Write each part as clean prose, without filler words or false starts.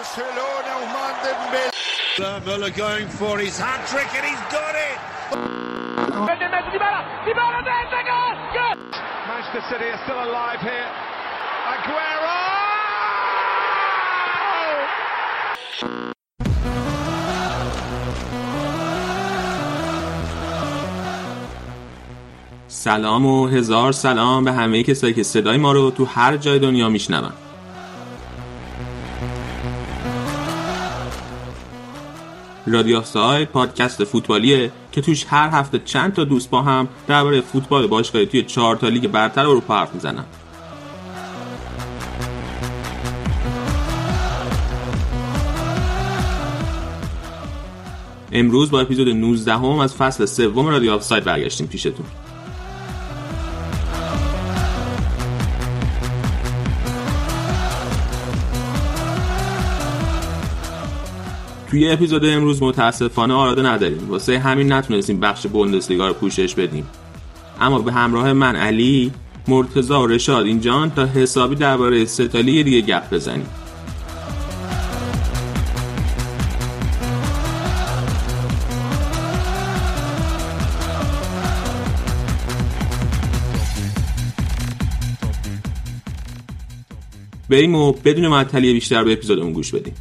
Barcelona, Ousmane Dembélé. Müller going for his hat-trick and he's got it. Manchester City are still alive here. Aguero! سلام و هزار سلام به همه کسایی که صدای ما رو تو هر جای دنیا میشنون. رادیو آفساید پادکست فوتبالیه که توش هر هفته چند تا دوست با هم درباره فوتبال باشگاهی توی 4 تا لیگ برتر اروپا حرف میزنن. امروز با اپیزود 19 از فصل 3 رادیو آفساید برگشتیم پیشتون. توی اپیزود امروز متاسفانه آراده نداریم، واسه همین نتونستیم بخش بوندسلیگا رو پوشش بدیم. اما به همراه من علی، مرتضی و رشاد اینجان تا حسابی درباره سه تا لیگ دیگه گپ بزنیم. بریم و بدون معطلی بیشتر به اپیزودمون گوش بدیم.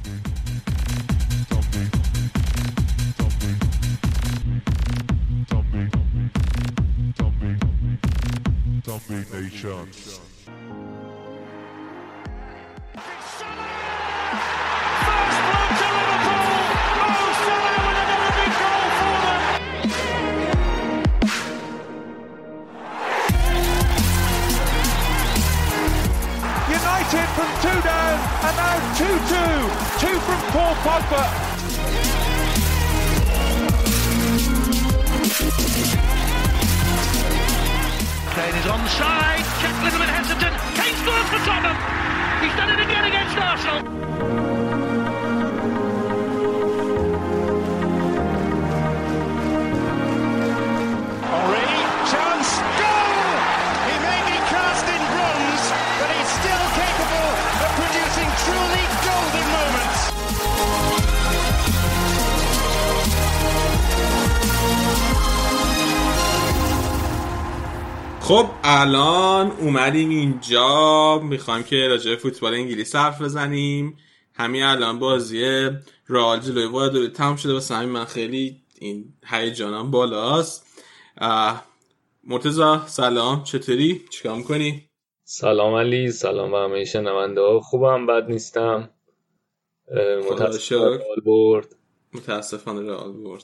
From 2 down and now 2-2. 2 from Paul Pogba. Kane is onside. Check a little bit hesitant. Kane scores for Tottenham. He's done it again against Arsenal. خب الان اومدیم اینجا میخوایم که راجع به فوتبال انگلیس حرف بزنیم. همین الان بازی رئال جلوی وایادولید تمام شده، واسه همین من خیلی این هیجانم بالاست. مرتضی سلام، چطوری؟ چیکار میکنی؟ سلام علی، سلام به همه شنونده. خوبم، بد نیستم. متاسفانه رئال برد.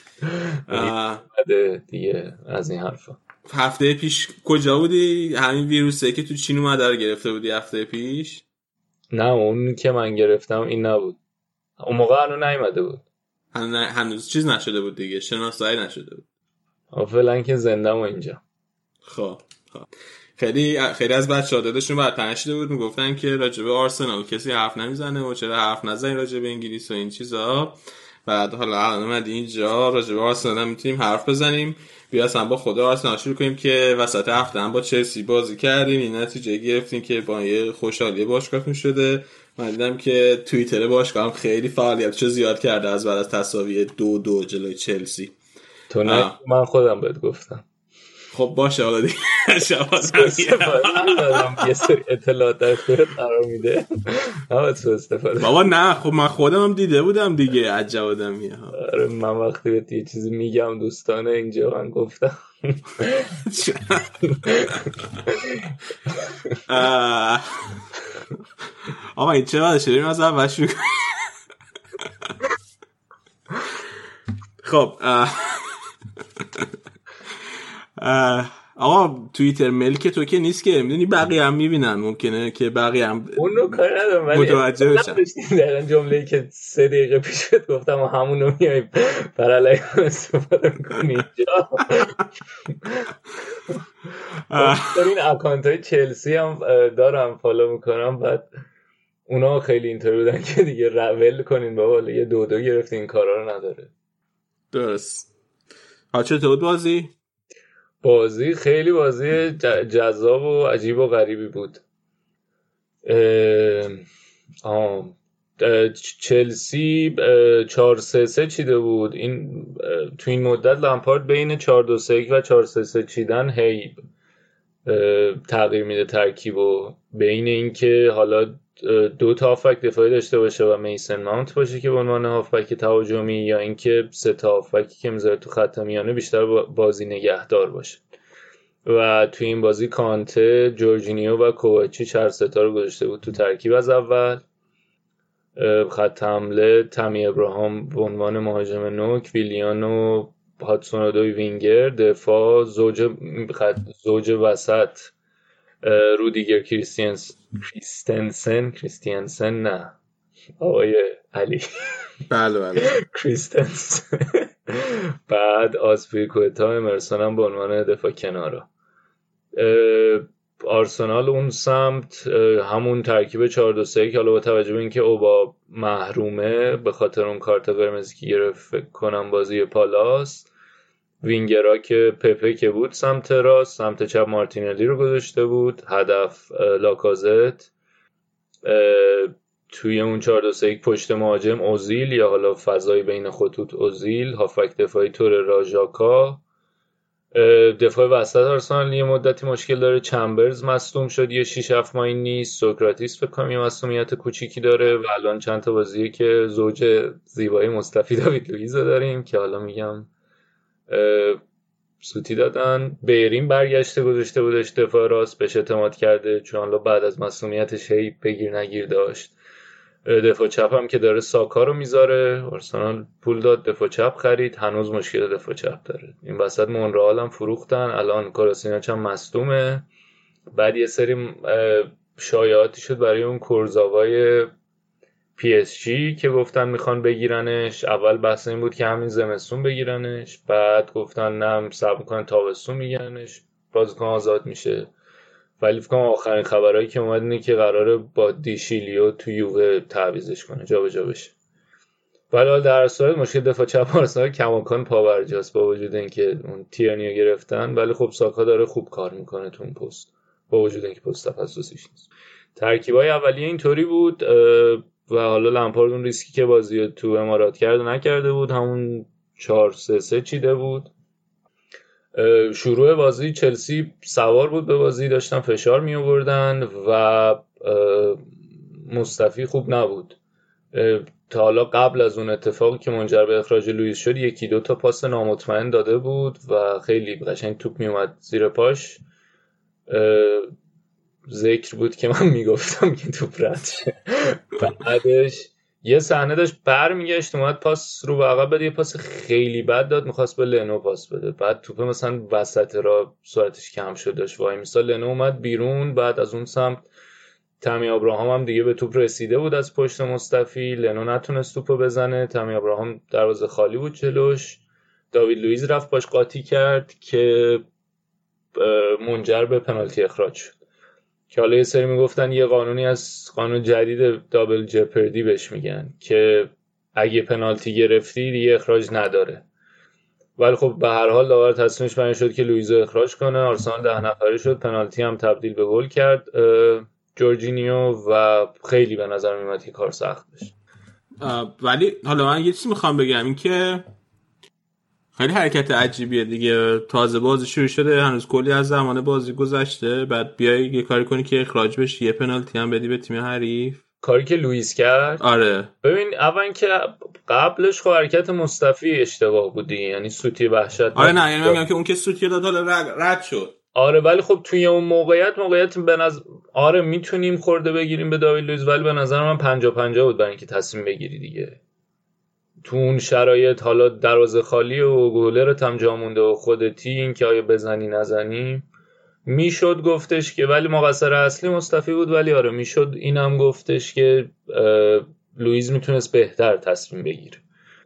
دیگه از این حرفا. هفته پیش کجا بودی؟ همین ویروسه که تو چین اومده رو گرفته بودی هفته پیش؟ نه اون که من گرفتم این نبود. اون موقع هنوز نیومده بود. هنوز چیز نشده بود دیگه، شناسایی نشده بود. فعلا که زندم اینجا. خب خیلی از بچه‌ها دادشون برطرف شده بود، میگفتن که راجع به آرسنال کسی حرف نمیزنه و چرا حرف نزنی راجع به انگلیس و این چیزا. بعد حالا الان اومدی اینجا راجع به آرسنال هم میتونیم حرف بزنیم. بیا اصلا با خود آرسنال شروع کنیم که وسط هفته هم با چلسی بازی کردیم، این نتیجه گرفتیم که با یه خوشحالی باشگاهتون شده. من دیدم که توییتر باشگاه هم خیلی فعالیتشو زیاد کرده از بعد از تساوی 2-2 جلوی چلسی. تو نه من خودم بهت گفتم. خب باشه حالا دیگه یه سری اطلاعات در اختیارت قرار میده. استفاده بابا نه، خب من خودم هم دیده بودم دیگه، عجب آدمیه. آره من وقتی بهت یه چیزی میگم دوستانه اینجا من گفتم. آقا این چه باید شدیم از اول شروع کنیم. خب آقا توییتر ملک تو که نیست که میدونی بقیه هم میبینن، ممکنه که بقیه هم اونو کار ندارم ولی متوجه بشن. در این جمله‌ای که 3 دقیقه پیش بهت گفتم و همونو میای پرالیز استفاده می‌کنی اینجا. این اکانت‌های چلسی هم دارم فالو میکنم، بعد اونا خیلی اینطوری بودن که دیگه رول کنین بابا، یه 2-2 گرفتین، این کارا رو نداره. درست. چطور بازی خیلی بازی جذاب و عجیب و غریبی بود. چلسی 4-3-3 چیده بود. این تو این مدت لمپارد بین 4-2-3-1 و 4-3-3 چیدن هی تغییر میده ترکیبو، بین اینکه حالا 2 تا هافبک دفاعی داشته باشه و میسن ماونت باشه که به عنوان هافبک تهاجمی، یا اینکه 3 تا هافبکی که میذاره تو خط میانه بیشتر بازی نگهدار باشه. و تو این بازی کانته، جورجینیو و کوواچیچ هر سه تا رو گذاشته بود تو ترکیب از اول. خط حمله تامی ابراهام به عنوان مهاجم نوک، ویلیان و هاتسون اودوی وینگر، دفاع زوج وسط رودیگر کریستینسن نه آقای علی بله کریستنسن بعد آسپلیکوئتا، امرسون هم به عنوان دفاع کنارا. آرسنال اون سمت همون ترکیب 4-2-3 که حالا با توجه به اینکه اوبا محرومه به خاطر اون کارت قرمزی که گرفت فکر کنم بازی پالاس، وینگرها که پپه که بود سمت راست، سمت چپ مارتینلی رو گذاشته بود، هدف لاکازت، توی اون 4-2-3 پشت مهاجم اوزیل یا حالا فضای بین خطوط اوزیل، هافبک دفاعی تور راژاکا. دفاع وسط آرسنال یه مدتی مشکل داره، چمبرز مصدوم شد یه 6-7 ماهی نیست، سوکراتیس فکر کنم یه مصدومیت کوچیکی داره و الان چند تا بازیه که زوج زیبایی مصطفی داوید لوئیز داریم که حالا میگم سوتی دادن. بیرین برگشته گذاشته بودش دفاع راست، بهش اعتماد کرده چون حالا بعد از مصدومیتش هی بگیر نگیر داشت. دفاع چپ هم که داره ساکا رو میذاره، آرسنال پول داد دفاع چپ خرید، هنوز مشکل دفاع چپ داره. این وسط مونرال هم فروختن، الان کاراسیناچ هم مصدومه. بعد یه سری شایعاتی شد برای اون کورزاوای پی اس جی که گفتن میخوان بگیرنش. اول بحث این بود که همین زمستون بگیرنش، بعد گفتن نه صبر میکنن تابستون میگیرنش، بازیکن آزاد میشه. ولی فکر کنم آخرین خبرایی که اومد اینه که قراره با دیشیلیو تو یووه تعویضش کنه، جابجا بشه. ولی در صورت مشکل دفاع چپ آرسنال کماکان پاورجاست با وجود اینکه اون تیرنیو گرفتن، ولی خب ساکا داره خوب کار میکنه تو اون پست با وجود اینکه پست تخصصیش نیست. ترکیبای اولیه اینطوری بود و حالا لمپارد اون ریسکی که بازی تو امارات کرد نکرده بود، همون 4-3-3 چیده بود. شروع بازی چلسی سوار بود به بازی، داشتن فشار می آوردن و مصطفی خوب نبود. تا حالا قبل از اون اتفاقی که منجر به اخراج لوئیس شد 1-2 تا پاس نامطمئن داده بود و خیلی قشنگ توپ می اومد زیر پاش. ذکر بود که من میگفتم که توپ رد شه. بعدش یه صحنه داشت برمیگشت اومد پاس رو به عقب بده، یه پاس خیلی بد داد، میخواست به لنو پاس بده، بعد توپ مثلا وسط را سرعتش کم شد داشت وای میسال، لنو اومد بیرون. بعد از اون سمت تامی ابراهام هم دیگه به توپ رسیده بود از پشت مصطفی، لنو نتونست توپو بزنه، تامی ابراهام دروازه خالی بود جلوش، داوید لوئیز رفت باش قاطی کرد که منجر به پنالتی اخراج شد. که حالا یه سری میگفتن یه قانونی از قانون جدید دابل جپردی بهش میگن که اگه پنالتی گرفتی دیگه اخراج نداره، ولی خب به هر حال داور تصمیمش بر این شد که لوئیزو اخراج کنه. آرسنال 10 نفره شد، پنالتی هم تبدیل به گل کرد جورجینیو و خیلی به نظر میاد که کار سخت بشه. ولی حالا من یه چیزی میخوام بگم، این که خیلی حرکت عجیبیه دیگه، تازه بازی شروع شده، هنوز کلی از زمان بازی گذشته، بعد بیای یه کاری کنی که اخراج بشی، یه پنالتی هم بدی به تیم حریف، کاری که لوئیس کرد. آره ببین اول که قبلش خب حرکت مصطفی اشتباه بودی، یعنی سوتی وحشت. آره نه یعنی میگم که اون که سوتی داد حالا رد شد. آره ولی خب توی اون موقعیت به نظر آره میتونیم خورده بگیریم به داوید لوئیس، ولی به نظر من 50-50 بود برای اینکه تصمیم بگیری دیگه تو اون شرایط. حالا دروازه خالی و گلرت هم جا مونده و خودتی، این که آیا بزنی نزنی میشد گفتش که، ولی مقصر اصلی مصطفی بود. ولی آره میشد اینم گفتش که لوئیس میتونست بهتر تصمیم بگیره.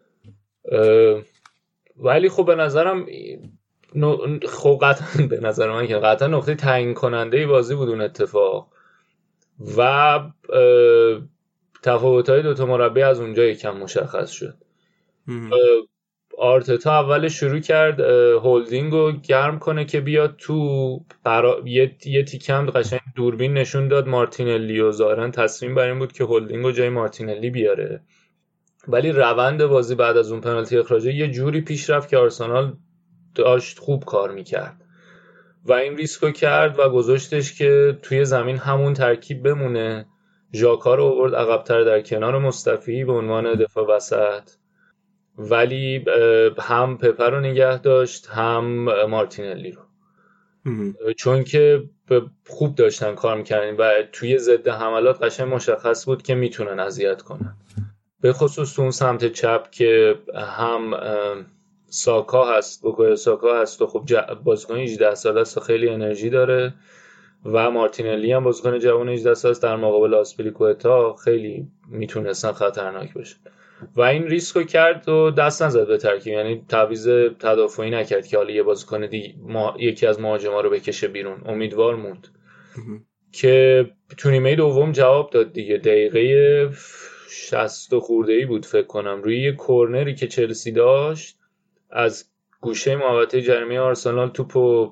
ولی خب به نظرم خب قطعا به نظر من که قطعا نقطه تعیین کننده بازی بود اون اتفاق و تفاوت‌های دوتا مربی از اونجا یکم مشخص شد. آرتتا اول شروع کرد هولدینگ رو گرم کنه که بیاد تو یه تیکم قشنگ دوربین نشون داد مارتینلی و ظاهرا تصمیم بر این بود که هولدینگ رو جای مارتینلی بیاره، ولی روند بازی بعد از اون پنالتی اخراجی یه جوری پیش رفت که آرسنال داشت خوب کار میکرد و این ریسکو کرد و گذاشتش که توی زمین همون ترکیب بمونه. ژاکا رو آورد عقب‌تر در کنار مصطفی به عنوان دفاع وسط، ولی هم پپر رو نگه داشت هم مارتینلی رو، چون که خوب داشتن کار میکردن و توی ضد حملات قشنگ مشخص بود که میتونن اذیت کنن، به خصوص اون سمت چپ که هم ساکا هست، بوکایو ساکا هست و خب بازیکن 18 ساله است و خیلی انرژی داره و مارتینلی هم بازیکن جوان 18 ساله است، در مقابل آسپلیکوئتا خیلی میتونستن خطرناک بشه و این ریسکو کرد و دست نزد به ترکیب، یعنی تعویض تدافعی نکرد که حالا یه بازیکن دیگه یکی از مهاجما رو بکشه بیرون. امیدوار موند که تو نیمه دوم جواب داد دیگه. دقیقه 60 خورده‌ای بود فکر کنم، روی یه کورنری که چلسی داشت از گوشه محوطه جریمه آرسنال توپو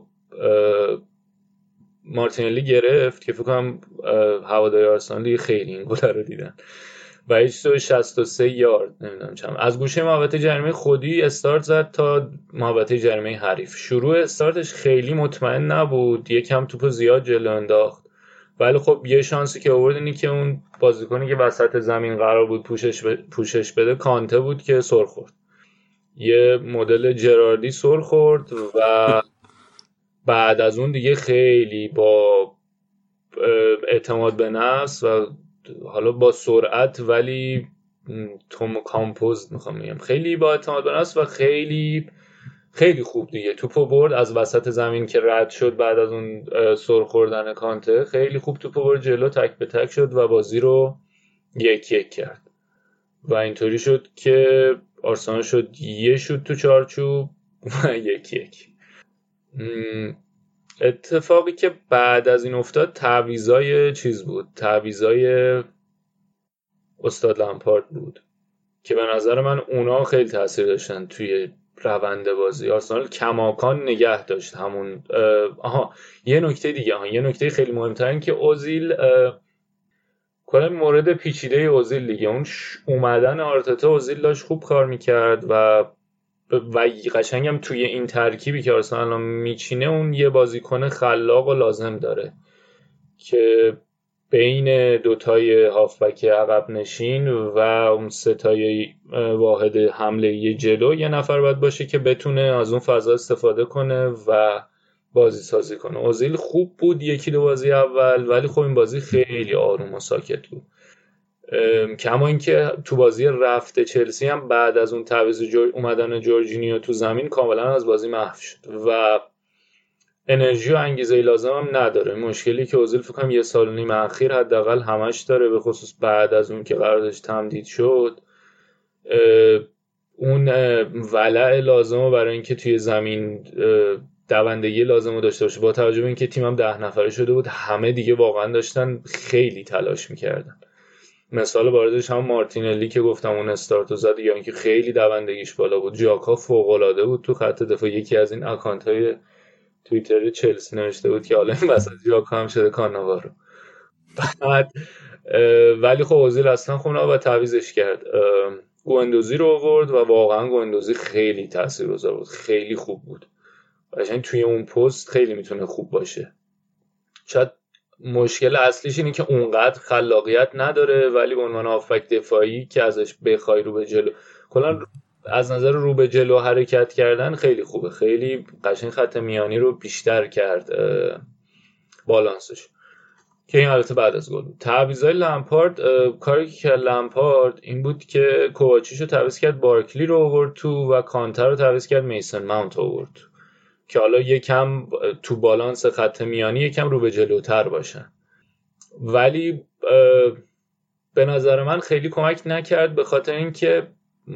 مارتینلی گرفت که فکر کنم هواداری آرسنال دیگه خیلی این گل رو دیدن و هیچ تو 63 یارد نمیدونم چند از گوشه محوطه جریمه خودی استارت زد تا محوطه جریمه حریف. شروع استارتش خیلی مطمئن نبود، یکم توپو زیاد جلو انداخت، ولی خب یه شانسی که آورد اینی که اون بازیکنی که وسط زمین قرار بود پوشش بده کانته بود که سر خورد، یه مدل جراردی سر خورد و بعد از اون دیگه خیلی با اعتماد به نفس و حالا با سرعت ولی توم کامپوز میخوام بگم خیلی با اعتماد به نفس و خیلی خیلی خوب دیگه توپو برد از وسط زمین که رد شد بعد از اون سر خوردن کانته، خیلی خوب توپو برد جلو، تک به تک شد و بازی رو 1-1 کرد و اینطوری شد که آرسنال شد یه شوت تو چارچوب و 1-1. اتفاقی که بعد از این افتاد تعویضای چیز بود، تعویضای استاد لمپارد بود که به نظر من اونا خیلی تاثیر داشتن توی روند بازی. آرسنال کماکان نگه داشت همون یه نکته دیگه یه نکته خیلی مهمتر این که اوزیل کلا مورد پیچیده اوزیل دیگه اون اومدن آرتتا اوزیل داشت خوب کار میکرد و قشنگم توی این ترکیبی که آرسنال میچینه اون یه بازیکن خلاق و لازم داره که بین دوتای هافبک عقب نشین و اون ستای واحد حمله یه جلو یه نفر باید باشه که بتونه از اون فضا استفاده کنه و بازی سازی کنه. اوزیل خوب بود یکی دو بازی اول، ولی خب این بازی خیلی آروم و ساکت بود. کما اینکه تو بازی رفته چلسی هم بعد از اون تعویض اومدن جورجینیو تو زمین کاملا از بازی محو شد و انرژی و انگیزه لازم هم نداره. مشکلی که اوزیل فکر کنم 1.5 سال اخیر حداقل همش داره، به خصوص بعد از اون که قراردادش تمدید شد، اون ولع لازمه برای اینکه توی زمین دوندگی لازمو داشته باشه. با توجه به اینکه تیمم 10 نفره شده بود همه دیگه واقعا داشتن خیلی تلاش میکردن. مثال باردش هم مارتینلی که گفتم اون استارتو زد یا اینکه خیلی دوندگیش بالا بود. ژاکا فوق العاده بود تو خط دفاع. یکی از این اکانت‌های توییتر چلسی نوشته بود که حالا این وسط ژاکا هم شده کاناوارو. بعد ولی خب اوزیل اصلا خب نباید تعویضش کرد. گوندوزی رو آورد و واقعا گوندوزی خیلی تاثیرگذار بود، خیلی خوب بود. قشنگ توی اون پست خیلی میتونه خوب باشه. شاید مشکل اصلیش اینه که اونقدر خلاقیت نداره، ولی به عنوان هافبک دفاعی که ازش بخوای رو به جلو، کلا از نظر رو به جلو حرکت کردن خیلی خوبه، خیلی قشنگ خط میانی رو بیشتر کرد بالانسش، که این البته بعد از گل بود. تعویضای لمپارد، کاری که لمپارد این بود که کوواچیچو تعویض کرد، بارکلی رو آورد تو و کانتر رو تعویض کرد، میسن ماونت آورد تو که حالا یکم تو بالانس خط میانی یکم رو به جلوتر باشن. ولی به نظر من خیلی کمک نکرد، به خاطر اینکه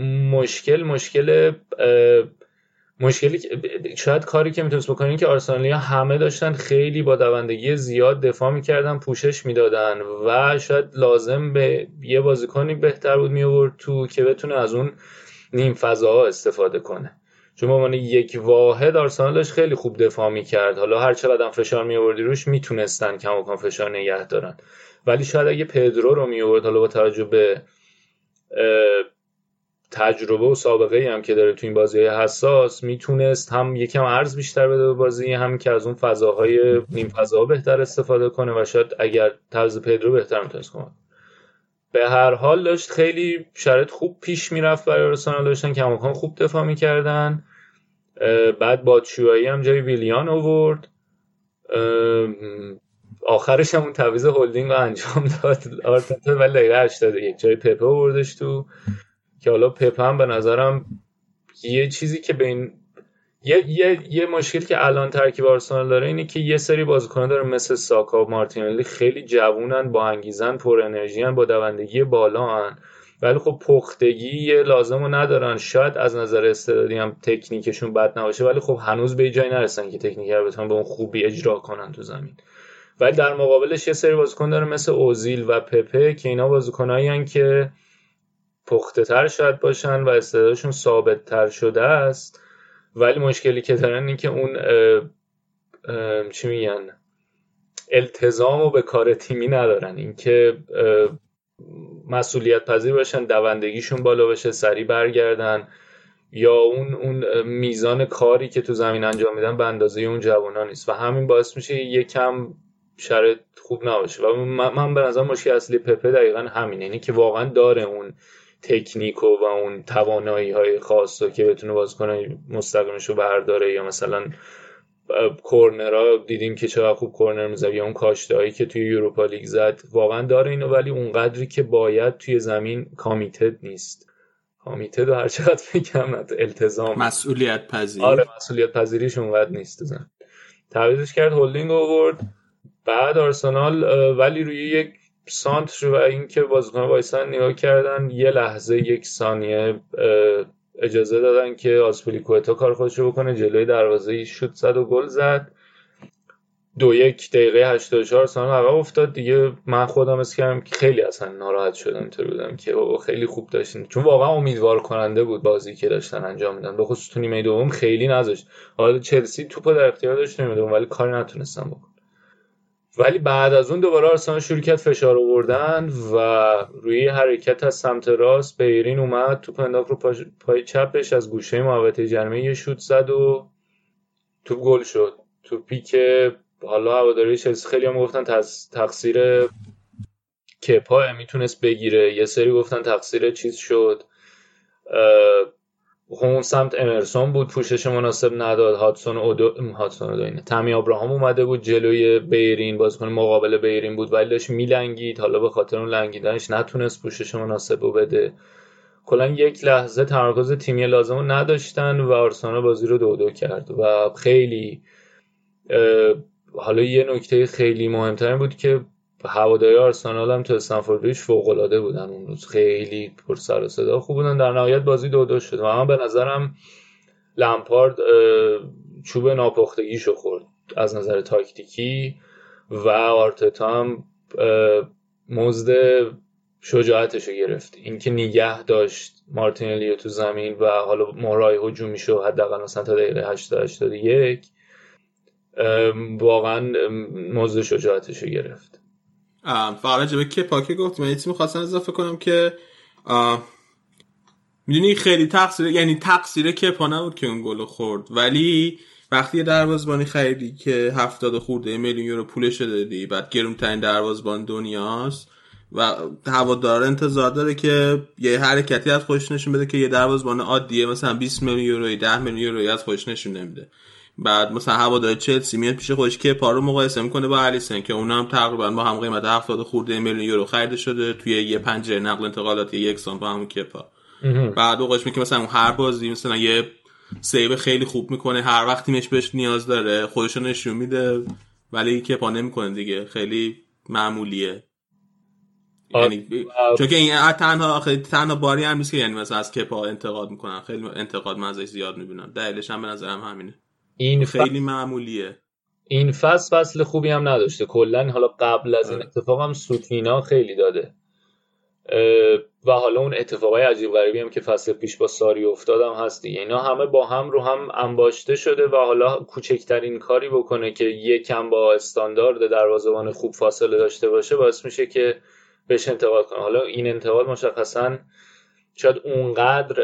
مشکلی شاید کاری که میتونست بکنین که آرسنالیا همه داشتن خیلی با دوندگی زیاد دفاع میکردن، پوشش میدادن و شاید لازم به یه بازیکنی بهتر بود میآورد تو که بتونه از اون نیم فضاها استفاده کنه، چون به عنوان یک واحد آرسنال داشت خیلی خوب دفاع میکرد. حالا هر چقدر فشار میآوردی روش میتونستن کماکان فشار نگه دارن، ولی شاید اگه پدرو رو میآورد، حالا با توجه به تجربه و سابقه ای هم که داره تو این بازی‌های حساس، میتونست هم یکم عرض بیشتر بده به بازی، هم که از اون فضاهای نیم فضاها بهتر استفاده کنه و شاید اگر طرز پدرو بهتر میتونست کنه. به هر حال داشت خیلی شرایط خوب پیش میرفت برای آرسنال، داشتن کماکان خوب دفاع میکردن. بعد باتشوایی هم جای ویلیان آورد، آخرش هم اون تعویض هولدینگ رو انجام داد آرتتا، ولی دقیقه 81 جای پپه آوردش تو، که حالا پپه هم به نظرم یه چیزی که بین یه مشکل که الان ترکیب آرسنال داره اینه که یه سری بازیکن‌ها داره مثل ساکا و مارتینلی، خیلی جوونن، با انگیزن، پر انرژی‌ان، با دوندگی بالان، ولی خب پختگی لازمو ندارن. شاید از نظر استعدادی هم تکنیکشون بد نباشه، ولی خب هنوز به جایی نرسن که تکنیک رو بتونن به اون خوبی اجرا کنن تو زمین. ولی در مقابلش یه سری بازیکن داره مثل اوزیل و پپه که اینا بازیکنایین که پخته تر شاید باشن و استعدادشون ثابت تر شده است، ولی مشکلی که دارن این که اون چی میگن التزامو به کار تیمی ندارن، این که مسئولیت پذیر باشن، دوندگیشون بالا بشه، سریع برگردن، یا اون میزان کاری که تو زمین انجام میدن به اندازه اون جوونا نیست و همین باعث میشه یکم شرایط خوب نباشه. و من به نظر مشکل اصلی پپه دقیقاً همینه، اینه که واقعا داره اون تکنیکو و اون توانایی‌های خاصو که بتونه بازیکن مستقیمشو برداره، یا مثلا کورنرها دیدیم که چقدر خوب کورنر میزد، یا اون کاشته‌هایی که توی یوروپا لیگ زد، واقعا داره اینو، ولی اون قدری که باید توی زمین کامیتد نیست. کامیتد و هر چقدر بگم التزام، مسئولیت پذیر، آره مسئولیت پذیریش اونقدر نیست. تعویضش کرد، هولدینگ آورد. بعد آرسنال ولی روی یک سانتر و اینکه بازیکن‌ها وایسن نگاه کردن، یه لحظه یک ثانیه اجازه دادن که آسپلیکوئتا کار خودشو بکنه، جلوی دروازه شوت زد و گل زد. 2-1 دقیقه 84 ثانیه عقب افتاد دیگه. من خودم حس کردم که خیلی اصلا ناراحت شدم، اینطوری بودم که خیلی خوب داشتین، چون واقعا امیدوار کننده بود بازی که داشتن انجام میدن، به خصوص تو نیمه دوم خیلی نذاشت. حالا چلسی توپو در اختیار داشت نیمه دوم ولی کاری نتونستن بکنن. ولی بعد از اون دوباره آرسنال شروع کرد فشار آوردن و روی حرکت از سمت راست بیرین اومد، توپ انداخت رو پای چپش، از گوشه محوطه جریمه یه شوت زد و توپ گل شد. توپی که حالا هواداری چلسی خیلی هم گفتن تقصیر کپا میتونست بگیره، یه سری گفتن تقصیر چیز شد، اون سمت امرسون بود پوشش مناسب نداد، هاتسون اینه تامی ابراهام اومده بود جلوی بیرین، بازیکن مقابل بیرین بود ولی داشت میلنگید، حالا به خاطر اون لنگیدنش نتونست پوشش مناسب رو بده. کلا یک لحظه تمرکز تیمی لازم رو نداشتن و آرسنال بازی رو 2-2 کرد و خیلی حالا یه نکته خیلی مهمتر بود که هواداری آرسنال هم تو استنفورد بریج فوق‌العاده بودن اون روز، خیلی پر سر و صدا خوب بودن. در نهایت بازی 2-2 شد و من به نظرم لمپارد چوب ناپختگیشو خورد از نظر تاکتیکی و آرتتا هم مزد شجاعتشو گرفت، اینکه نگه داشت مارتینلی تو زمین و حالا مهرای هجومی شو حداقل مثلا تا دقیقه 80-81 واقعا مزد شجاعتشو گرفت. فقط جبه که پاکه گفت من یه چیزی می‌خواستم اضافه کنم که میدونی خیلی تقصیر کپا نبود که اون گل خورد، ولی وقتی دروازه‌بانی خریدی که 70 خورده میلیون یورو پولش دادی، بعد گرونترین دروازه‌بان دنیاست و هوادار انتظار داره که یه حرکتی از خودش نشون بده که یه دروازه‌بان عادیه مثلا 20 میلیون یورو 10 میلیون یورو از خودش نشون نمیده. بعد مثلا هوادار چلسی میاد پیش خودش که پارو مقایسه میکنه با الیسن که اونم تقریبا با هم قیمت 70 خورده میلیون یورو خریده شده توی یه پنجره نقل انتقالات یکسان با همون کپا. بعد اوقاش میگه مثلا اون هر بازی مثلا یه سیو خیلی خوب میکنه، هر وقت تیمش بهش نیاز داره خودش رو نشون میده، ولی کپا نمیکنه دیگه، خیلی معمولیه. یعنی چون که این تنها باری هم نیست که یعنی مثلا از کپا انتقاد میکنن، خیلی انتقاد من ازش زیاد میبینم، دلیلش هم به نظرم همینه، این خیلی معمولیه. این فصل خوبی هم نداشته کلا، حالا قبل از این اتفاق هم سوتینا خیلی داده و حالا اون اتفاقای عجیب غریبی هم که فصل پیش با ساری افتادم هست دیگه، اینا همه با هم رو هم انباشته شده و حالا کوچکترین کاری بکنه که یکم با استاندارد دروازه‌بان خوب فاصله داشته باشه باعث میشه که بهش انتقاد کنه. حالا این انتقاد مشخصاً شاید اونقدر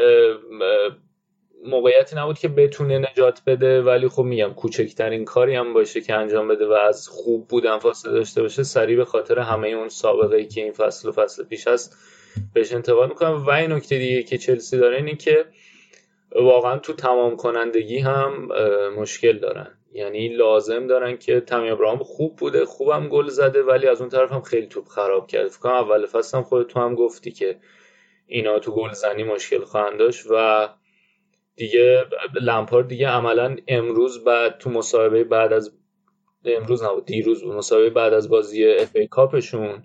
موقعیتی نبود که بتونه نجات بده، ولی خب میگم کوچکترین کاری هم باشه که انجام بده و از خوب بودن فاصله داشته باشه، سریع به خاطر همه اون سابقه‌ای که این فصل و فصل پیش هست بهش انتقاد میکنم. و این نکته دیگه که چلسی داره اینه که واقعا تو تمام کنندگی هم مشکل دارن، یعنی لازم دارن که تامی ابراهام خوب بوده، خوبم گل زده، ولی از اون طرف هم خیلی توپ خراب کرده. فکر کنم اول فصل هم خودت تو هم گفتی که اینا تو گلزنی مشکل خواهند داشت و دیگه لمپارد دیگه عملا امروز بعد تو مسابقه بعد از امروز نبود دیروز بود، مسابقه بعد از بازی اف ای کاپشون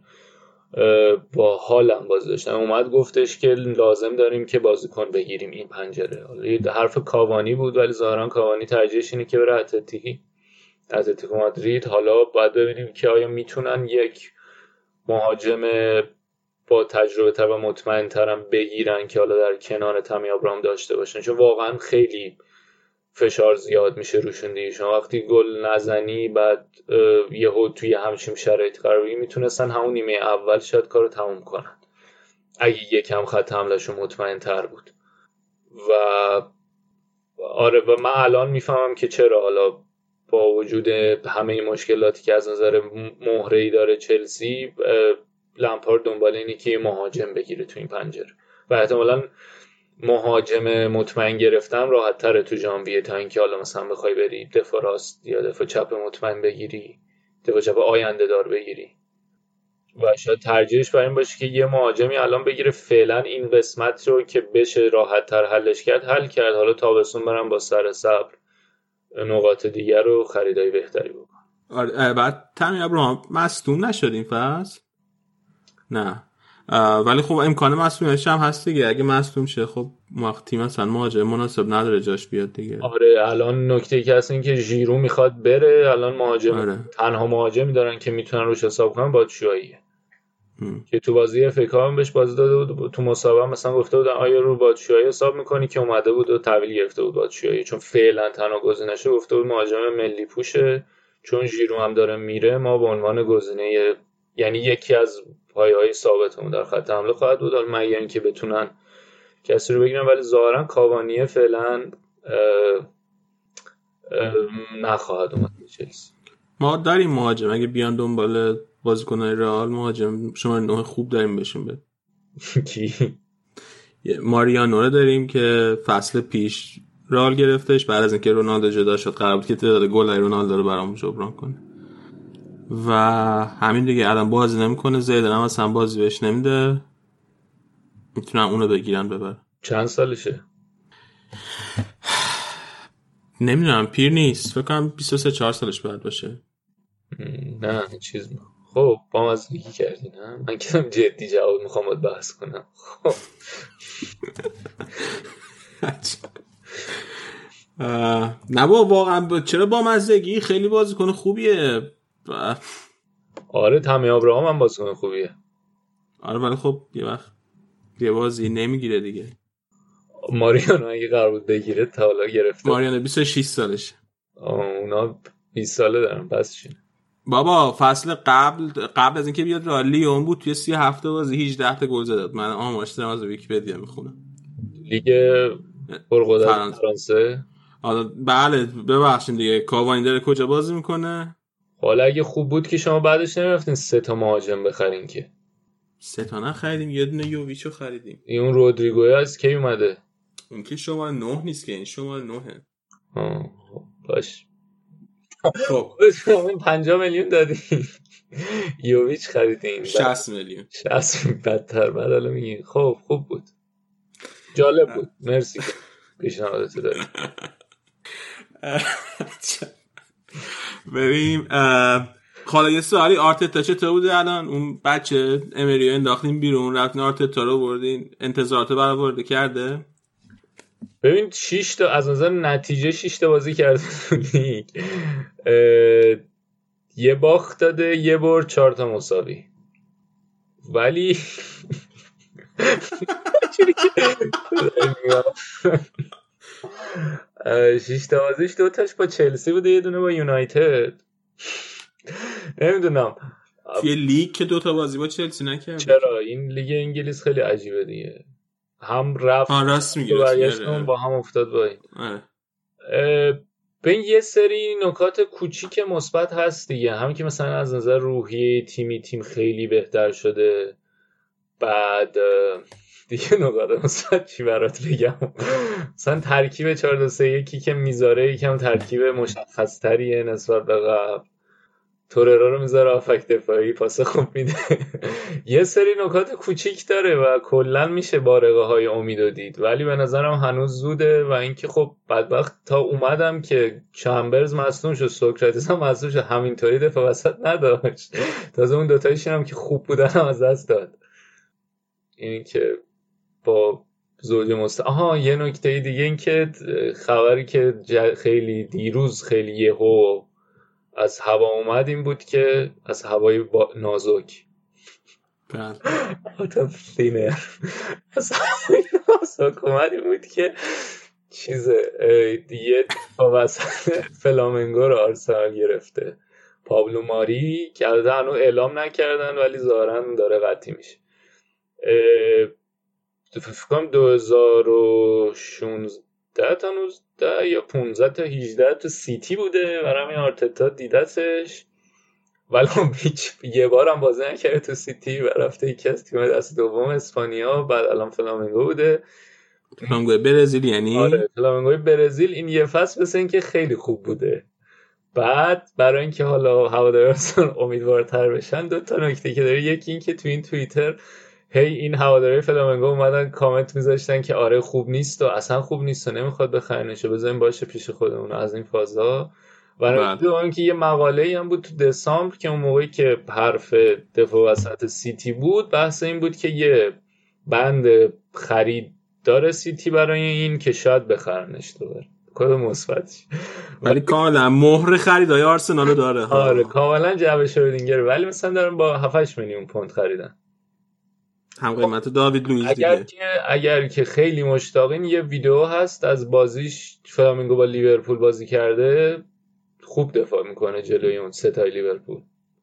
با هالند بازی داشتن، اومد گفتش که لازم داریم که بازیکن بگیریم این پنجره. حالا حرف کاوانی بود ولی ظاهرا کاوانی ترجیحش اینه که بره اتلتیکو مادرید. حالا باید ببینیم که آیا میتونن یک مهاجم با تجربه تر و مطمئن ترم بگیرن که حالا در کنار تامی ابراهام داشته باشن، چون واقعا خیلی فشار زیاد میشه روشون دیگه. شما وقتی گل نزنی بعد یهو توی همچین شرایط قرار بگیری، میتونستن همون نیمه اول شاید کارو تموم کنن اگه یکم خط حملهشون مطمئن تر بود. و آره و من الان میفهمم که چرا حالا با وجود همه مشکلاتی که از نظر مهره‌ای داره چلسی، لمپارد دنبال اینه که مهاجم بگیره تو این پنجره و احتمالاً مهاجم مطمئن گرفتن راحت تره تو ژانویه تا اینکه حالا مثلا بخوای بری دفاع راست یا دفاع چپ مطمئن بگیری، دفاع چپ آینده دار بگیری. و شاید ترجیحش بر این باشه که یه مهاجمی الان بگیره فعلا این قسمت رو که بشه راحت تر حلش حل کرد، حالا تابستون برم با سر صبر نقاط دیگر رو خریدای بهتری بکن. آره بعد تامی ابراهام مصدوم نشد این فصل؟ نه ولی خب امکان مصدومیتش هم هست دیگه، اگه مصدوم شه خب وقت تیم اصلا مهاجم مناسب نداره جاش بیاد دیگه. آره الان نکته که هست این که ژیرو میخواد بره، الان مهاجم آره. تنها مهاجمی دارن که میتونن روش حساب کنن باتشواییه که تو بازی اف ای کاپ هم بهش بازی داده بود، تو مسابقه مثلا گفته بودن آیا رو باتشوایی حساب میکنی که اومده بود و تحویل گرفته بود باتشوایی، چون فعلا تنها گزینه‌شه گفته بود مهاجم ملی پوشه، چون ژیرو هم داره میره ما به عنوان گزینه یعنی یکی از پایه‌های ثابتمون در خط حمله خواهد بود، حالا مگر اینکه بتونن کسی رو بگیرن، ولی ظاهرا کاوانی فعلا نخواهد اومد چلسی. ما داریم مهاجم اگه بیان دنبال بازیکن‌های رئال مهاجم شما 9 خوب داریم بهشون بده. کی؟ ماریانو رو داریم که فصل پیش رئال گرفتش بعد از اینکه رونالدو جدا شد، قرار بود که تعداد گل‌های رونالدو رو برامون جبران کنه و همین دیگه. الان بازی نمی‌کنه، زیدان هم اصلا بازی بهش نمیده، میتونن اونو بگیرن ببر. چند سالشه؟ نمیدونم، پیر نیست، فکر کنم 23-4 سالش باید باشه. نه چیز خب با مزدگی کردی نه؟ من کدام جدی جواب میخوام باید بحث کنم. خب نه با واقعا چرا با مزدگی؟ خیلی بازیکن خوبیه. آره تامی ابراهام هم بازیکن خوبیه. آره ولی خب یه وقت یه بازی نمیگیره دیگه. ماریانو اگه قرار بود بگیره تا حالا گرفته. ماریانو 26 سالشه. اونا 20 ساله دارن پس چی؟ بابا فصل قبل از اینکه بیاد رئال لیون بود توی 37 بازی 18 تا گل زد. من آمارش دارم از ویکی‌پدیا میخونم. لیگ پرقدرت فرانسه. آره بله ببخشید دیگه. کاوانی داره کجا بازی میکنه؟ حالا اگه خوب بود که شما بعدش نمیرفتین 3 تا مهاجم بخرین که. 3 تا نخریدیم، یه دونه یوویچو خریدیم. اون رودریگو از کی اومده؟ این که شماره 9 نیست که، این شماره 9. باش. خب این 50 میلیون دادی. یوویچ خریدین 60 میلیون. 60 بدتر بعد حالا میگی خب خوب بود. جالب بود. مرسی که پیشنهادت دادی. ببینیم حالا یه سوالی، آرتتا چطور بوده الان؟ اون بچه امریو انداختین بیرون رفتین آرتتا رو بردین، انتظارات رو برآورده کرده؟ ببین 6 تا از نظر نتیجه 6 تا بازی کرده لیگ، یه باخت داده، یه برد، 4 تا مساوی. ولی شش تا بازیش 2 تاش با چلسی بوده، یه دونه با یونایتد. نمیدونم توی لیگ که 2 تا بازی با چلسی نکرد. چرا این لیگ انگلیس خیلی عجیبه دیگه، هم رفت راست میگی با هم افتاد با این. ببین یه سری نکات کوچیک مثبت هست دیگه، هم که مثلا از نظر روحی تیم خیلی بهتر شده. بعد دیگه نکات مثبت چی برات بگم؟ مثلا ترکیب 4-2-3-1 که میذاره یکم ترکیب مشخص تریه نسبت به قبل. توررا رو میذاره افکت دفاعی، پاس خوب میده. یه سری نکات کوچیک داره و کلا میشه بارقه های امیدو دید، ولی به نظرم هنوز زوده. و اینکه خب بدبخت تا اومدم که چمبرز مصدوم شد، سوکراتیس هم مصدوم شد، همینطوری دفاع وسط نداشت. تازه اون دوتایشون هم که خوب بودن هم از دست داد. این که با زوج یه نکته دیگه این که خبری که خیلی دیروز خیلی یهو از هوا اومد این بود که از هوای نازک از هوای نازک اومد این بود که دیگه وسط فلامنگو رو آرسنال گرفته. پابلو ماری که البته هنوز اعلام نکردن ولی ظاهرا داره قطعی میشه. فکر کنم 2016 تا 19 یا 15 تا 18 تا سیتی بوده و همین آرتتا دیدتش، ولی یه بارم بازی نکرده تو سیتی و رفته یکی از تیم دست دوم اسپانیا. بعد الان فلامنگو بوده. فلامنگو برزیل یعنی؟ آره فلامنگو برزیل. این یه فصل مثل این که خیلی خوب بوده. بعد برای اینکه حالا هواداران امیدوارتر بشن 2 تا نکته که داره، یکی این که تو این توییتر این هواداری فلامنگو اومدن کامنت میذاشتن که آره خوب نیست و اصلا خوب نیست و نمیخواد بخرنشو، بذاریم باشه پیش خودمون از این فازا. و دوم که یه مقاله‌ای هم بود تو دسامبر که اون موقعی که حرف دفاع وسط سیتی بود بحث این بود که یه بند خرید داره سیتی برای این که شاید بخرنش دوباره. کد مثبت ولی کاملا مهر خریدای آرسنال داره. آره کاملا جعبه شرودینگر، ولی مثلا دارن با 7-8 میلیون پوند خریدن، هم قیمت داوید لوئیز دیگه. اگر که خیلی مشتاقین یه ویدیو هست از بازیش، فلامینگو با لیورپول بازی کرده، خوب دفاع میکنه جلوی اون ستای لیورپول.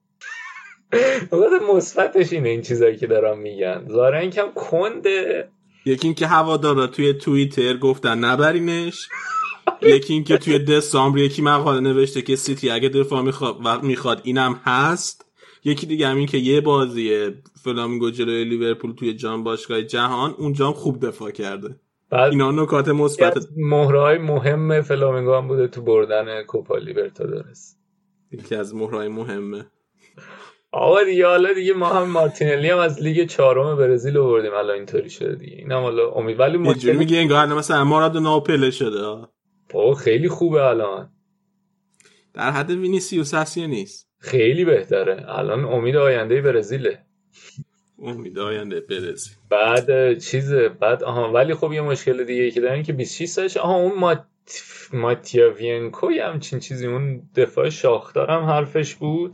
وقت مثبتش اینه این چیزایی که دارم میگن، ظاهرا یکم کنده. یکی این که هوادارا توی توییتر گفتن نبرینش، یکی این که توی دسامبر یکی مقاله نوشته که سیتی اگه دفاع میخواد اینم هست. یکی دیگه همین که یه بازی فلامینگو جلوی لیورپول توی جام باشگاه جهان اونجا خوب دفاع کرده. اینا نکات مثبت. مهرهای مهم فلامینگو هم بوده تو بردن کوپا لیبرتادورس. یکی از مهرهای مهمه. آقا دیگه حالا دیگه ما هم مارتینلی هم از لیگ 4 برزیل آوردیم، الان اینطوری شده دیگه. اینم حالا امید، ولی مشکل میگه انگار مثلا مارادونا و پله شده. بابا خیلی خوبه الان، در حد وینیسیوس هست یا نیست؟ خیلی بهتره الان. امید آینده برزیله. امید آینده برزیل. بعد ولی خب یه مشکل دیگه ای که دارن که 26 سالش اون ماتیاوینکو یا همچین چیزی، اون دفاع شاختارم حرفش بود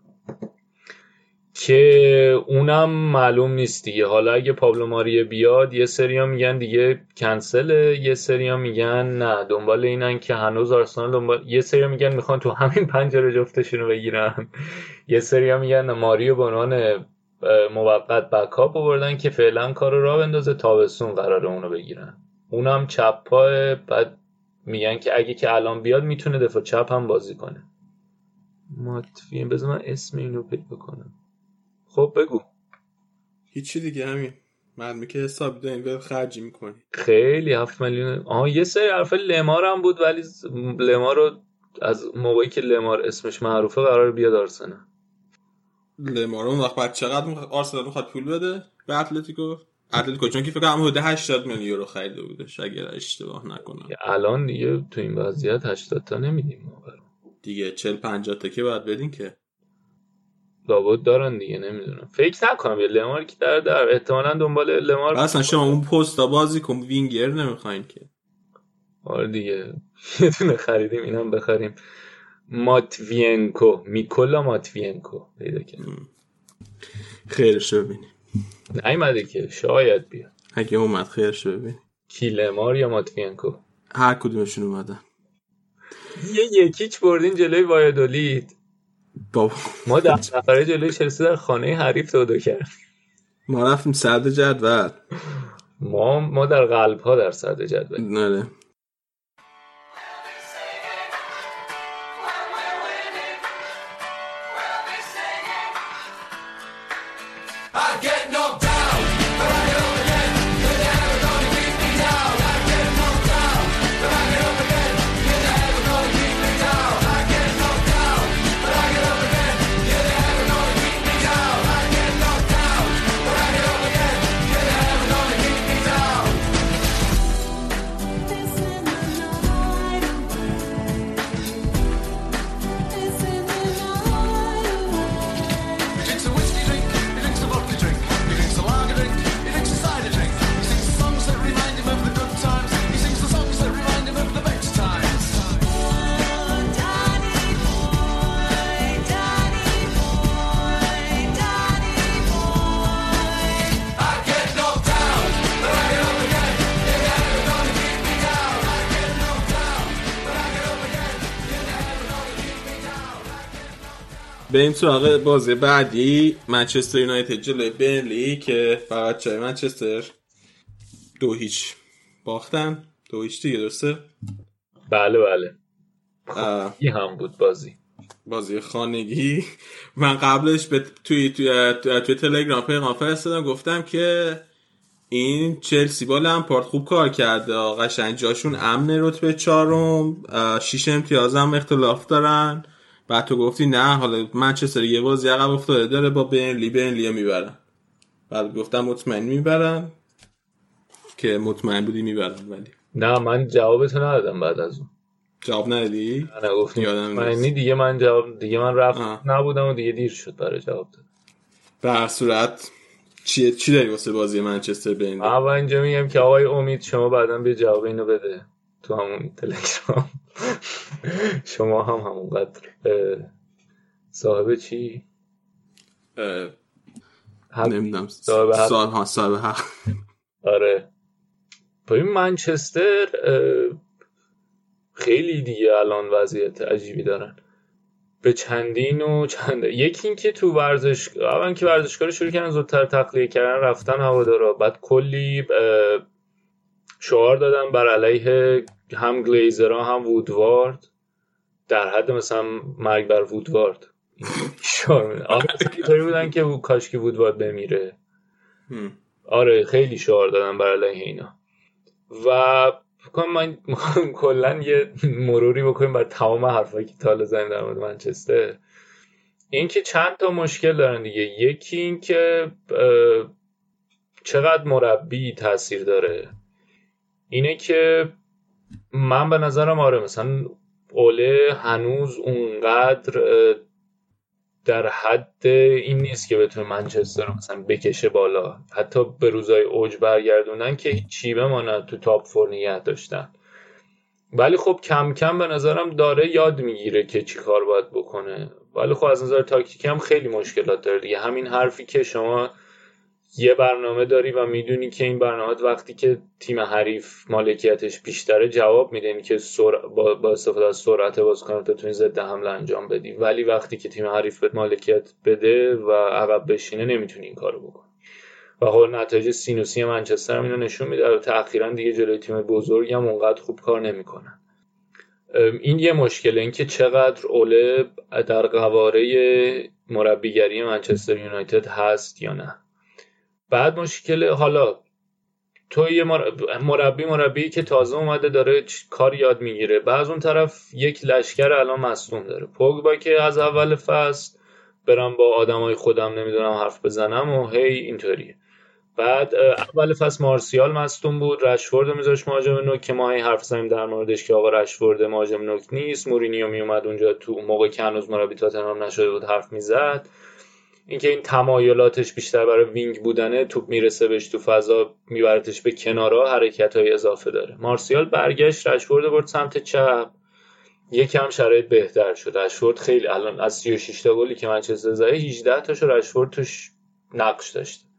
که اونم معلوم نیست دیگه. حالا اگه پابلو ماری بیاد یه سری ها میگن دیگه کنسله، یه سری ها میگن نه دنبال اینن که هنوز آرسنال یه سری ها میگن میخوان تو همین پنجره جفتشونو بگیرن، یه سری ها میگن ماریو به عنوان موقت بکاپ آوردن که فعلا کارو راه بندازه، تابستون قراره اونو بگیرن. اونم چپ پای. بعد میگن که اگه که الان بیاد میتونه دفاع چپ هم بازی کنه. ماتوین بذار من اسم اینو پیدا کنم. خب بگو. هیچی دیگه، همین معلومه که حساب دارین به خرجی میکنی. خیلی 7 میلیون. یه سری حرف لمار هم بود، ولی لمار رو از موقعی که لمار اسمش معروفه قرار بیاد آرسنال. لمار اون وقت بعد چقدر آرسنال میخواد پول بده به اتلتیکو چون که فکر کنم حدود 80 میلیون یورو خریده بودش اگر اشتباه نکنم. الان دیگه تو این وضعیت 80 تا نمیدیم ما دیگه 40-50 تا که باید بدین که لابد دارن دیگه. نمیدونم، فکر نکنم یه لمار که در احتمالاً دنبال لمار. اصلا شما اون پستا بازی کن وینگر نمیخواین که. آره دیگه یه دونه خریدیم، اینم بخریم. ماتوینکو، میکولا ماتوینکو پیدا کنیم. خیرش رو ببینیم. نیومده که، شاید بیاد. اگه اومد خیرش ببین. کیلمار یا ماتوینکو، هر کدومشون اومدن. یکیچ بردین جلوی وایادولید. بابا ما 10 نفره جلوی چلسی در خانه حریف دو کردیم. ما رفتیم صدر جدول. ما در قلب ها در صدر جدول. نه بریم سراغ بازی بعدی، منچستر یونایتد جلوی برنلی که فقط جای منچستر 2-0 باختن. 2-0 دیگه درسته؟ بله این هم بود بازی خانگی. من قبلش توی تلگرام پیغام فرستادم گفتم که این چلسی با لمپارد خوب کار کرده، قشنگ جاشون امن، رتبه 4، 6 امتیاز هم اختلاف دارن. بعد تو گفتی نه حالا منچستر یه بازی عقب افتاده داره با برنلی میبرن. بعد گفتم مطمئن میبرن که مطمئن بودی میبرن، ولی نه من جوابتو ندادم. بعد از اون جواب ندادی؟ نه گفتم مطمئنی دیگه. من رفت نبودم و دیگه دیر شد برای جواب دادن. به هر صورت چی داری واسه بازی منچستر برنلی؟ من اینجا میگم که آقای امید شما بعداً بیا جواب اینو بده تو همون تلگرام. شما هم همونقدر صاحب چی؟ نمیدونم صاحب حق. آره ببین منچستر خیلی دیگه الان وضعیت عجیبی دارن به چندین. یکی این که تو اول که ورزشکار شروع کردن زودتر تقلیه کردن، رفتن هوادارا، بعد کلی شعار دادن بر علیه هم گلیزرها هم وودوارد، در حد مثلا مرگ بر وودوارد. آره اینطوری بودن که کاش که وودوارد بمیره. آره خیلی شعار دادن بر علیه اینا. و من کلا یه مروری بکنیم بر تمام حرفایی که تا حالا زدیم در مورد منچستر. این که چند تا مشکل دارن دیگه. یکی این که چقدر مربی تاثیر داره. اینه که من به نظرم آره مثلا اوله هنوز اونقدر در حد این نیست که بتونه منچستر رو مثلا بکشه بالا، حتی به روزای اوج برگردوندن که هیچی بماند تو تاپ 4 نگه داشتن. ولی خب کم کم به نظرم داره یاد میگیره که چی کار باید بکنه. ولی خب از نظر تاکتیکی هم خیلی مشکلات داره دیگه. همین حرفی که شما یه برنامه داری و میدونی که این برنامه وقتی که تیم حریف مالکیتش بیشتره جواب میده، این که با استفاده از سرعت بازیکن بتونی ضد حمله انجام بدی، ولی وقتی که تیم حریف به مالکیت بده و عقب بشینه نمیتونی این کارو بکنی. و خب نتایج سینوسی منچستر هم اینو نشون میده. البته اخیراً دیگه جلوی تیم بزرگ هم اونقدر خوب کار نمیکنن. این یه مشکله، این که چقدر اوله در قواره مربیگری منچستر یونایتد هست یا نه. بعد مشکل حالا تو یه مربی که تازه اومده داره کار یاد میگیره، بعد اون طرف یک لشکر الان مصدوم داره. پوگبا که از اول فصل برم با آدمای خودم نمیدونم حرف بزنم و هی اینطوریه. بعد اول فصل مارسیال مصدوم بود، رشفورد میذاش مهاجم نوک که ما هی حرف زدیم در موردش که آقا رشفورد مهاجم نوک نیست. مورینیو میومد اونجا تو موقع که هنوز مربی تاتنهام نشده بود حرف میزد. اینکه این تمایلاتش بیشتر برای وینگ بودنه، توپ میرسه بهش تو فضا میبرتش به کنارها، حرکت‌های اضافه داره. مارسیال برگشت، رشفورد برد سمت چپ، یکم شرایط بهتر شد. رشفورد خیلی الان از 36 تا گلی که منچستر زده 18 تاشو رشفورد توش نقش داشت.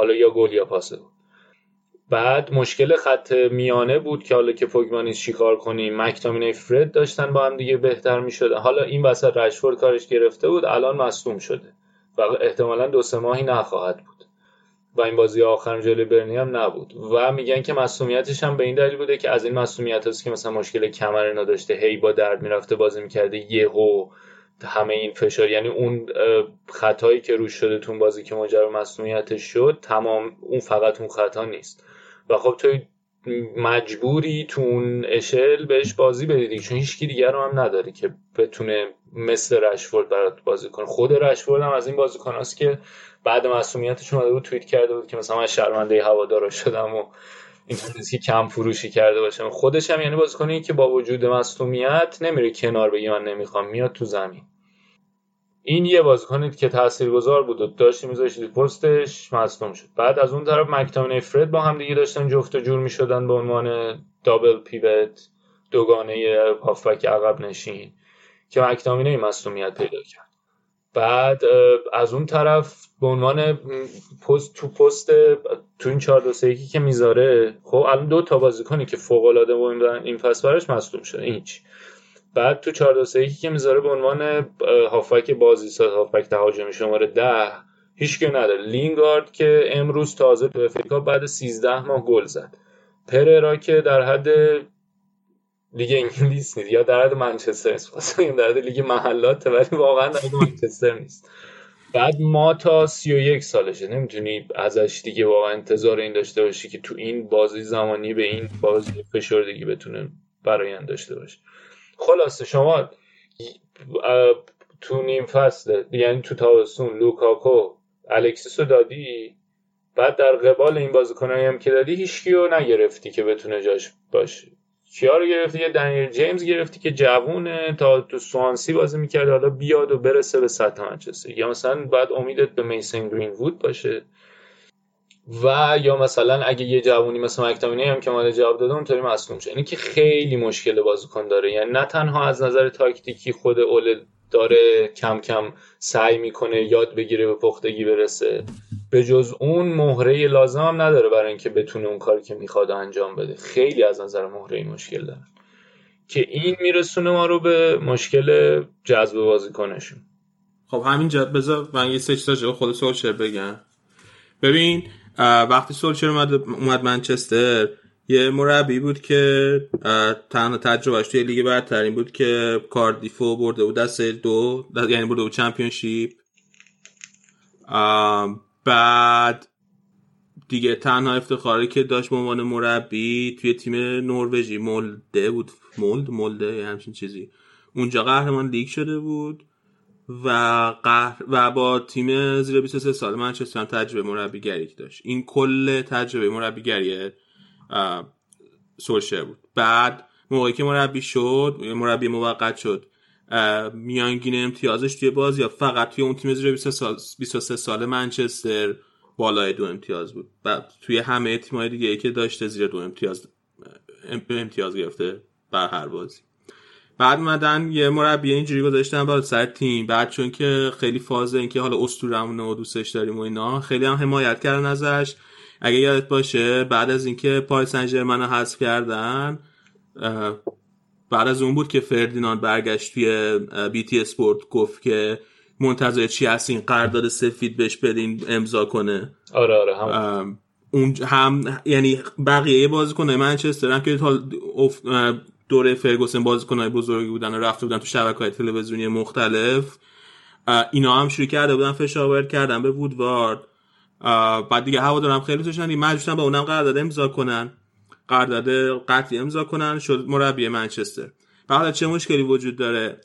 حالا یا گل یا پاس گل. بعد مشکل خط میانه بود که حالا که پوگبا چیکار کنیم، مک‌تامینی فرد داشتن با هم دیگه بهتر می‌شدن. حالا این وسط رشفورد کارش گرفته بود، الان مصدوم شده و احتمالاً 2-3 ماهی نخواهد بود و این بازی آخرم جلوی برنی هم نبود و میگن که مصدومیتش هم به این دلیل بوده که از این مصدومیت هست که مثلا مشکل کمر اینا داشته، هی با درد میرفته بازی میکرده، یهو همه این فشار، یعنی اون خطایی که روش شده تو بازی که منجر به مصدومیتش شد، تمام اون فقط اون خطا نیست و خب تو مجبوری تو اون اشل بهش بازی بدی چون هیچکی دیگر رو هم نداری که بتونه مثل رشفورد برات بازی کنه. خود رشفورد هم از این بازیکناست که بعد مصونیتش اومده بود توییت کرده بود که مثلا من شرمنده هوادارا شدم و اینطوری نیست که کم فروشی کرده باشم. خودش هم یعنی بازیکنی که با وجود مصونیت نمیره کنار بگه من نمیخوام، میاد تو زمین. این یه بازیکنی که تاثیرگذار بود و داشت میذاشت پستش، مصدوم شد. بعد از اون طرف مک‌تامینی فرد با هم دیگه داشتن جفت و جور میشدن به عنوان دابل پیوت، دوگانه هافبک عقب نشین که مک‌تامینی مصدومیت پیدا کرد. بعد از اون طرف به عنوان پست تو این 4-2-3-1 که میذاره، خب الان 2 تا بازیکنی که فوق العاده مهم دارن این فصل براش مصدوم شده، هیچ. بعد تو 4-2-3-1 که میذاره به عنوان هافبک بازیساز، هافبک تهاجمی شماره 10 هیچکی نداره. لینگارد که امروز تازه تو اف ای کاپ بعد 13 ماه گل زد. پررا که در حد لیگ انگلیس نیست یا در حد منچستر نیست، واسه در حد لیگ محلات، ولی واقعا در حد منچستر نیست. بعد ما تا 31 سالشه، نمیتونی ازش دیگه واقعا انتظار این داشته باشی که تو این بازی زمانی به این بازی فشردگی بتونه برآیند داشته باشه. خلاصه شما تو نیم فصل، یعنی تو تابستون، لوکاکو الکسیسو دادی، بعد در قبال این بازیکنایی هم که دادی هیچکیو نگرفتی که بتونه جاش باشه. کیا رو گرفتی؟ یه دنیل جیمز گرفتی که جوونه، تا تو سوانسی بازی میکرد، حالا بیاد و برسه به سطح منچستر. یا مثلا بعد امیدت به میسن گرین وود باشه، و یا مثلا اگه یه جوونی مثلا مک‌تامینی هم که مال جواب داده اونطوری مصدوم شه. یعنی که خیلی مشکل بازیکن داره، یعنی نه تنها از نظر تاکتیکی خود اول داره کم کم سعی میکنه یاد بگیره به پختگی برسه، به جز اون مهره لازم هم نداره برای اینکه بتونه اون کاری که میخواد انجام بده. خیلی از نظر مهره مشکل داره که این میرسونه ما رو به مشکل جذب بازیکنشون. خب همینجا بذار من یه سه چیز خود سولشر بگم. ببین وقتی سولشر اومد منچستر، یه مربی بود که تنها تجربهش توی لیگ برتر این بود که کاردیفو برده بود دسته 2، یعنی برده بود چمپیونشیپ. بعد دیگه تنها افتخاری که داشت به عنوان مربی توی تیم نروژی مولده بود، مولده همچین چیزی، اونجا قهرمان لیگ شده بود و با تیم زیر 23 سال منچستر هم تجربه مربیگری داشت. این کل تجربه مربیگری سولشر بود. بعد موقعی که مربی شد، مربی موقت شد، میانگین امتیازش توی بازی فقط توی اون تیم زیر 23 سال منچستر بالای 2 امتیاز بود. بعد توی همه تیم‌های دیگه‌ای که داشته زیر 2 امتیاز گرفته بر هر بازی. بعد اومدن یه مربی اینجوری گذاشتن برای سر تیم. بعد چون که خیلی فاز این که حالا اسطوره‌مونه و دوستش داریم و اینا، خیلی هم حمایت کردن ازش. اگه یادت باشه بعد از اینکه پاریس سن ژرمن رو حذف کردن، بعد از اون بود که فردیناند برگشت توی بی‌تی اسپورت گفت که منتظر چی هستین قرارداد سفید بهش بدین امضا کنه. آره اون هم یعنی بقیه بازیکن‌های منچستر هم که دوره فرگوسن بازیکن‌های بزرگی بودن و رفته بودن تو شبکه‌های تلویزیونی مختلف، اینا هم شروع کرده بودن فشار وارد کردن به وودوارد. بعد دیگه هوادارم خیلی دوست داشتن، مجبور شدن با اونم قرارداد امضا کنن، قرارداد قطعی امضا کنن، شد مربی منچستر. بعد چه مشکلی وجود داره؟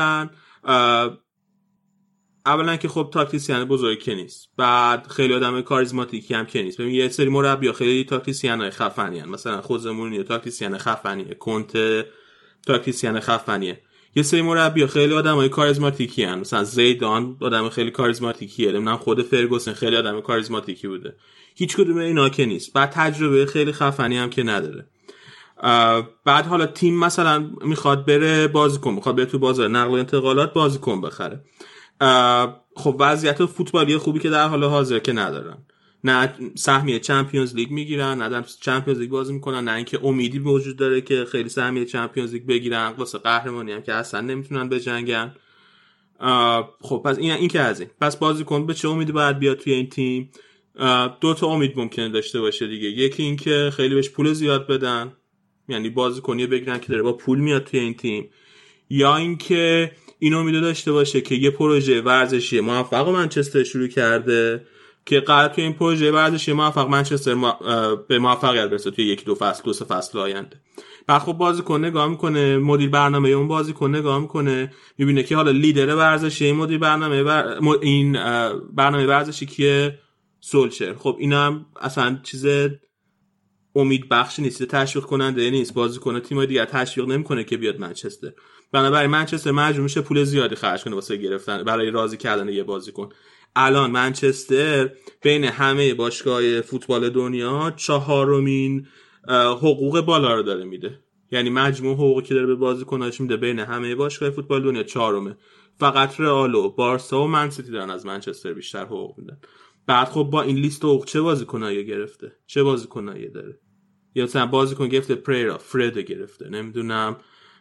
اولا که خب تاکتیسیان بزرگی که نیست، بعد خیلی آدم کاریزماتیکی هم که نیست. ببین یه سری مربی‌ها خیلی تاکتیسیانای خفنی ان، مثلا خوزه مورینیو تاکتیسیان خفنیه، کنته تاکتیسیان خفنیه. یه سری مربی‌ها خیلی آدمای کاریزماتیکی ان، مثلا زیدان آدم خیلی کاریزماتیکیه، نمیدونم خود فرگوسن خیلی آدم کاریزماتیکی بوده. هیچ کدوم اینا که نیست. بعد تجربه خیلی خفنی هم که نداره. بعد حالا تیم مثلا میخواد بره تو بازار نقل و انتقالات بازیکن بخره. خب وضعیت فوتبالی خوبی که در حال حاضر که ندارن نه سهمیه چمپیونز لیگ میگیرن، نه در چمپیونز لیگ بازی میکنن، نه اینکه امیدی وجود داره که خیلی سهمیه چمپیونز لیگ بگیرن، واسه قهرمانی هم که اصلا نمیتونن بجنگن. خب پس این که از این. پس بازیکن به چه امیدی باید بیاد توی این تیم؟ دو تا امید ممکنه داشته باشه دیگه. یکی این که خیلی بهش پول زیاد بدن، یعنی بازیکنی بگیرن که داره با پول میاد توی این تیم، یا اینکه این امیدو داشته باشه که یه پروژه ورزشی موفق منچستر شروع کرده که قرار توی این پروژه ورزشی موفق منچستر به موفقیت برسه توی یکی دو سه فصل آینده. بعد خب بازیکن نگاه میکنه، مدیر برنامه اون بازیکن نگاه میکنه، میبینه که حالا لیدر ورزشی مدیر برنامه این برنامه ورزشی کیه؟ سولشر. خب اینم اصلا چیز امید بخش نیست، تشویق کننده نیست. بازیکن تیم‌های دیگه تشویق نمیکنه که بیاد منچستر. بنابراین منچستر مجبور میشه پول زیادی خرج کنه واسه گرفتن، برای راضی کردن یه بازیکن. الان منچستر بین همه باشگاه‌های فوتبال دنیا 4مین حقوق بالا رو داره میده، یعنی مجموع حقوقی که داره به بازیکناش میده بین همه باشگاه فوتبال دنیا 4مه. فقط رئال و بارسا و منسیتی دارن از منچستر بیشتر حقوق میدن. بعد خب با این لیست حقوق چه بازیکنایی گرفته، چه بازیکنایی داره؟ یا مثلا بازیکن گرفته پریرا، فرد گرفته، نمیدونم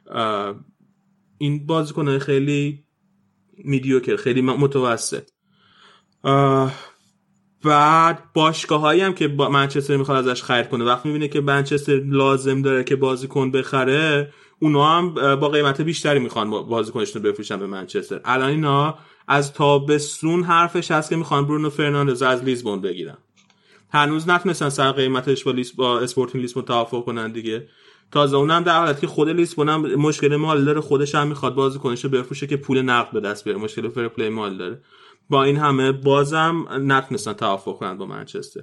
این بازیکنای خیلی میدیوکر، خیلی متوسط. بعد باشگاهایی هم که منچستر میخواد ازش خرید کنه، وقتی میبینه که منچستر لازم داره که بازیکن بخره، اونا هم با قیمت بیشتری میخوان بازیکنشون رو بفروشن به منچستر. الان اینا از تابستون حرفش هست که میخوان برونو فرناندز از لیزبون بگیرن. هنوز نتونستن سر قیمتش با اسپورتینگ لیسبون توافق کنن دیگه. تازه اونم در حالتی که خود لیسبون هم مشکل مالی داره، خودش هم میخواد بازیکنش رو بفروشه که پول نقد به دست بیاره، مشکل فر پلی مالی داره. با این همه بازم نتونستن توافق کنن با منچستر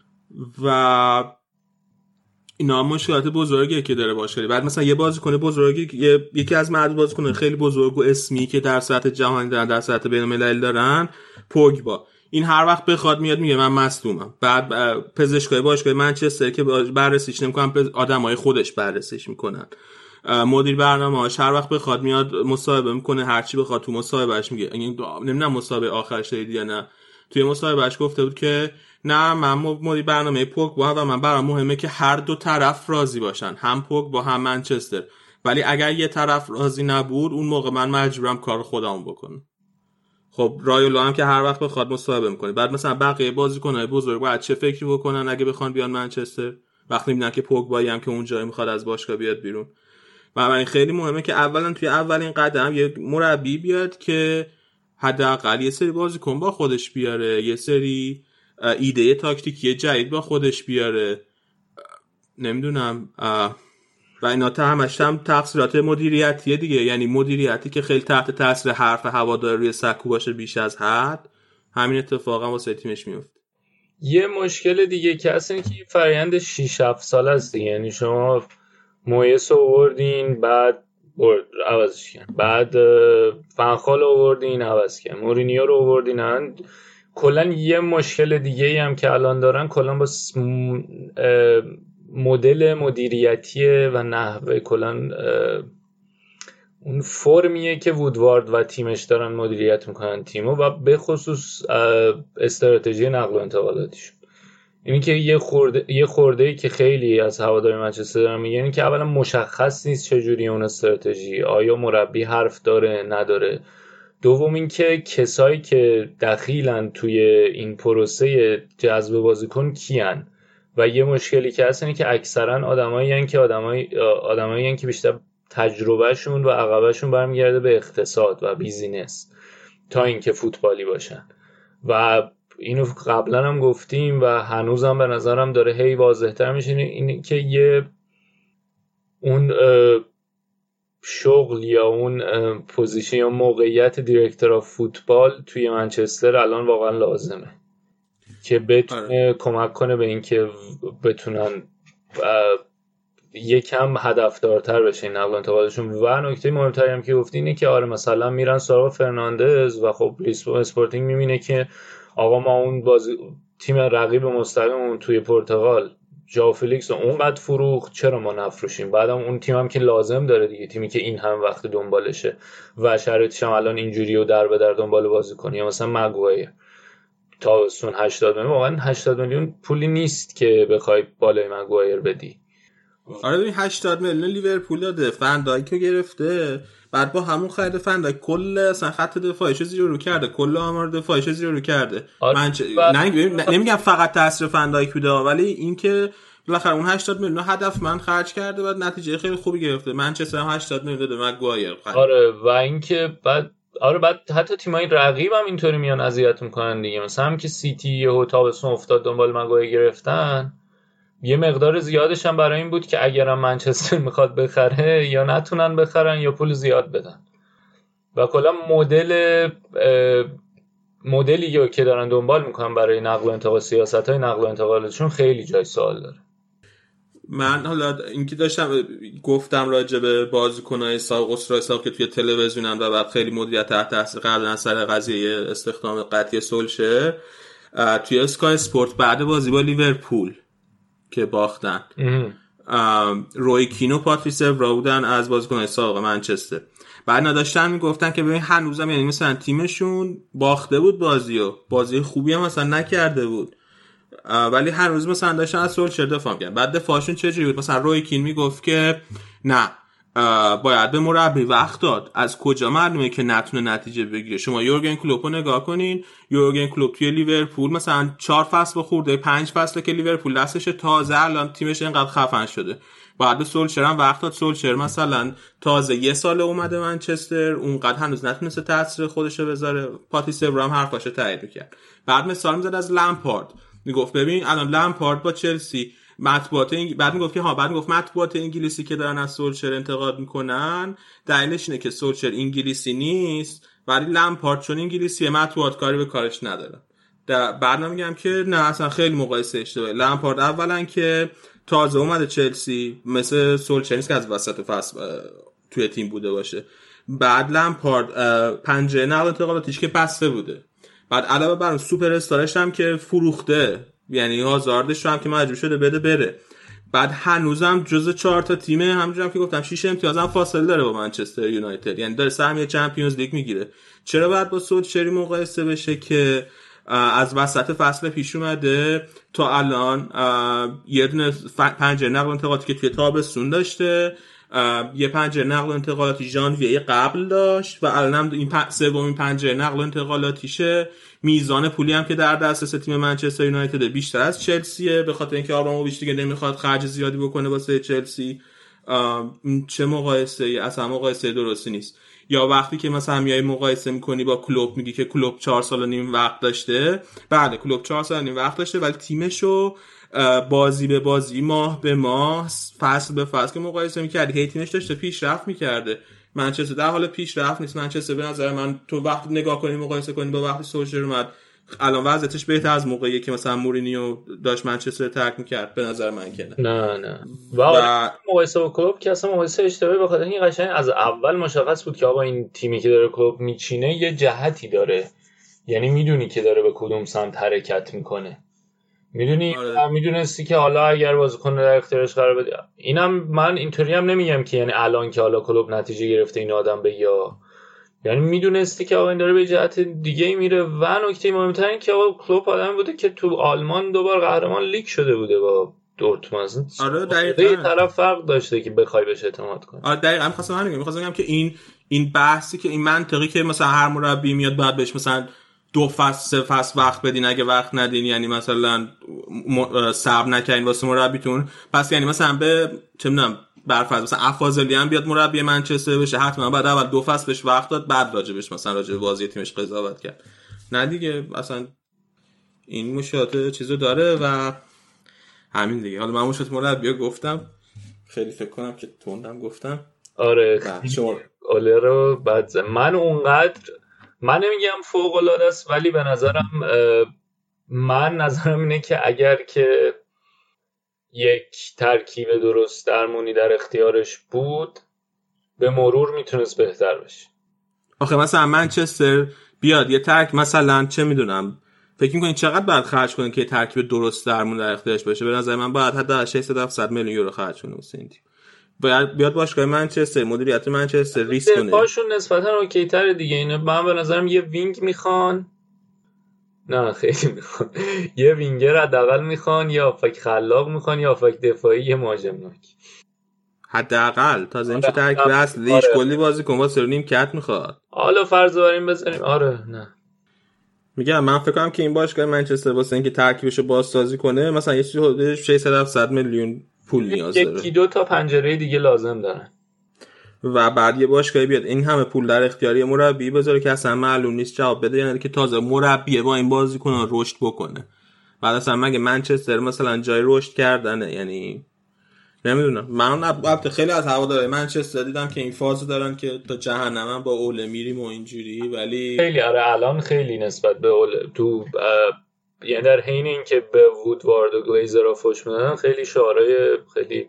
و اینا مشکلات بزرگیه که داره باشه. بعد مثلا یه بازیکن بزرگی، یکی از معدود بازیکنان خیلی بزرگ و اسمی که در سطح جهانی دارن، در سطح بین‌المللی دارن، پوگبا، این هر وقت بخواد میاد میگه من مصدومم. بعد پزشکای باشگاه منچستر که بررسیش نمی‌کنن، آدمای خودش بررسیش میکنن. مدیر برنامه‌اش هر وقت بخواد میاد مصاحبه میکنه، هر چی بخواد تو مصاحبهش میگه. نمیدونم مصاحبه آخرش دید یا نه، توی مصاحبهش گفته بود که نه من مدیر برنامه پوگبا و من برام مهمه که هر دو طرف راضی باشن، هم پوگبا هم منچستر، ولی اگر یه طرف راضی نبود اون موقع من مجبورم کار خودمو بکنم. خب رایولا هم که هر وقت بخواد مصاحبه میکنه. بعد مثلا بقیه بازیکن‌های بزرگ باید چه فکری بکنن اگه بخوان بیان منچستر وقتی میبینن که پوگبایی هم که اونجا میخواد از باشگاه بیاد بیرون. و خیلی مهمه که اولا توی اولین قدم یه مربی بیاد که حداقل یه سری بازیکن با خودش بیاره، یه سری ایده تاکتیکی جدید با خودش بیاره، نمیدونم. و اینا همش هم تقصیرات مدیریتیه دیگه، یعنی مدیریتی که خیلی تحت تاثیر حرف هوادار روی سکو باشه بیش از حد، همین اتفاقا واسه تیمش میفته. یه مشکل دیگه که اصلا که فرآیند 6-7 سال است دیگه، یعنی شما مویس آوردین بعد عوضش کردین، بعد فنخال آوردین عوض کردین، مورینیو رو آوردین. کلا یه مشکل دیگه هم که الان دارن کلا با مدل مدیریتی و نحوه کلا اون فرمیه که وودوارد و تیمش دارن مدیریت میکنن تیمو، و به خصوص استراتژی نقل و انتقالاتیش. اینی که یه خورده‌ای که خیلی از هواداری منچستر دارن میگن که اولا مشخص نیست چجوری اون استراتژی، آیا مربی حرف داره نداره. دوم این که کسایی که دخیلن توی این پروسه جذب بازیکن کیان. و یه مشکلی که هست اینه که اکثرا آدمایی که بیشتر تجربهشون و عقبهشون برمیگرده به اقتصاد و بیزینس تا اینکه فوتبالی باشن. و اینو قبلا هم گفتیم و هنوزم به نظرم داره هی واضح‌تر میشه، این که اون شغل یا اون پوزیشن یا موقعیت دیرکتور آف فوتبال توی منچستر الان واقعا لازمه که بتونه کمک کنه به این که بتونن یکم هدفدارتر بشه این نقل و انتقالشون. و نکته مهمتری هم که گفتی اینه که آره مثلا میرن سراغ فرناندز و خب لیسبون اسپورتینگ میبینه که آقا ما اون تیم رقیب مستقیممون توی پرتغال ژائو فلیکس رو اونقدر فروخت، چرا ما نفروشیم؟ بعدم اون تیم هم که لازم داره دیگه، تیمی که این هم وقت دنبالشه و شرایطش هم الان اینجوریه و در به در دنبال بازیکن، یا مثلا مگوایر تابستون 80 میلیون، واقعا 80 میلیون پولی نیست که بخوای بالای مگوایر بدی. آره ببین 80 میلیون لیورپول داده، فندایک رو گرفته، بعد با همون خرید فندایک کل اصلا خط دفاعیشو زیر رو کرده، کل آمار دفاعیشو زیر رو کرده. آره نمیگم فقط تاثیر فندایک بوده، ولی اینکه بالاخره اون 80 میلیون هدفمند خرج کرده و نتیجه خیلی خوبی گرفته. منچستر هم 80 میلیون داده مگوایر. آره و اینکه بعد حتی تیمای رقیب هم اینطوری میان اذیت میکنن دیگه. مثلا هم که سیتی و تابستون افتاد دنبال مگوایر گرفتن، یه مقدار زیادش هم برای این بود که اگرم منچستر میخواد بخره یا نتونن بخرن یا پول زیاد بدن. و کلا مدلی که دارن دنبال میکنن برای نقل و انتقال، سیاست‌های نقل و انتقالشون خیلی جای سوال داره. من حالا اینکه داشتم گفتم راجع به بازیکن‌های ساق که توی تلویزیونن و بعد خیلی مدیریت تحت تاثیر قرار دادن سر قضیه استخدام قطعی سولشر، توی اسکای اسپورت بعد بازی با لیورپول که باختن روی کین و پاتریس اورا بودن از بازیکن‌های سابق منچستر. بعد نداشتن میگفتن که ببین هنوزم یعنی مثلا تیمشون باخته بود بازی خوبی هم مثلا نکرده بود، ولی هنوز مثلا داشتن از سولشر دفاع می‌کردن. بعد دفاعشون چجوری بود؟ مثلا روی کین میگفت که نه باید به مربی وقت داد. از کجا معلومه که نتونه نتیجه بگیره؟ شما یورگن کلوپ رو نگاه کنین. یورگن کلوپ توی لیورپول مثلا 4 فصل خورده 5 فصله که لیورپول دستش تازه الان تیمش اینقدر خفن شده. بعد به سولشر هم وقت داد. سولشر مثلا تازه 1 سال اومده منچستر، اونقدر هنوز نتونسته تاثیر خودش رو بذاره. پاتریس اورا هم حرفاشو تایید می‌کرد. بعد مثال می‌زد از لمپارد، میگفت ببین الان لمپارد با چلسی بعد میگفت مطبوعات انگلیسی که دارن از سولشر انتقاد میکنن دلیلش اینه که سولشر انگلیسی نیست ولی لمپارد چون انگلیسیه مطبوعات کاری به کارش ندارن. بعد میگم که نه اصلا خیلی مقایسه اشتباهه. لمپارد اولا که تازه اومده چلسی، مثل سولشر نیست که از وسط فصل توی تیم بوده باشه. بعد لمپارد پنجره نقل انتقالاتیش که بسته بوده. بعد علاوه بر اون سوپر استارش هم که فروخته، یعنی هازاردش رو هم که مجبور شده بده بره. بعد هنوزم جزء 4 تا تیمه، همونجوری که گفتم 6 امتیاز هم فاصله داره با منچستر یونایتد، یعنی داره سهمیه چمپیونز لیگ میگیره. چرا باید با سولشر مقایسه بشه که از وسط فصل پیش اومده تا الان یه دونه پنجره نقل و انتقالاتی که توی تابستون داشته، یه پنجره نقل و انتقالاتی ژانویه قبل داشت و الانم این سومین پنجره نقل و انتقالاتیشه. میزان پولی هم که در دسترس تیم منچستر یونایتد بیشتر از چلسیه، به خاطر اینکه آبراموویچ دیگه نمیخواد خرج زیادی بکنه واسه چلسی. چه مقایسه ای؟ اصلا مقایسه درستی نیست. یا وقتی که مثلا میای مقایسه میکنی با کلوب، میگی که کلوب 4 سال و نیم وقت داشته. بله کلوب 4 سال و نیم وقت داشته ولی تیمشو بازی به بازی، ماه به ماه، فصل به فصل که مقایسه میکردی هی تیمش داشته پیشرفت میکرده. منچستر در حال پیشرفت نیست. منچستر به نظر من تو وقتی نگاه کنی مقایسه کنی با وقتی سولشر اومد، الان وضعیتش بهتر از موقعی که مثلا مورینیو داشت منچستر ترک میکرد به نظر من که نه. و مقایسه با کلوب که اصلا مقایسه اشتباهی، بخاطر این قشنگ از اول مشخص بود که آقا این تیمی که داره کلوب میچینه یه جهتی داره، یعنی میدونی که داره به کدوم سمت حرکت میکنه. میدونی میدونستی که حالا اگر بازیکن در اختیارش قرار بده، اینم من اینطوری هم نمیگم که یعنی الان که حالا کلوب نتیجه گرفته این آدم بگه، یعنی میدونستی که آقا این داره به جهت دیگه ای میره. و نکته مهمتر این که آقا کلوب آدمی بوده که تو آلمان 2 بار قهرمان لیگ شده بوده با دورتموند. آره دقیقاً یه طرف فرق داشته که بخوای بهش اعتماد کنی. آره دقیقاً می‌خواستم بگم که این بحثی که این منطقی که مثلا هر مربی میاد بعد بهش مثلا 2 فصل 3 فصل وقت بدین، اگه وقت ندین یعنی مثلا صبر نکنین واسه مربیتون، پس یعنی مثلا به چه میدونم برفرض مثلا افاضلی هم بیاد مربی منچستر بشه، حتما بعد اول 2 فصل بهش وقت داد، بعد راجبش مثلا راجب بازی تیمش قضاوت کرد. نه دیگه اصلا این مشکلات چیزو داره و همین دیگه. حالا من مشکلات مربی گفتم، خیلی فکر کنم که توندم گفتم. آره شما اوله رو بعد من اونقدر من نمیگم فوق العاده است، ولی به نظرم نظرم اینه که اگر که یک ترکیب درست درمونی در اختیارش بود به مرور میتونست بهتر بشه. آخه مثلا منچستر بیاد یه مثلا چه میدونم فکر می‌کنین چقدر باید خرج کنه که ترکیب درست درمون در اختیارش باشه؟ به نظر من باید حداقل 600 میلیون یورو خرج کنه واسه این تیم. باید بیاد باشگاه منچستر، مدیریت منچستر ریسک کنه. دفاعشون نسبتا اوکی‌تر دیگه. اینا من به نظرم یه وینگ میخوان نه خیلی میخوان یه وینگر حداقل میخوان، یا هافک خلاق میخوان، یا هافک دفاعی، یه مهاجمناک حداقل تا میشه ترکیب اصلیش آره. کلی بازیکن واسه نیمکت میخواد. حالا فرض بریم بزنیم آره نه میگم من فکر کنم که این باشگاه منچستر واسه اینکه ترکیبشو بازسازی کنه مثلا یه چیزی حدود 600 میلیون پول نیاز داره. یکی دو تا پنجره دیگه لازم دارن و بعد یه باشگاهی بیاد این همه پول در اختیاری مربی بذاره که اصلا معلوم نیست جواب بده، یعنی که تازه مربی با این بازیکن‌ها رشد بکنه. بعد اصلا مگه منچستر مثلا جای رشد کردنه؟ یعنی نمیدونم. من البته خیلی از هوادارهای منچستر دیدم که این فازو دارن که تا جهنم با اوله میریم و اینجوری، ولی خیلی آره الان خیلی نسبت به تو یعنی در حین اینکه به وودوارد و گلیزرها فوش میدن خیلی شعارهای خیلی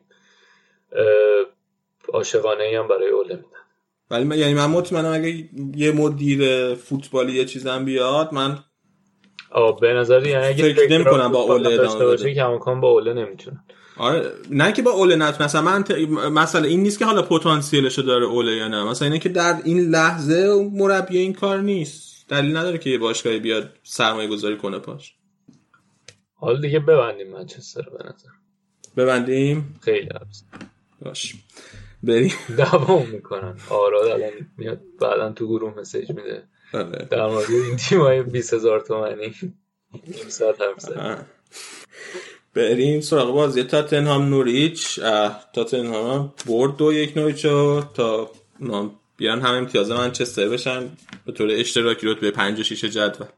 عاشقانه‌ای هم برای اوله میدن. ولی من مطمئنم اگه یه مدیر فوتبالی یه چیزم بیاد من به نظر یعنی اگه فکر نمی‌کنم با اوله داشته باشه کماکان با اوله نمیتونه. آره نه که با اوله مثلا مثلا این نیست که حالا پتانسیلشو داره اوله یا نه، مثلا اینه که در این لحظه مربی این کار نیست، دلیل نداره که یه باشگاهی بیاد سرمایه گذاری کنه پاش. حالا دیگه ببندیم منچستر به نظر. ببندیم خیلی عرض باش بریم دوام میکنن. آراد الان میاد بعدن تو گروه مسیج میده در مورد این تیمای 20000 تومانی نیم ساعت حرف زدیم. بریم سراغ بازی تاتنهام نوریچ. تاتنهام برد 2-1 نوریچو تا بیان هم امتیاز منچستر بشن به طور اشتراکی رتبه 5 و 6 جدول.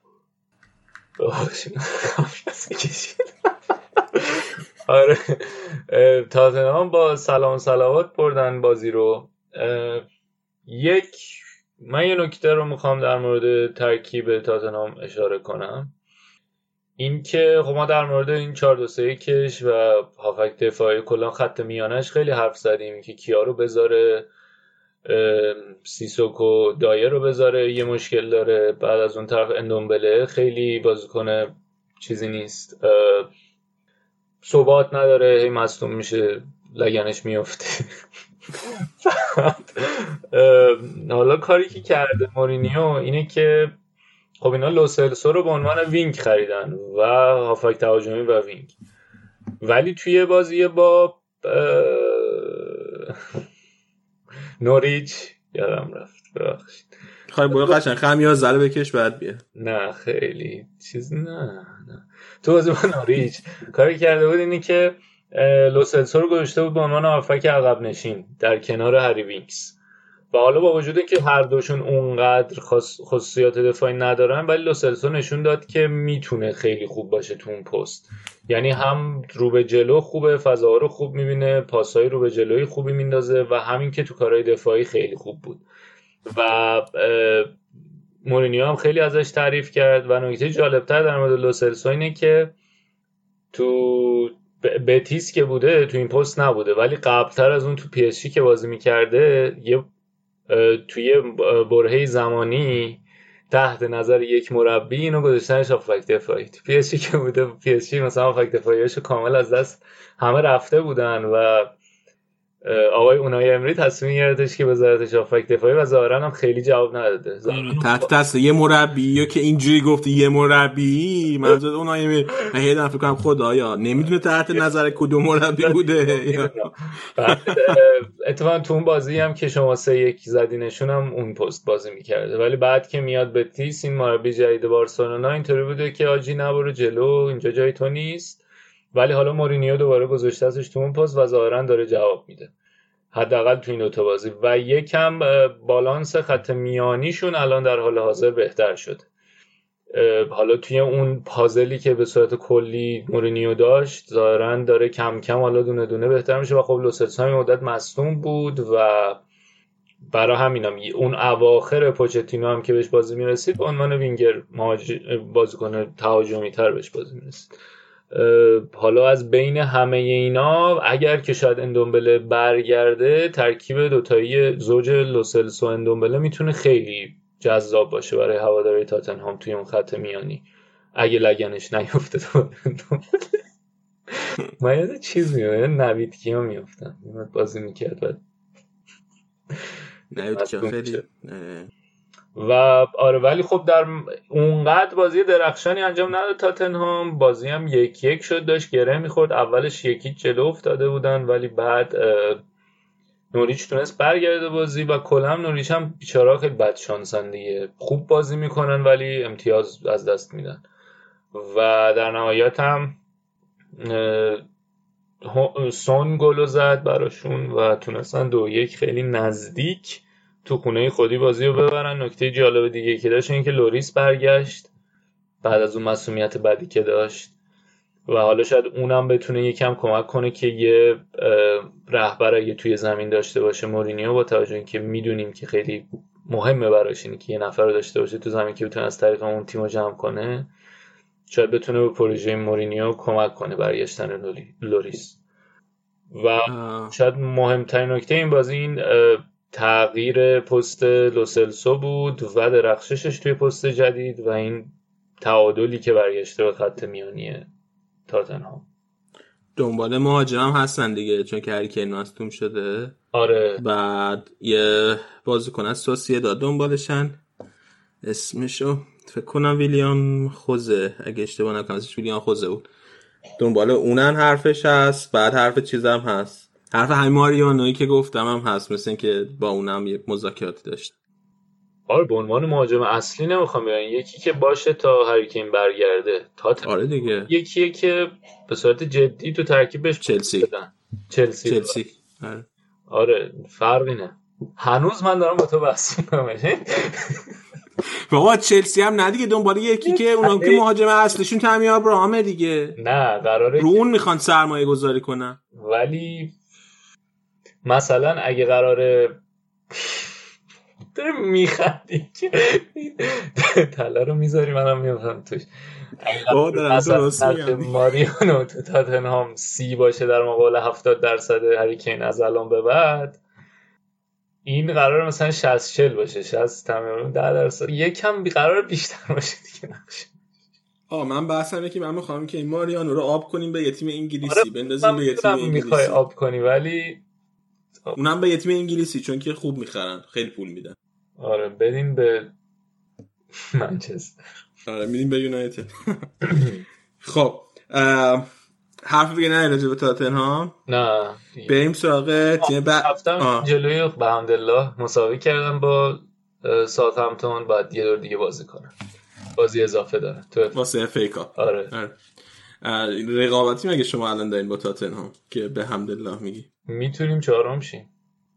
آره تاتنهام با سلام صلوات بردن بازی رو. من یه نکته رو میخوام در مورد ترکیب تاتنهام اشاره کنم، این که خب ما در مورد این 4-2-3 کش و هافک دفاعی کلا خط میانش خیلی حرف زدیم که کیا رو بذاره، سیسوکو دایر رو بذاره، یه مشکل داره. بعد از اون طرف اندومبله خیلی بازیکن چیزی نیست، ثبات نداره، هی مصدوم میشه لگنش میفته. حالا کاری که کرده مورینیو اینه که خب اینا لوسلسو رو به عنوان وینگ خریدن و هافک تهاجمی و وینگ، ولی توی بازی با نوریچ یادم رفت ببخشید خواهی باید قشنگ خمیاز زره بکش بعد بیا. نه خیلی چیز نه تو بازی با نوریچ کاری کرده بود اینی که لوسلسو رو گذاشته بود به عنوان هافک عقب نشین در کنار هری وینکس، و حالا با وجود اینکه هر دوشون اونقدر خصوصیات دفاعی ندارن ولی لوسلسو نشون داد که میتونه خیلی خوب باشه تو اون پست، یعنی هم رو به جلو خوبه، فضاها رو خوب میبینه، پاسای رو به جلوی خوبی میندازه و همین که تو کارهای دفاعی خیلی خوب بود و مورینیو هم خیلی ازش تعریف کرد. و نکته جالبتر در مورد لوسلسو اینه که تو بتیس که بوده تو این پست نبوده، ولی قبلتر از اون تو پی اس جی که بازی میکرده توی برهه زمانی تحت نظر یک مربی اینو گذاشتنش هافک دفاعی. تو پی اس جی که بوده، پی اس جی مثلا هافک دفاعیاشو کامل از دست همه رفته بودن و آقای اونای امری تصمیم گرفتش که وزارتش هافک دفاعی و ظاهرا هم خیلی جواب نداده. تحت تاثیر یه مربی که اینجوری گفتی یه مربی منظور اونای امری، من هیچ فکر کنم خدایا نمیدونه تحت نظر کدوم مربی بوده. اتفاقا تو اون بازی هم که شما 3-1 زدینشون هم اون پست بازی میکرده، ولی بعد که میاد به تیس این مربی جدید بارسلونا اینطوری بوده که آجی نبرو جلو، اینجا جای تو نیست، ولی حالا مورینیو دوباره گذاشته ازش تو اون پست و ظاهرا داره جواب میده حداقل تو این دو تا بازی و یکم بالانس خط میانیشون الان در حال حاضر بهتر شد. حالا توی اون پازلی که به صورت کلی مورینیو داشت ظاهرا داره کم کم حالا دونه دونه بهتر میشه و خب لوسلسو هم مدت مصدوم بود و برای همینم اون اواخر پوچتینو هم که بهش بازی میرسید به عنوان وینگر بازیکن تهاجمی تر بهش بازی میرسید. حالا از بین همه اینا اگر که شاید اندومبله برگرده ترکیب دوتایی زوج لوسلسو اندومبله میتونه خیلی جذاب باشه برای هواداری تاتنهام توی اون خط میانی اگه لگنش نیفته. من یاد چیز میاد نوید کیا میافتن بازی میکرد بعد نوید کیا خیلی و آره ولی خب در اونقدر بازی درخشانی انجام نداد تاتنهام. بازی هم 1-1 شد، داشت گره میخورد. اولش 1-0 جلو افتاده بودن ولی بعد نوریچ تونست برگرده بازی و کلا نوریچ هم بیچاره خیلی بد شانسن دیگه، خوب بازی میکنن ولی امتیاز از دست میدن و در نهایت هم سون گل زد براشون و تونستن 2-1 خیلی نزدیک تو خونه خودی بازی رو ببرن. نکته جالب دیگه که داشت این که لوریس برگشت بعد از اون مسئولیت بعدی که داشت و حالا شاید اونم بتونه یکم کمک کنه که یه رهبر اگه توی زمین داشته باشه مورینیو، با توجه اینکه میدونیم که خیلی مهمه براش اینه که یه نفر رو داشته باشه تو زمین که بتونه از طریق اون تیمو جمع کنه، شاید بتونه به پروژه مورینیو کمک کنه برگشتن لوریس. و شاید مهمترین نکته این بازی این تغییر پست لوسلسو بود و درخششش توی پست جدید و این تعادلی که برگشته به خط میانی تاتنهام. دنبال مهاجم هستن دیگه چون که هری کین مصدوم شده. آره بعد یه بازیکن از سوسییداد دنبالشن، اسمشو فکر کنم ویلیام خوزه، اگه اشتباه نکنم اسمش ویلیام خوزه بود. دنبال اونن حرفش هست. بعد حرف چیزم هست، حرف همین ماریانویی که گفتم هم هست، مثل این که با اونم یه مذاکراتی داشت. آره به عنوان مهاجم اصلی نمیخوام بیارن، یکی که باشه تا هری کین برگرده. آره دیگه یکیه که به صورت جدی تو ترکیبش چلسی بدن. چلسی. آره فرقی نه. هنوز من دارم با تو بحث میکنم. بابا چلسی هم نه دیگه، دنبال یکی که اونم که مهاجم اصلیشون تامی ابراهامه دیگه. نه قراره رو اون میخوان سرمایه گذاری کنن. ولی مثلا اگه قراره داره میخندی تله رو میذاری منم میفهم توش. مثلا ماریانو تو تاتنهام 30 باشه در مقابل 70% هری کین از الان به بعد، این قرار مثلا 60-40 باشه، 60 تمام 10%، یکم قرار بیشتر باشه دیگه نقشه. من بحثم اینه که من میخوام که این ماریانو رو آب کنیم به یه تیم انگلیسی، بندازیم به یه تیم انگلیسی. میخوای آب کنی ولی اونم به یه تیم انگلیسی چون که خوب میخرن، خیلی پول میدن. آره بدین به منچستر. آره میدیم به یونایتد. خب حرف دیگه نه راجع به تاتنهام. نه بریم سراغ تیم هفتم جلوی بحمدالله مساوی کردن با ساوثهمپتون، بعد یه دور دیگه بازی کنن، بازی اضافه داره تو واسه اف ای کاپ. آره رقابتی مگه شما الان دارین با تاتنهام که به حمدالله میگی میتونیم چهارم شیم؟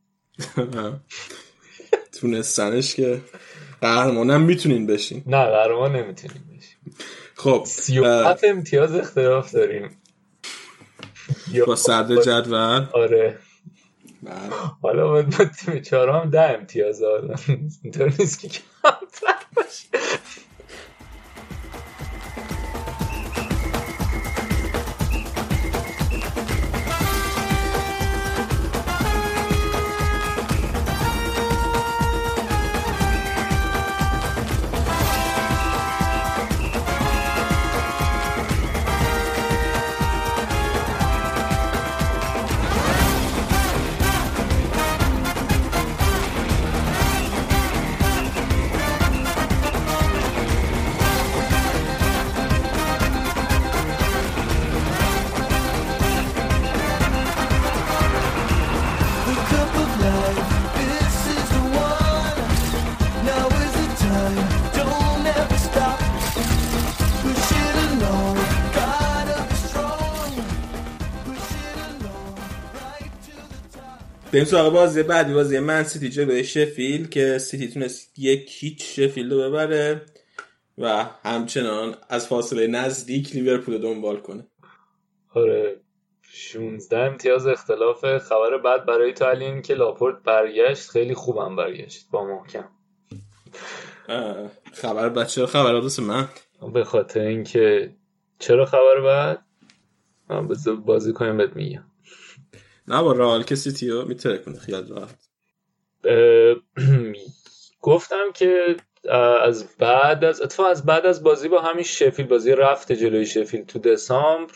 تونستنش که قهرمانم میتونین بشین. نه قهرمان نمیتونیم بشیم. خب 37 امتیاز اختلاف داریم با صدر جدول. آره حالا باید با تیم چهارم 10 امتیاز دارن، اینطور نیست که کمتر باشه. بریم سراغ بازی بعدی، بازی من سیتی جلوی شفیلد که سیتی تونست 1-0 شفیلد رو ببره و همچنان از فاصله نزدیک لیورپول دنبال کنه. آره 16 امتیاز اختلاف. خبر بعد برای تو این که لاپورت برگشت، خیلی خوبم برگشت با محکم. خبر بعد چرا خبر راست من؟ به خاطر اینکه چرا خبر بعد من بازی کنیم بهت میگم. نه با رئال که سیتی رو میتره کنه خیال راحت. گفتم که از بعد از بازی با همین شفیلد، بازی رفت جلوی شفیلد تو دسامبر،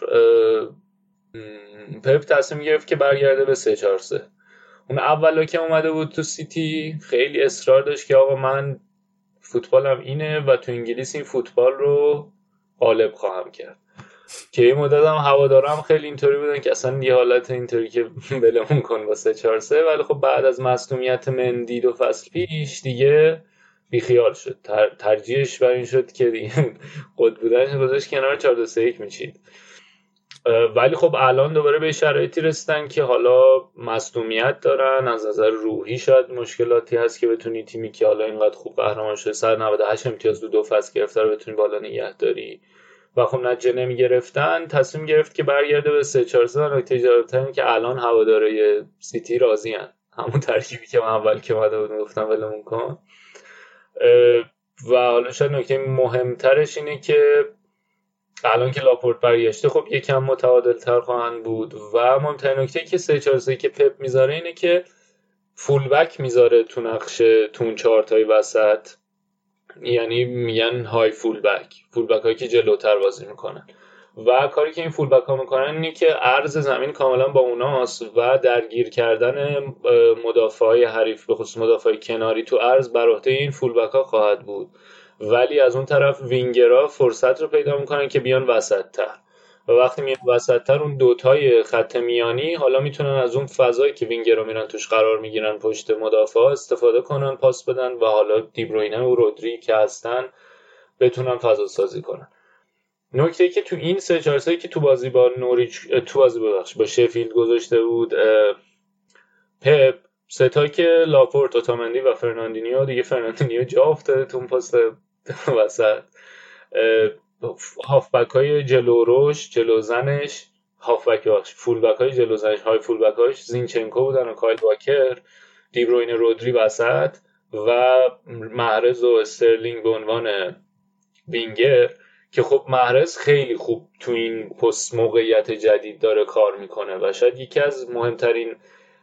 پپ تصمیم گرفت که برگرده به 3-4-3. اون اولا که اومده بود تو سیتی خیلی اصرار داشت که آقا من فوتبالم اینه و تو انگلیس این فوتبال رو غالب خواهم کرد. که یه مدت هم هوادارم خیلی اینطوری بودن که اصلا یه حالت اینطوری که ولمون کن با 3-4-3، ولی خب بعد از مصدومیت مندی 2 فصل پیش دیگه بیخیال شد. ترجیحش بر این شد که دیگه قد بودنش گذاشت کنار 4-2-3-1 میچید. ولی خب الان دوباره به شرایطی رسیدن که حالا مصدومیت دارن، از نظر روحی شاید مشکلاتی هست که بتونی تیمی که حالا اینقدر خوب قهرمان شده 198 امتیاز 2 فصل گرفته رو بتونی بالا نگه داری و خب نتیجه نمیگرفتن. تصمیم گرفت که برگرده به 3-4-3 و نکته جالب‌تر که الان هوادارهای سیتی راضی‌ان، همون ترکیبی که من اول که اومده بودم گفتم ولمون کن. و حالا شاید نکته مهمترش اینه که الان که لاپورت برگشته خب یکم متعادل‌تر خواهند بود و مهمترین نکته که 3-4-3 که پپ میذاره اینه که فول بک میذاره تو نقشه تو اون 4 تای وسط، یعنی میگن های فول بک هایی که جلوتر بازی میکنن و کاری که این فول بک ها میکنن اینه که عرض زمین کاملا با اوناست و درگیر کردن مدافعای حریف به خصوص مدافعای کناری تو عرض بر عهده این فول بک ها خواهد بود. ولی از اون طرف وینگرها فرصت رو پیدا میکنن که بیان وسط‌تر و وقتی میان وسط‌تر اون دوتای خط میانی حالا میتونن از اون فضایی که وینگرها میرن توش قرار میگیرن پشت مدافع استفاده کنن، پاس بدن و حالا دیبروینه و رودری که هستن بتونن فضا سازی کنن. نکته‌ای که تو این 3-4-3 که تو بازی با نوریچ با شفیلد گذاشته بود پپ، ستایی که لاپورت، اوتامندی و فرناندینیو، دیگه فرناندینیو جا افتاده تو اون پست وسط، هافبک های جلو روش جلو زنش، فول بک های جلو زنش، های فول بک هاش زینچنکو بودن و کایل واکر، دیبروینه، رودری وسط و محرز و استرلینگ به عنوان وینگر که خب محرز خیلی خوب تو این پست موقعیت جدید داره کار میکنه و شاید یکی از مهمترین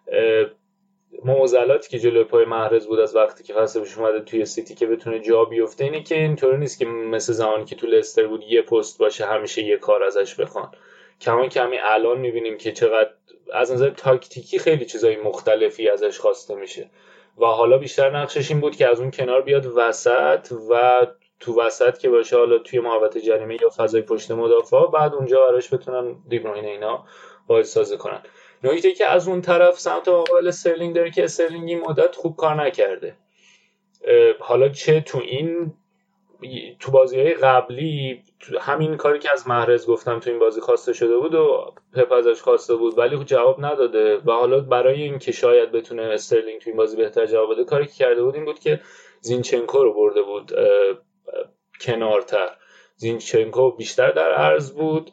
معضلاتی که جلوی پای محرز بود از وقتی که فصل پیش اومده توی سیتی که بتونه جا بیفته اینه که اینطوری نیست که مثل زمانی که تو لستر بود یه پست باشه همیشه یه کار ازش بخوان. کمی الان میبینیم که چقدر از نظر تاکتیکی خیلی چیزای مختلفی ازش خواسته میشه و حالا بیشتر نقشش این بود که از اون کنار بیاد وسط و تو وسط که باشه حالا توی محوطه جریمه یا فضای پشت مدافع، بعد اونجا براش بتونن دیبروینه اینا بازسازی کنن. نکته که از اون طرف سمت مقابل استرلینگ داره که استرلینگ این مدت خوب کار نکرده، حالا چه تو بازی‌های قبلی همین کاری که از محرز گفتم تو این بازی خواسته شده بود و پپ ازش خواسته بود ولی جواب نداده و حالا برای این که شاید بتونه استرلینگ تو این بازی بهتر جواب بده کاری که کرده بود این بود که زینچنکو رو برده بود کنارتر. زینچنکو بیشتر در عرض بود،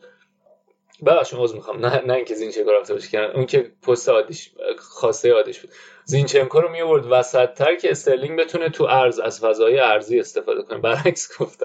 عذر میخوام، نه اینکه زینچنکو رفته باشه کنار، اون که پست عادیش خواسته عادیش بود. زینچنکو رو میآورد وسط‌تر که استرلینگ بتونه تو عرض از فضای ارضی استفاده کنه، برعکس گفتم.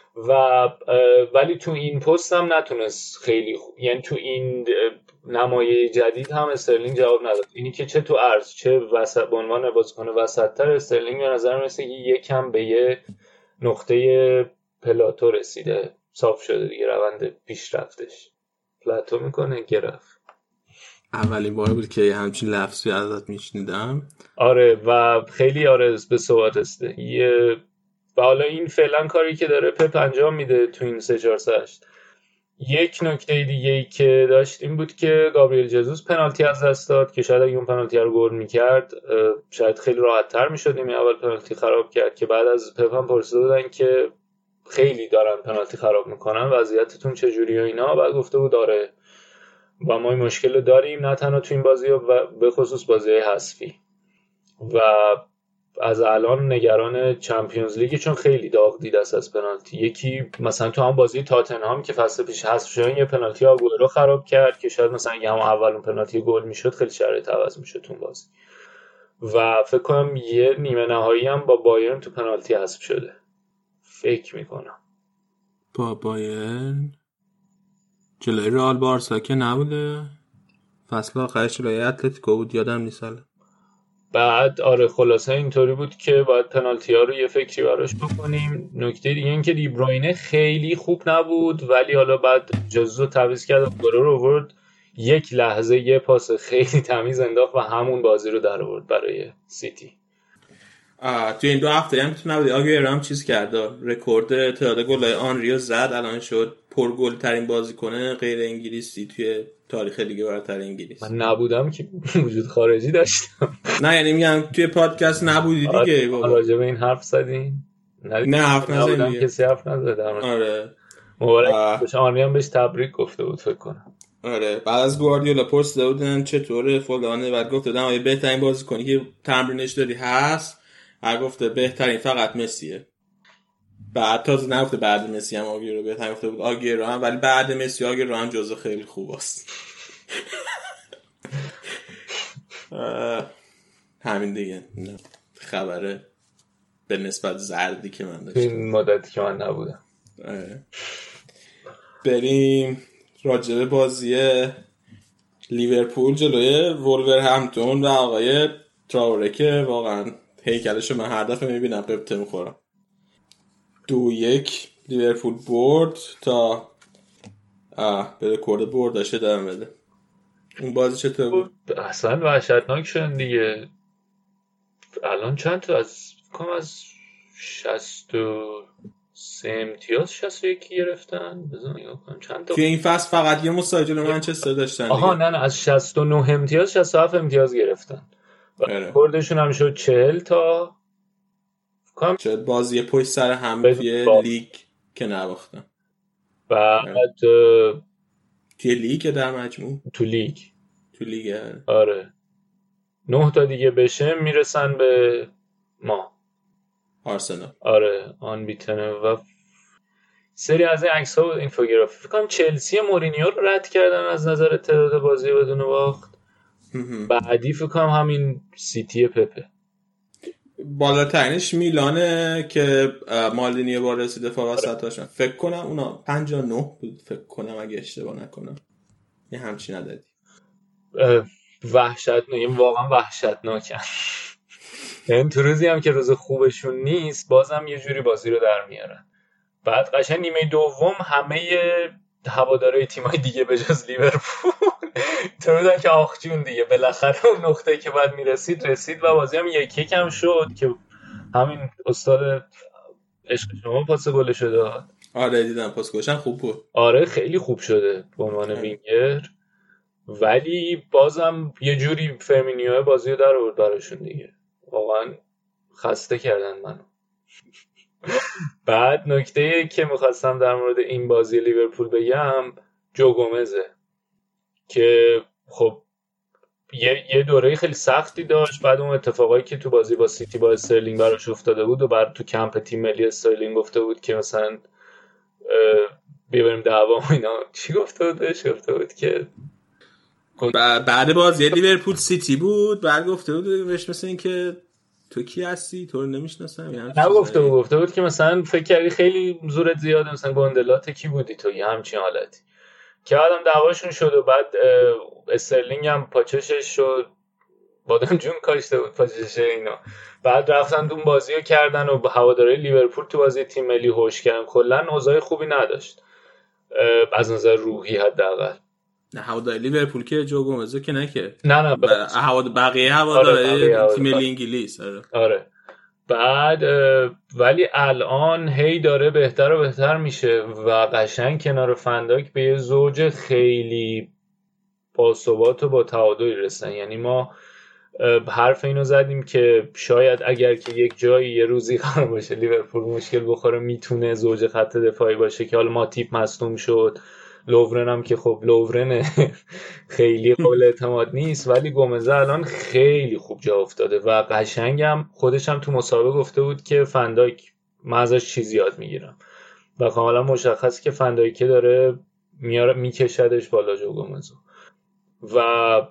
ولی تو این پست هم نتونست خیلی یعنی تو این نمایه جدید هم استرلینگ جواب نداد. اینی که چه تو عرض چه وسط به عنوان بازیکن وسط‌تر استرلینگ به نظر میاد یکم به یه نقطه پلاتو رسیده، صاف شده دیگه، روند پیشرفتش پلاتو میکنه گرفت. اولین بار بود که همچین لفظی ازت میشنیدم. آره و خیلی به ثبات رسیده. و حالا این فعلا کاری که داره پپ انجام میده تو این 3-4-3. یک نکته دیگه ای که داشت این بود که گابریل جزوس پنالتی از دست داد که شاید اگه اون پنالتی رو گل میکرد شاید خیلی راحت تر میشدیم. اول پنالتی خراب کرد که بعد از پپ هم پرسیده بودن که خیلی دارن پنالتی خراب میکنن، وضعیتتون چجوریه اینا، بعد گفته بود داره و ما این مشکل داریم نه تنها تو این بازی و به خصوص بازی حذفی و از الان نگران چمپیونز لیگ چون خیلی داغ دیده است از پنالتی. یکی مثلا تو هم بازی تاتنهام که فصل پیش حذف شد یه پنالتی آگوئرو خراب کرد که شاید مثلا هم اول اون پنالتی گل میشد خیلی شرایط عوض میشد اون بازی و فکر کنم یه نیمه نهایی هم با بایرن تو پنالتی حذف شده فکر میکنم. با بایرن جلوی رئال بارسا که نبوده، فصل آخرش جلوی اتلتیکو بود یادم نیست. بعد خلاصه اینطوری بود که باید پنالتی ها رو یه فکری براش بکنیم. نکته دیگه این که دیبروینه خیلی خوب نبود ولی حالا بعد جزو تعویض کرد و گل رو آورد، یک لحظه یه پاس خیلی تمیز انداخت و همون بازی رو در آورد برای سیتی. توی این 2 هفته هم میتونه بودی آگیر هم چیز کرده، رکورد تعداد گل‌های آنریو زد، الان شد پرگل ترین بازیکن غیر انگلیسی توی تاریخ لیگ برتر انگلیس. من نبودم که وجود خارجی داشتم. نه یعنی میگم توی پادکست نبودی دیگه بابا. راجع به این حرف زدین؟ نه حرف نزدم، کسی حرف نزد. آره مبارک بشه. آنریان بهش تبریک گفته بود فکر کنم. آره بعد از گواردیولا پرسیده بودن چطوره فلانه، بعد گفته بودن آیا بهترین بازیکنی که تمرینش داری هست؟ بعد گفته بهترین فقط مسیه. بعد تازه نگفته بعد مسی هم آگیرو بهترین، گفته بود آگیرو هم، ولی بعد مسی آگیرو هم جزو خیلی خوب است. همین دیگه خبره به نسبت زردی که من داشتم این مدتی که من نبودم. بریم راجع به بازی لیورپول جلوی وولورهمپتون و آقای تراوره که واقعا هیکلشو من هر دفعه میبینم قبطه میخورم. 2-1 لیورپول برد تا به رکورد برداشه دارم بده. اون بازی چطور بود؟ اصلا وحشتناک شدن دیگه. الان چند تا از 63 امتیاز 61 گرفتن. بذار نگاه کنم چند تا. توی این فصل فقط یه مساوی جلوی منچستر داشتن. آها نه از 69 امتیاز 67 امتیاز گرفتن. رکوردشون هم شد 40 تا چه بازی پشت سر هم توی لیگ که نباختن. بعد توی لیگ در مجموع تو لیگ آره 9 تا دیگه بشه میرسن به ما آرسنال. آره آن بیتنه و سری از این عکس‌ها و اینفوگرافی. فکر کنم چلسی مورینیو رو رد کردن از نظر تعداد بازی بدون باخت. بعدی فکر کنم همین سیتی پپه. بالاترینش میلانه که مالدینی با رسیده فواسط داشتن. فکر کنم اونا 59 بود فکر کنم اگه اشتباه نکنم. یه همچین عددی. وحشتناک، واقعا وحشتناکه. این تو روزی هم که روز خوبشون نیست بازم یه جوری بازی رو در میارن. بعد قشنگ نیمه دوم همه هوادارهای تیمای دیگه به جز لیورپول تو بودن که آخ جون دیگه بالاخره اون نقطه‌ای که بعد رسید و بازی هم 1-1 هم شد که همین استاد عشق شما پاس گلش داد. آره دیدم پاس گلش خوب بود. آره خیلی خوب شده به عنوان وینگر، ولی بازم یه جوری فرمینیو بازی رو در آورد براشون دیگه. واقعا خسته کردن منو. بعد نکته که میخواستم در مورد این بازی لیورپول بگم جو گومزه که خب یه دوره خیلی سختی داشت. بعد اون اتفاقایی که تو بازی با سیتی با استرلینگ براش افتاده بود و بعد تو کمپ تیم ملی استرلینگ گفته بود که مثلا بیاریم دعوا و اینا. چی گفته بود که بعد بازی لیورپول سیتی بود بعد گفته بود بهش مثلا این که تو کی هستی تو رو نمیشناسم. یعنی گفته بود که مثلا فکر کردی خیلی زورت زیاده، مثلا گندلات کی بودی تو، یه همچین حالتی که آدم دعواشون شد. و بعد استرلینگ هم پاچشش شد، بادم جون کاشته بود پاچشه اینا. بعد رفتن اون بازی رو کردن و هواداری لیورپول تو بازی تیم ملی هوش کردن. کلا اوضاع خوبی نداشت از نظر روحی حداقل. نه هواداری لیورپول که جو گومزو که نکرد. نه بقیه هواداری تیم ملی انگلیس. آره. بعد ولی الان هی داره بهتر و بهتر میشه و قشنگ کنار فنداک به یه زوج خیلی باثبات و با تعادلی رسن. یعنی ما حرف اینو زدیم که شاید اگر که یک جایی یه روزی قرار باشه لیورپول مشکل بخوره میتونه زوج خط دفاعی باشه که حالا ماتیپ مصدوم شد، لوورن هم که خب لوورن خیلی قابل اعتماد نیست، ولی گومزه الان خیلی خوب جا افتاده و قشنگم خودش هم تو مسابقه گفته بود که فندایک من ازش چیز یاد میگیرم و کاملا مشخصه که فندایک داره میکشدش بالا جو گومزو. و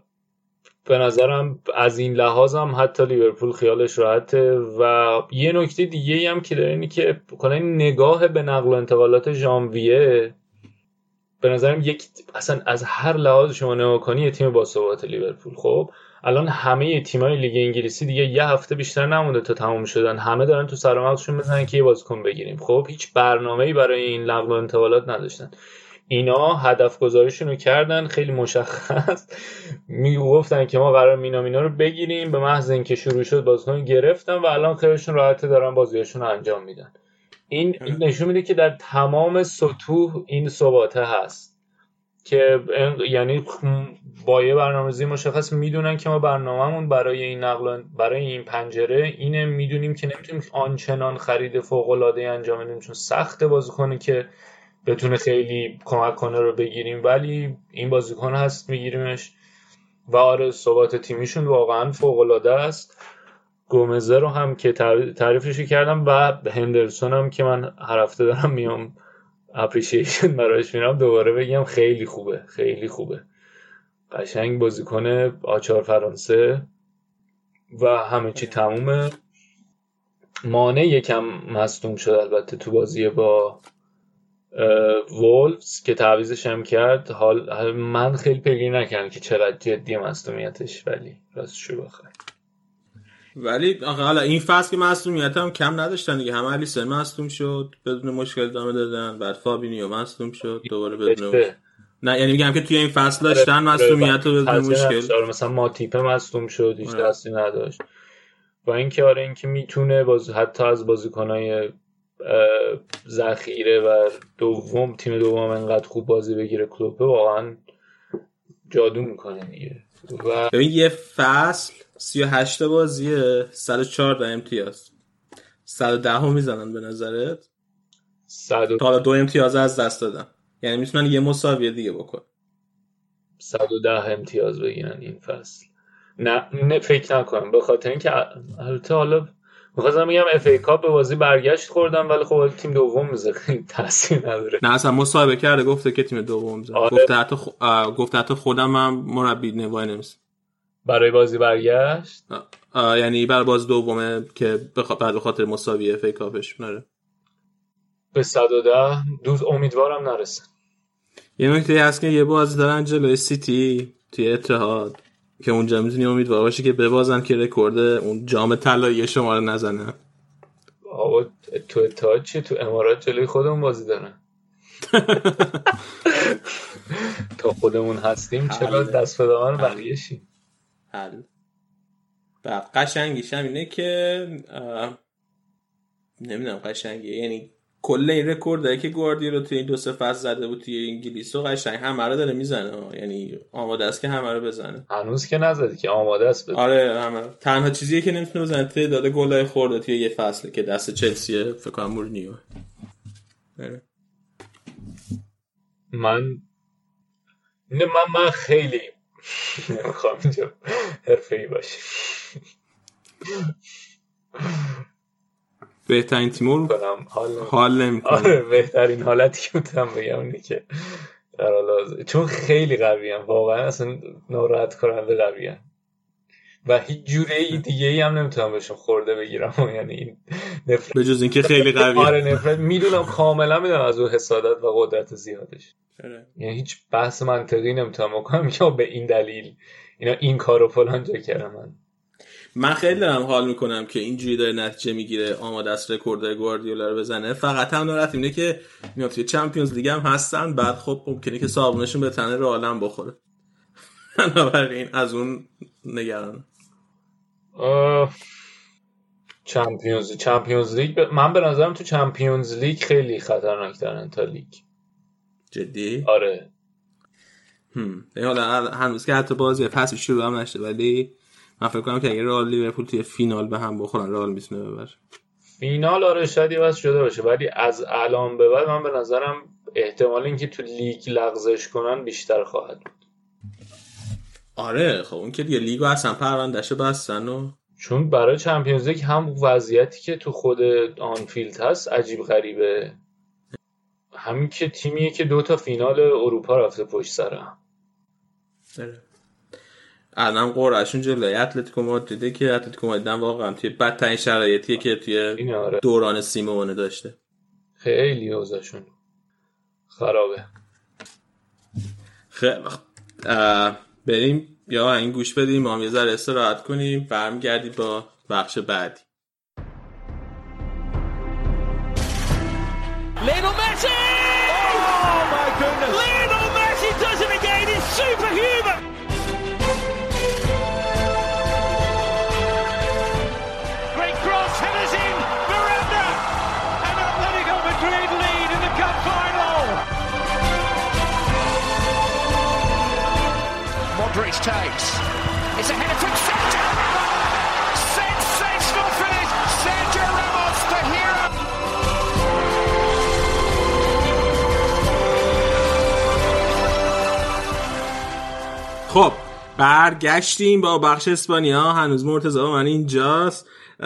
به نظرم از این لحاظ هم حتی لیورپول خیالش راحته. و یه نکته دیگه هم که داره اینه که کلا نگاه به نقل و انتقالات ژانویه به نظرم اصلا از هر لحاظ شما نگاه کنی یه تیم باثبات لیورپول. خب الان همه تیمای لیگ انگلیسی دیگه یه هفته بیشتر نمونده تا تموم شدن، همه دارن تو سر مغزشون بزنن که یه بازیکن بگیریم. خب هیچ برنامه‌ای برای این نقل و انتقالات نداشتن. اینا هدف گذاریشون رو کردن خیلی مشخص، میگفتن که ما قرار مینا رو بگیریم، به محض اینکه شروع شد بازیکن گرفتن و الان خیلیشون راحت دارن بازیاشون رو انجام میدن. این نشون میده که در تمام سطوح این ثباته هست که یعنی با یه برنامه‌ریزی مشخص میدونن که ما برنامه‌مون برای این نقل، برای این پنجره اینه، میدونیم که نمیتونیم آنچنان خرید فوق‌العاده انجام بدیم چون سخته بازیکنی که بتونه خیلی کمک کنه رو بگیریم، ولی این بازیکن هست میگیریمش و آره ثبات تیمیشون واقعا فوق‌العاده است. گومزه رو هم که تعریفش کردم و هندرسون هم که من هر هفته دارم میام اپریشیشن براش میرم دوباره بگم خیلی خوبه، خیلی خوبه، قشنگ بازیکن آچار فرانسه و همه چی تمومه. مانع یکم مصدوم شد البته تو بازی با وولفز که تعویضش هم کرد، حال من خیلی پیگیری نکردم که چقدر جدی مصدومیتش، ولی راستشو بخوای ولی حالا این فصل که مصدومیت هم کم نداشتن دیگه، همه الیسن مصدوم شد بدون مشکل ادامه دادن، بعد فابینیو مصدوم شد دوباره بدون نه یعنی میگم که توی این فصل داشتن مصدومیت رو بدون مشکل، مثلا ماتیپ مصدوم شد هیچ دستی نداشت و اینکه آره اینکه میتونه حتی از بازیکنای ذخیره و دوم تیم دوم انقدر خوب بازی بگیره کلوپ واقعا جادو میکنه دیگه. و ببین یه فصل 38 بازیه 114 امتیاز 110 هم میزنن به نظرت؟ تا حالا 2 امتیاز از دست دادن، یعنی میتونن یه مساویه دیگه بکن 110 امتیاز بگیرن این فصل. نه فکر نکنم، به خاطر اینکه البته حالا می‌خواستم بگم اف ای کاپ به بازی برگشت خوردم ولی خب تیم دوم میزه خیلی تاثیر نداره. نه اصلا مصاحبه کرده گفته که تیم دوم میزه. گفته حتی خودم هم مربی نوای نمیشه برای بازی برگشت، یعنی برای بازی دومه که بعد به خاطر مساوی اف ای کاپش نره به 110 دوز امیدوارم نرسه. یه نکته هست که یه بازی دارن جلوی سیتی توی اتحاد که اونجا میتونی امیدوار باشی که ببازن که رکورد اون جام طلایی شما رو نزنه. آقا تو اتحاد چی؟ تو امارات جلوی خودمون بازی دارن تا خودمون هستیم چرا دست بدامن بقیه شیم؟ حل بعد قشنگیش هم اینه که نمیدونم قشنگیه، یعنی کل این رکوردایی که گواردیولا توی این 2-3 فصل زده بود توی انگلیس و قشنگ همه رو داره میزنه، یعنی آماده است که همه رو بزنه. هنوز که نزدی که آماده است بزنه. آره همه. تنها چیزیه که نمیتونه بزنه تعداد گلای خورده توی یه فصله که دست چلسیه فکر کنم مورینیو. من خیلی نمیخوام اینجا حرفه‌ای باشم. بهترین تیمو رو حال نمی‌کنم. آره بهترین حالتی که میتونم بگم اینه که در حال چون خیلی قوی‌ام واقعا، اصلا ناراحت کننده قوی‌ام و هیچ جوری دیگه‌ای هم نمیتونم بهشون خورده بگیرم، یعنی این نفرت به جز اینکه خیلی قویه. آره نفرت میدونم کاملا میدونم از اون حسادت و قدرت زیادش، یعنی هیچ بحث منطقی نمیتونم بکنم که به این دلیل اینا این کارو فلان جا کردم. من خیلی دارم حال میکنم که اینجوری داره نتیجه میگیره، آماده است رکورد گواردیولا رو بزنه. فقط هم ناراحت اینه که میاد توی چمپیونز لیگ هم هستن، بعد خب ممکنه که صابونشون به تنه رئال هم بخوره. بنابراین از اون نگرانم. چمپیونز لیگ من به نظرم تو چمپیونز لیگ خیلی خطرناک‌ترن تا لیگ. جدی؟ آره. حالا هنوز که حتی بازی فصل شروع هم نشده، ولی من فکر کنم که اگه رئال لیورپول توی فینال به هم بخورن رئال میتونه ببره. فینال آره شاید یه واسه شده باشه، ولی از الان به بعد من به نظرم احتمال اینکه تو لیگ لغزش کنن بیشتر خواهد بود. آره خب اون که دیگه لیگو اصلا پروندهشو بستن و چون برای چمپیونز لیگ هم وضعیتی که تو خود آنفیلد هست عجیب غریبه، همین که تیمیه که 2 تا فینال اروپا رفته پشت سرم. الان قرعهشون جلوی اتلتیکو مادریده که اتلتیکو مادرید واقعا توی بدترین شرایطیه که توی دوران سیمونه داشته. خیلی اوضاعشون خرابه. خیلی بریم یا این گوش بدیم ما هم یه ذره استراحت کنیم، برمیگردیم با بخش بعدی. Lionel Messi! Oh my goodness! It's a header from Sergio Ramos. Sensational finish. Sergio Ramos, the hero. خب برگشتیم با بخش اسپانیا. هنوز مرتضی من اینجاست.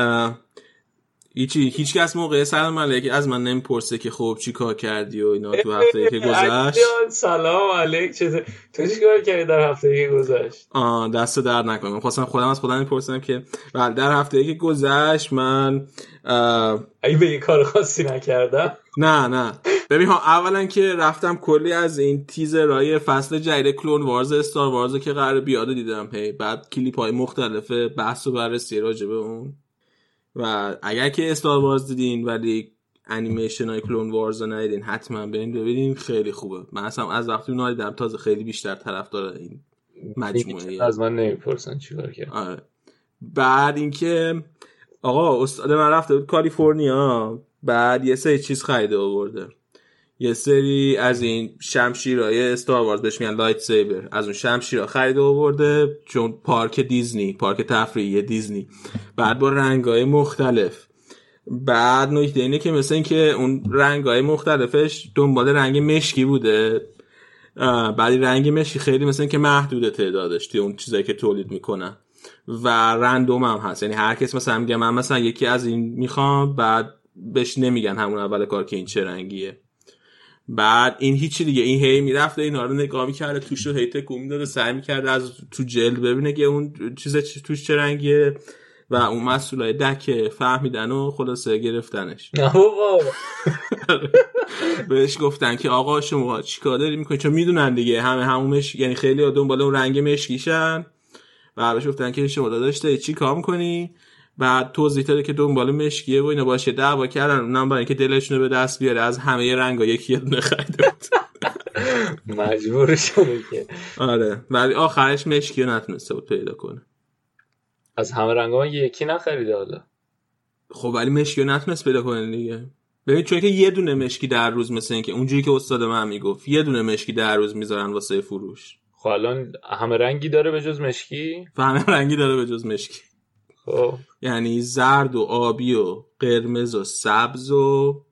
هیچ کس موقع سلام علیک از من نمیپرسه که خب چی کار کردی و اینا تو هفته که گذشت. سلام علیک، تو چی کار کردی در هفته که گذشت؟ دست درد نکنم. خواستم خودم از خودم میپرسم که بله در هفته که گذشت من اگه به یه کار خاصی نکردم. نه ببین ها، اولا که رفتم کلی از این تیزرهای فصل جدید کلون وارز استار وارز که قرار بیاد دیدم، بعد کلیپ های مختلف بحث و بررسی راجع به اون. و اگر که استار وارز دیدین ولی انیمیشن های کلون وارز رو ندیدین حتما برین ببینین، خیلی خوبه. من اصلا از وقتی اونها دیدم تازه خیلی بیشتر طرفدار این مجموعه. از من نمیپرسن چیکار کردم. آره. بعد اینکه آقا استاد من رفته بود کالیفرنیا، بعد یه سری چیز خریده آورده، یه سری از این شمشیرهای استار وارز بهش میگن لایت سیبر، از اون شمشیرها خریده آورده چون پارک دیزنی، پارک تفریحی دیزنی، بعد با رنگ‌های مختلف. بعد نکته اینه که مثلا این که اون رنگ‌های مختلفش دنبال رنگ مشکی بوده، بعد رنگ مشکی خیلی مثلا که محدوده تعدادش توی اون چیزایی که تولید میکنن و رندوم هم هست، یعنی هر کس مثلا میگه من مثلا یکی از این میخوام، بعد بهش نمیگن همون اول کار که این چه رنگیه. بعد این هیچی دیگه، این هی میرفته اینا رو نگاه میکرده، توش رو هی تکون میداده، سعی میکرده از تو جلد ببینه که اون چیز توش چه رنگیه و اون مسئولای دکه فهمیدن و خلاصه گرفتنش. نه بابا بهش گفتن که آقا شما چیکار داری میکنی، چون میدونن دیگه همونش، یعنی خیلی دنبال اون رنگ مشکیشن و بهش گفتن که شما داداش داری چی کار میکنی. بعد توضیح داده که دنبال مشکیه و اینا باشه، دعوا کردن، اونم برای اینکه دلشون رو به دست بیاره از همه رنگا یکی یه دونه خریده بود. مجبور شده که آره، ولی آخرش مشکی رو نتونسته بود پیدا کنه. از همه رنگا یکی نخریده حالا. خب ولی مشکی رو نتونست پیدا کنه دیگه. ببین چون که یه دونه مشکی در روز، مثل این که اونجوری که استاد من میگفت یه دونه مشکی در روز میذارن واسه فروش. خب الان همه رنگی داره به جز مشکی؟ همه رنگی داره به جز مشکی. خب یعنی زرد و آبی و قرمز و سبز و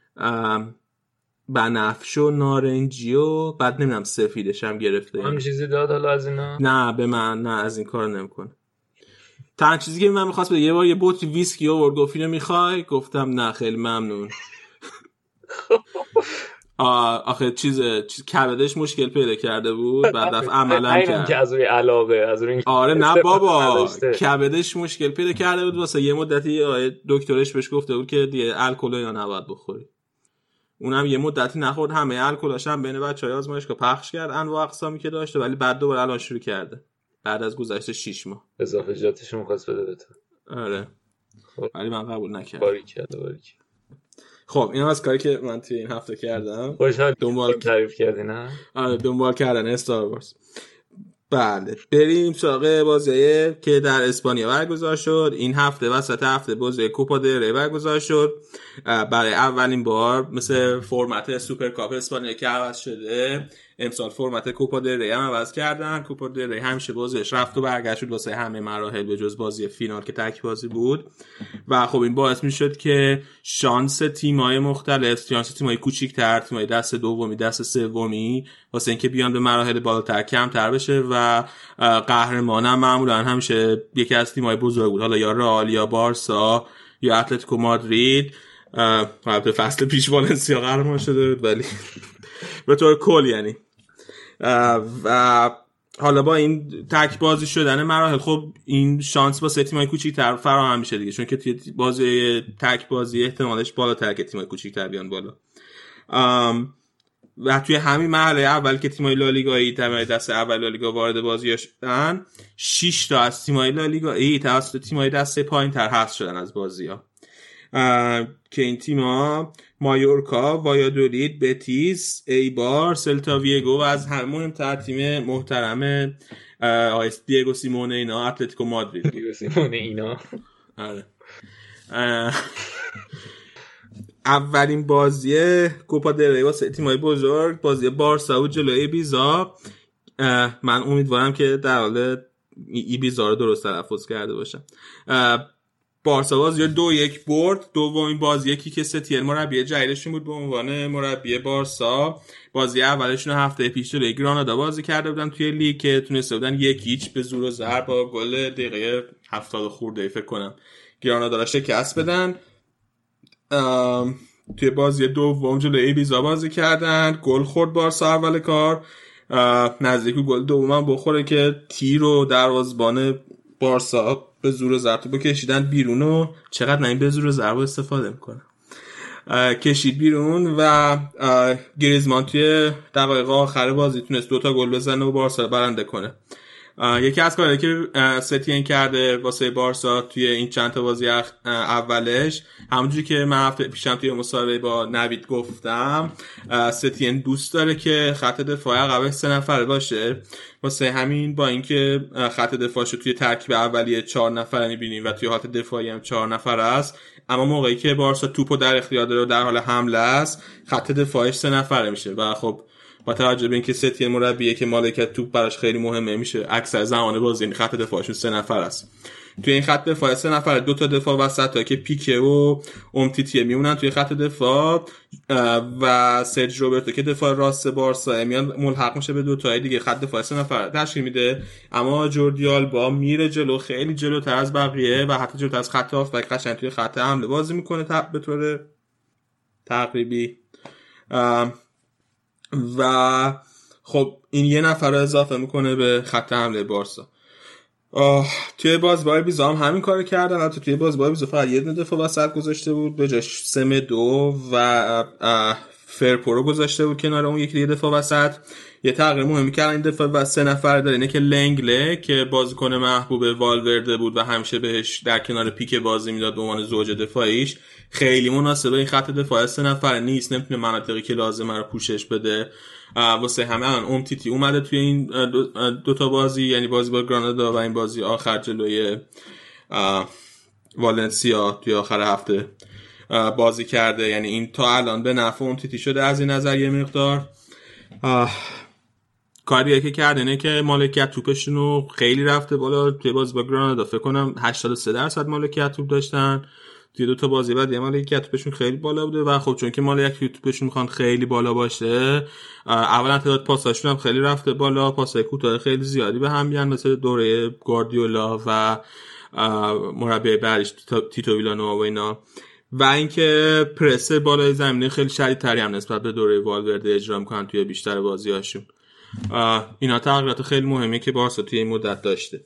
بنفش و نارنجی و بعد نمیدونم سفیدش هم گرفته. هم چیزی داد حالا از اینا؟ نه به من نه، از این کار نمیکنه. تنها چیزی که من میخواست به یه بار یه بطری ویسکی آورد، گفت اینو میخوای؟ گفتم نه خیلی ممنون. آخه چیز کبدش مشکل پیدا کرده بود، بعد رفت عملا کرد که از روی علاقه از روی آره نه بابا کبدش مشکل پیدا کرده بود، واسه یه مدتی دکترش بهش گفته بود که دیگه الکل یا نباید بخوری. اونم یه مدتی نخورد، همه الکلاش هم بین بچهای آزمایشگاه پخش کرد انواع اقسامی که داشته، ولی بعد دوباره الان شروع کرده بعد از گذشت 6 ماه اضافه جاتش می‌خواست بده به تو. آره ولی من قبول نکردم. باریکلا. خب این از کاری که من توی این هفته کردم. خوشحال دنبال تعریف کردی نه؟ آره دنبال کردن استار وارز. بله بریم سراغ بازی که در اسپانیا برگزار شد. این هفته وسط هفته بازی کوپا دل ری برگزار شد. برای اولین بار مثل فرمت سوپرکاپ اسپانیا که عوض شده، امسال فرمت کوپا دل ری هم عوض کردن. کوپا دل ری همیشه بازیش رفت و برگشت بود واسه همه مراحل به جز بازی فینال که تک بازی بود و خب این باعث میشد که شانس تیم‌های مختلف، شانس تیم‌های کوچیک‌تر، تیم‌های دست دومی، دست سومی واسه اینکه بیان به مراحل بالاتر کمتر بشه و قهرمانم معمولا همیشه یکی از تیم‌های بزرگ بود، حالا یا رئال یا بارسا یا اتلتیکو مادرید. البته فصل پیش والنسیا قهرمان شده بود ولی به طور کل یعنی و حالا با این تک بازی شدن مراحل خب این شانس با تیم‌های کوچیک‌تر فراهم میشه دیگه، چون که توی بازی تک بازی احتمالش بالاتر که تیم‌های کوچیک‌تر بیان بالا. و توی همین مرحله اول که تیم‌های لالیگایی تیم‌های دست اول لالیگا وارد بازی شدن، 6 تا از تیم‌های لالیگایی توسط تیم‌های دسته پایین‌تر حذف شدن از بازی‌ها که این تیم‌ها مایورکا، وایادولید، بتیس، ایبار، سلتا ویگو و از همه مهمتر تیم محترم دیگو سیمونه اینا، اتلتیکو مادرید. دیگو سیمونه اینا آره. اولین بازی کوپا دل ری واسه تیم‌های بزرگ بازی بارسا و جلوی بیزا. من امیدوارم که در حال ایبیزا رو درست تلفظ کرده باشم. بارسا بازی 2-1 برد. دومین بازی یکی که ستین مربی جدیدشون بود به عنوان مربی بارسا. بازی اولشون هفته پیش جلوی گرانادا بازی کرده بودن توی لیگ که تونسته بودن 1-0 به زور و زر با گل دقیقه 70 خورده فکر کنم گرانادا را شکست بدن. توی بازی دوم جلوی ایبیزا بازی کردن، گل خورد بارسا اول کار، نزدیک گل دومم بخوره که تیر و دروازه‌بان بارسا به زور ضربه بکشیدن بیرون و چقدر من به زور ضربه استفاده میکنم کشید بیرون و گریزمان توی دقایق آخر بازی تونست 2 گل بزنه و بارسا رو برنده کنه. یکی از کارهایی که ستین کرده واسه بارسا توی این چند تا بازی اولش، همونجوری که من هفته پیشم توی مصاحبه با نوید گفتم، ستین دوست داره که خط دفاع عقبش 3 نفره باشه. واسه همین با اینکه خط دفاعشو توی ترکیب اولیه 4 نفره می‌بینیم و توی حالت دفاعی هم 4 نفره است، اما موقعی که بارسا توپو در اختیار داره و در حال حمله است خط دفاعش 3 نفره میشه و خب با توجه به اینکه ستین مربیه که مالکیت توپ براش خیلی مهمه، میشه اکثر زمان بازی این خط دفاعشون 3 نفر است. توی این خط دفاع 3 نفر 2 دفاع وسطا که پیکه و امتیتی میمونن توی خط دفاع و سرج روبرتو که دفاع راست بارسا میان ملحق میشه به 2 تای دیگه، خط دفاع 3 نفر تشکیل میده. اما جوردی آلبا میره جلو، خیلی جلوتر از بقیه و حتی جلوتر از خط هافبک قشنگ توی خط حمله بازی میکنه به طور تقریبی. و خب این 1 نفر رو اضافه میکنه به خط حمله بارسا. توی بازی ایبیزا هم همین کارو کردن. البته توی بازی ایبیزا فقط 1 دفاع وسط گذاشته بود، به جاش سمدو و فرپورو گذاشته بود کنار اون یکی دفاع وسط. یه تغییر مهمی کردن این دفاع و 3 نفر داره، اینه که لنگله که بازیکن محبوب والورده بود و همیشه بهش در کنار پیک بازی میداد به عنوان زوج دفاعیش، خیلی مناسبه این خط دفاع 3 نفره نیست، نمیتونه مناطقی که لازمه رو پوشش بده. واسه همه الان امتیتی اومده توی این 2 بازی، یعنی بازی با گرانادا و این بازی آخر جلوی والنسیا توی آخر هفته بازی کرده، یعنی این تا الان به نفع امتیتی شده. از این نظر یه مقدار کاریه که کرده اینه که مالکیت توپشون رو خیلی رفته بالا. توی بازی با گرانادا فکر کنم 83% مالکیت توپ داشتن، توی 2 بازی بعد یه مالکیت توپشون خیلی بالا بوده و خب چون که مالکیت توپشون میخوان خیلی بالا باشه، اولا تعداد پاساشون هم خیلی رفته بالا، پاسای کوتاه خیلی زیادی به هم میان مثل دوره گواردیولا و مربی بعدش تیتو ویلانووا و اینا، و اینکه پرس بالای زمینه خیلی شدیدتری هم نسبت به دوره والورده اجرا میکنن توی بیشتر بازی‌هاشون. اینا تغییرات خیلی مهمه که بارسا توی این مدت داشته.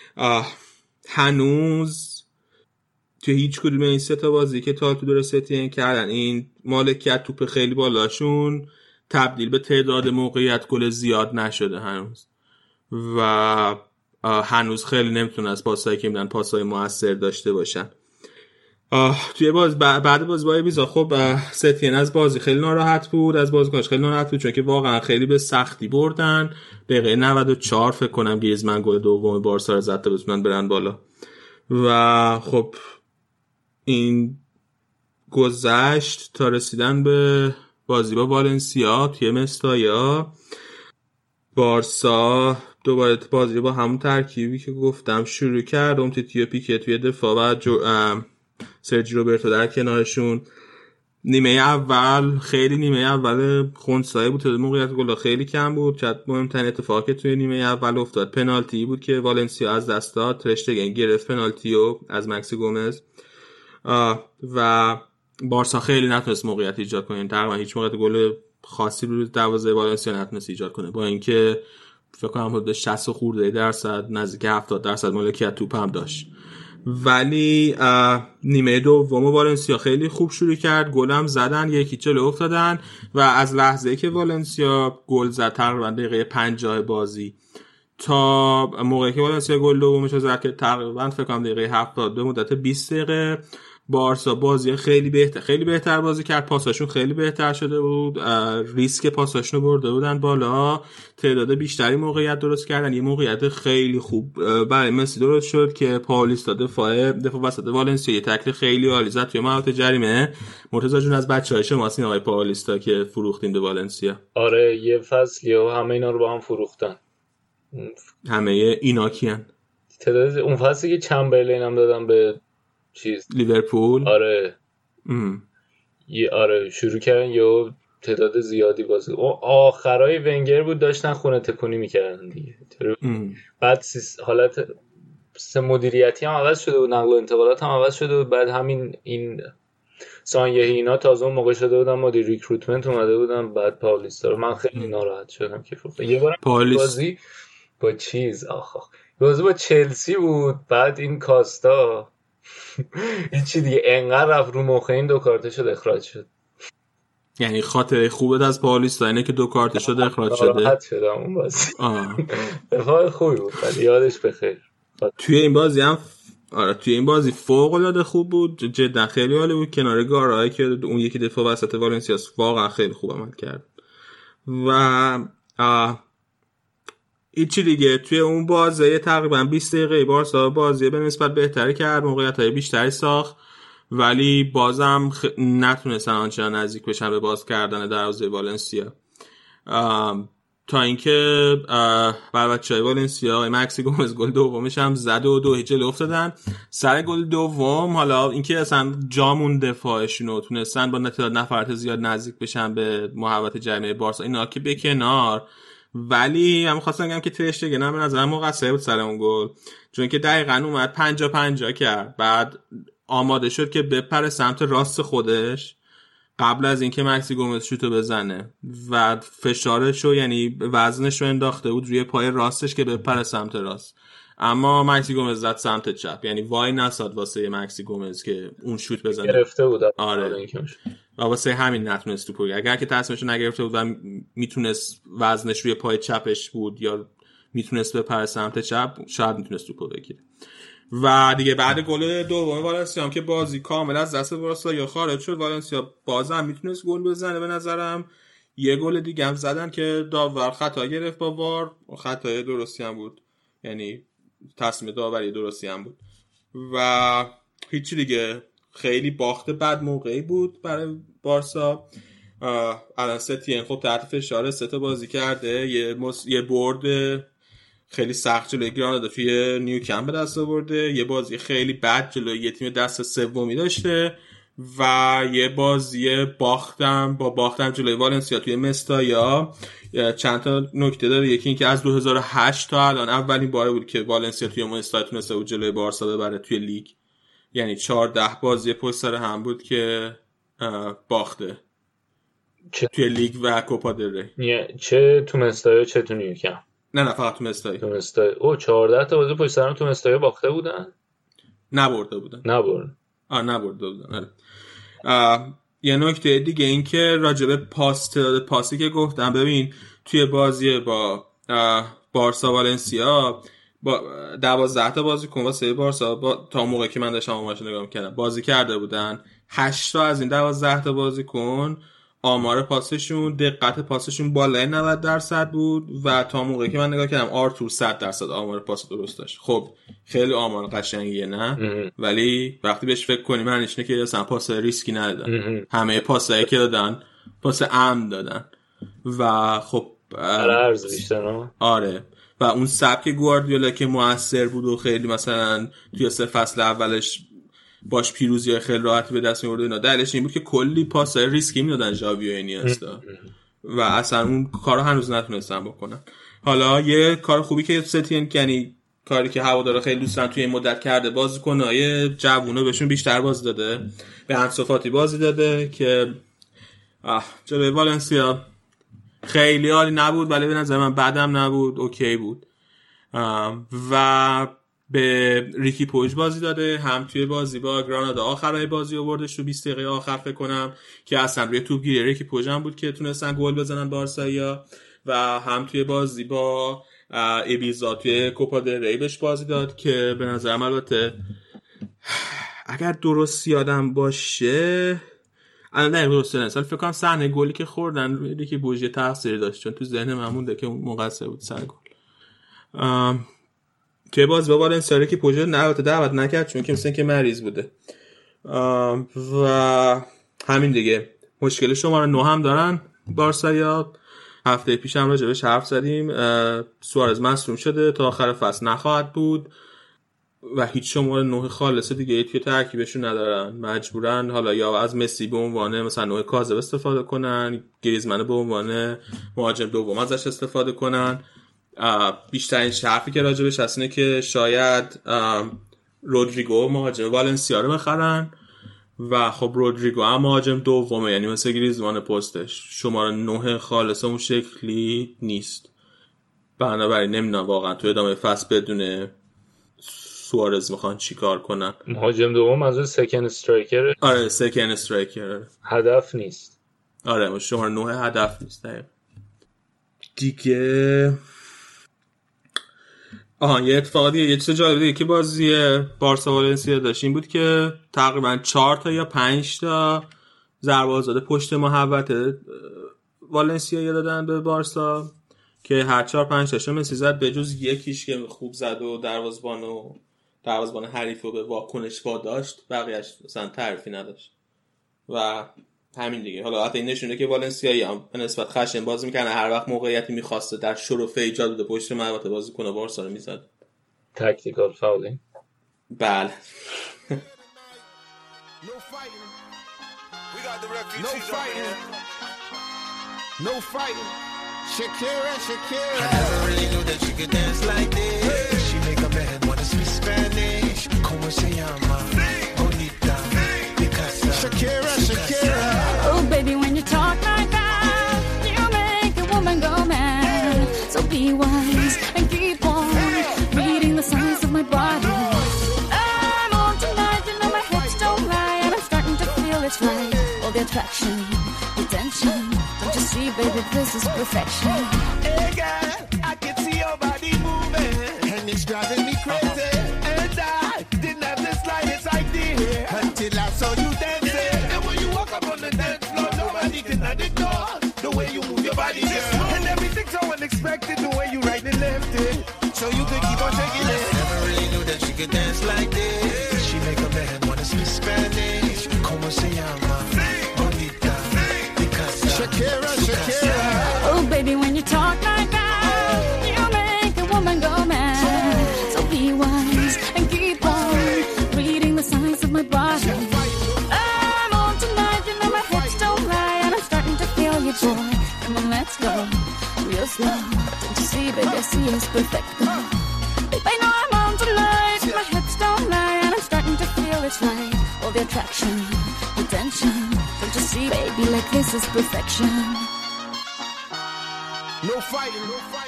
هنوز توی هیچ کدوم این 3 بازی که تا تو دوره ستین کردن این مالکیت توپ خیلی بالاشون تبدیل به تعداد موقعیت گل زیاد نشده هنوز و هنوز خیلی نمیتونه از پاسایی که میدن پاسای موثر داشته باشن. توی بعد بازی با ایبیزا خب ستین از بازی خیلی ناراحت بود، از بازیکنش خیلی ناراحت بود، چون که واقعا خیلی به سختی بردن. دقیقه 94 فکر کنم گریزمان گل دوم بارسا رو زد تا بتونن برن بالا و خب این گذشت تا رسیدن به بازی با والنسیا توی مستایا. بارسا دوباره بازی با همون ترکیبی که گفتم شروع کرد، امتیتی پیکه توی دفاع و سرجی روبرتو در کنارشون. نیمه اول خونسایی بود، موقعیت گل خیلی کم بود. شاید مهمترین اتفاقی که توی نیمه اول افتاد پنالتی بود که والنسیا از دست داد. ترشتگن گرفت پنالتیو از مکسی گومز و بارسا خیلی نتونست موقعیت ایجاد کنه، تقریبا هیچ موقعیت گل خاصی رو دروازه والنسیا نتونست ایجاد کنه، با اینکه فکر کنم حدود 60 خورده درصد نزدیک 70% مالکیت توپ هم داشت. ولی نیمه دوم والنسیا خیلی خوب شروع کرد، گل هم زدن، 1-0 جلو افتادن و از لحظه‌ای که والنسیا گل زد تقریبا دقیقه 50 بازی تا موقعی که والنسیا گل دومش رو زد که تقریبا فکر کنم دقیقه 70 به مدت 20 دقیقه بارسا بازی خیلی بهتر بازی کرد، پاساشون خیلی بهتر شده بود، ریسک پاساشون رو برده بودن بالا، تعداد بیشتری موقعیت درست کردن. یه موقعیت خیلی خوب برای مسی درست شد که پاولیستا دفاع وسط والنسیا یه تکل خیلی عالی زد توی محوطه جریمه. مرتضی جون از بچه‌های شماست این آقای پاولیستا که فروختین به والنسیا. آره یه فصلیه و همه اینا رو با هم فروختن. همه اینا کیان؟ تعداد اون فصلی که چمبرلین هم دادم به چیز لیورپول. آره آره شروع کردن یا تعداد زیادی بازی آخرای ونگر بود داشتن خونه تکونی میکردن دیگه. بعد حالت مدیریتی هم عوض شده بود، نقل و انتقالات هم عوض شده بود، بعد همین این سانیهی اینا تازه اون موقع شده بودن مدیر ریکروتمنت اومده بودن، بعد پاولیستا رو من خیلی ناراحت شدم که یه بار بازی با چیز بازی با چلسی بود، بعد این کاستا هیچی دیگه انقدر رفت رو مخ این 2 کارت شد اخراج شد. یعنی خاطره خوبت از پاولیستا اینه که 2 کارت شد اخراج شده؟ ناراحت شدم اون بازی. دفاع خوبی بود ولی یادش بخیر. توی این بازی هم توی این بازی فوق العاده خوب بود، جدا خیلی عالی بود کنار گارای که اون یکی دفاع وسط والنسیا واقعا خیلی خوب عمل کرد. و ایچی دیگه توی اون بازی تقریبا 20 دقیقه بارسا بازی به نسبت بهتری کرد، موقعیت‌های بیشتری ساخت، ولی بازم نتونستن آنچنان نزدیک بشن به باز کردن دروازه والنسیا. تا اینکه بچه‌های والنسیا مکسی گومز گل دومش هم زد و 2-0 جلو افتادن. سر گل دوم حالا اینکه اصلا جامون دفاعشون رو تونستن با تعداد نفرات زیاد نزدیک بشن به محوطه جریمه بارسا اینا که به کنار، ولی من خواستم بگم که ترشتگن هم به نظرم مقصر بود سر اون گل، چون که دقیقاً اومد 50-50 کرد، بعد آماده شد که بپره سمت راست خودش قبل از اینکه مکسی گومز شوتو بزنه و فشارشو یعنی وزنشو انداخته بود روی پای راستش که بپره سمت راست، اما مکسی گومز زد سمت چپ، یعنی وای نساد واسه مکسی گومز که اون شوت بزنه، گرفته بود. آره و واسه همین نتونست تو پای، اگر که تصمیمشو نگرفته بود و میتونست وزنش روی پای چپش بود یا میتونست بپره سمت چپ شاید میتونست توپو بگیره. و دیگه بعد گل دوم والنسیا هم که بازی کامل از دست بارسا یا خارج شد، والنسیا بازم میتونست گل بزنه به نظرم. یه گل دیگه هم زدن که داور خطا گرفت با وار، خطای درستی هم بود، یعنی تصمیم داوری درستی هم بود و هیچی دیگه. خیلی باخت بد موقعی بود برای بارسا. الان ستین خب تحت فشار 3 تا بازی کرده، یه برد خیلی سخت جلوی گرانادا توی نیوکمپ به دست آورده، یه بازی خیلی بد جلوی یه تیم دست سومی داشته و یه بازی باختم جلوی والنسیا توی مستایا. چند تا نکته داره، یکی این که از 2008 تا الان اولین باره بود که والنسیا توی مستایا تونسته بود جلوی بارسا ببره توی لیگ، یعنی 14 بازی پشت سر هم بود که باخته توی لیگ و کوپا دل ری. چه تو مستایا چه تو نیوکمپ؟ نه فقط تو مستایی. تو مستایی. 14 تا بازی پشت سر هم تو مستایی باخته بودن؟ نبرده بودن. نبرده بودن. یه نکته دیگه این که راجب پاسی که گفتم، ببین توی بازی با بارسا والنسیا با 12 تا بازیکن واسه بارسا تا موقعی که من داشتم اونش نگاه می‌کردم بازی کرده بودن. 8 تا از این 12 تا بازیکن آمار پاسشون، دقت پاسشون بالای 90% بود و تا موقعی که من نگاه کردم آرتور 100% آمار پاس درست داشت. خب خیلی آمار قشنگیه نه؟ ولی وقتی بهش فکر کنی معنیش اینه که اصلا پاس ریسکی ندادن. همه پاسایی که دادن پاس امن دادن و خب ارز بیشتر. آره و اون سبک گواردیولا که موثر بود و خیلی مثلا توی 3 فصل اولش باش پیروزی خیلی راحتی به دست می‌آورد، اینا دلیلش این بود که کلی پاسای ریسکی میدادن ژاوی و اینیستا و اصلا اون کارو هنوز نتونستن بکنن. حالا یه کار خوبی که ستین، یعنی کاری که هوادارا خیلی دوست دارن توی این مدت کرده، بازیکن‌های جوونو بهشون بیشتر بازی داده، به انسو فاتی بازی داده که جلوی والنسیا خیلی عالی نبود ولی به نظر من بدم نبود، اوکی بود. و به ریکی پویج بازی داده، هم توی بازی با گرانادا آخرای بازی آوردش تو 20 دقیقه آخر فکر کنم که اصلا روی توپگیری ریکی پویج هم بود که تونستن گل بزنن بارسایا، و هم توی بازی با ایبیزا توی کوپا دل ری بهش بازی داد که به نظرم البته اگر درست یادم باشه الان نه درست نه فکر کنم صحنه گلی که خوردن روی ریکی پویج تقصیر داشت، چون تو ذهن من مونده که اون مقصر بود سر گل. توی باز با والنسیا که پویج البته دعوت نکرد چون که مثلا که مریض بوده و همین دیگه. مشکل شماره 9 هم دارن بارسایا، هفته پیش هم راجبش حرف زدیم، سوارز مصدوم شده تا آخر فصل نخواهد بود و هیچ شماره 9 خالص دیگه توی ترکیبشون ندارن، مجبورن حالا یا از مسی به عنوان مثلا 9 کاذب استفاده کنن، گریزمن به عنوان مهاجم دوم ازش استفاده کنن. بیشترین حرفی که راجبش هست اینه که شاید رودریگو مهاجم والنسیا رو بخرن و خب رودریگو هم مهاجم دومه، یعنی مثل گریزمان پستش شماره 9 خالص اون شکلی نیست. بنابراین نمیدونم واقعا توی ادامه فصل بدون سوارز میخوان چی کار کنن. مهاجم دوم از سکند استرایکر. آره سکند استرایکر هدف نیست. آره شماره 9 هدف نیست دیگه. یه اتفاق دیگه، یه چیز جالب دیگه که بازی بارسا والنسیا داشت این بود که تقریبا 4 تا یا 5 تا ضربه آزاد پشت محوطه والنسیا دادن به بارسا که هر 4-5 تاشو مسی زد به جز یکیش که خوب زد و دروازه‌بان حریف رو به واکنش واداشت، بقیه‌اش مثلا تعریفی نداشت و همین دیگه. حالا حتی این نشونه که والنسیایی هم به نسبت خشن بازی میکنه، هر وقت موقعیتی میخواسته در شرفه ایجاد بده پشت محوطه بازیکن بارسا رو میزد. تاکتیکال فاولینگ. بله. No fighting. Shakira. I never really knew that she could dance like this. She make a man wanna speak Spanish. Como se llama? Bonita. Picasa. Shakira. Oh baby, when you talk like that, you make a woman go mad. So be wise and keep on reading the signs of my body. I'm on tonight, you know my hips don't lie, and I'm starting to feel it's right. All the attraction, the tension. Don't you see, baby, this is perfection. Hey girl, I can see your body moving, and it's driving me crazy. And I didn't have the slightest idea until I saw you dancing. And when you walk up on the dance floor, nobody can ignore the way you move your body, girl. And everything's so unexpected, the way you right and left it, so you could keep on taking it. I never really knew that she could dance like this. She make a man wanna speak Spanish. Como se llama? Bonita. Picasa. Shakira. Oh baby, when you talk like that, you make a woman go mad. So be wise and keep on reading the signs of my body. I'm on tonight, you know my hips don't lie, and I'm starting to feel you, boy. Come on, let's go real slow. Don't you see, baby, I see it's perfect. Babe, I know I'm on tonight, my hips don't lie, and I'm starting to feel it's right. All the attraction, the tension. Don't you see, baby, like this is perfection. No fighting.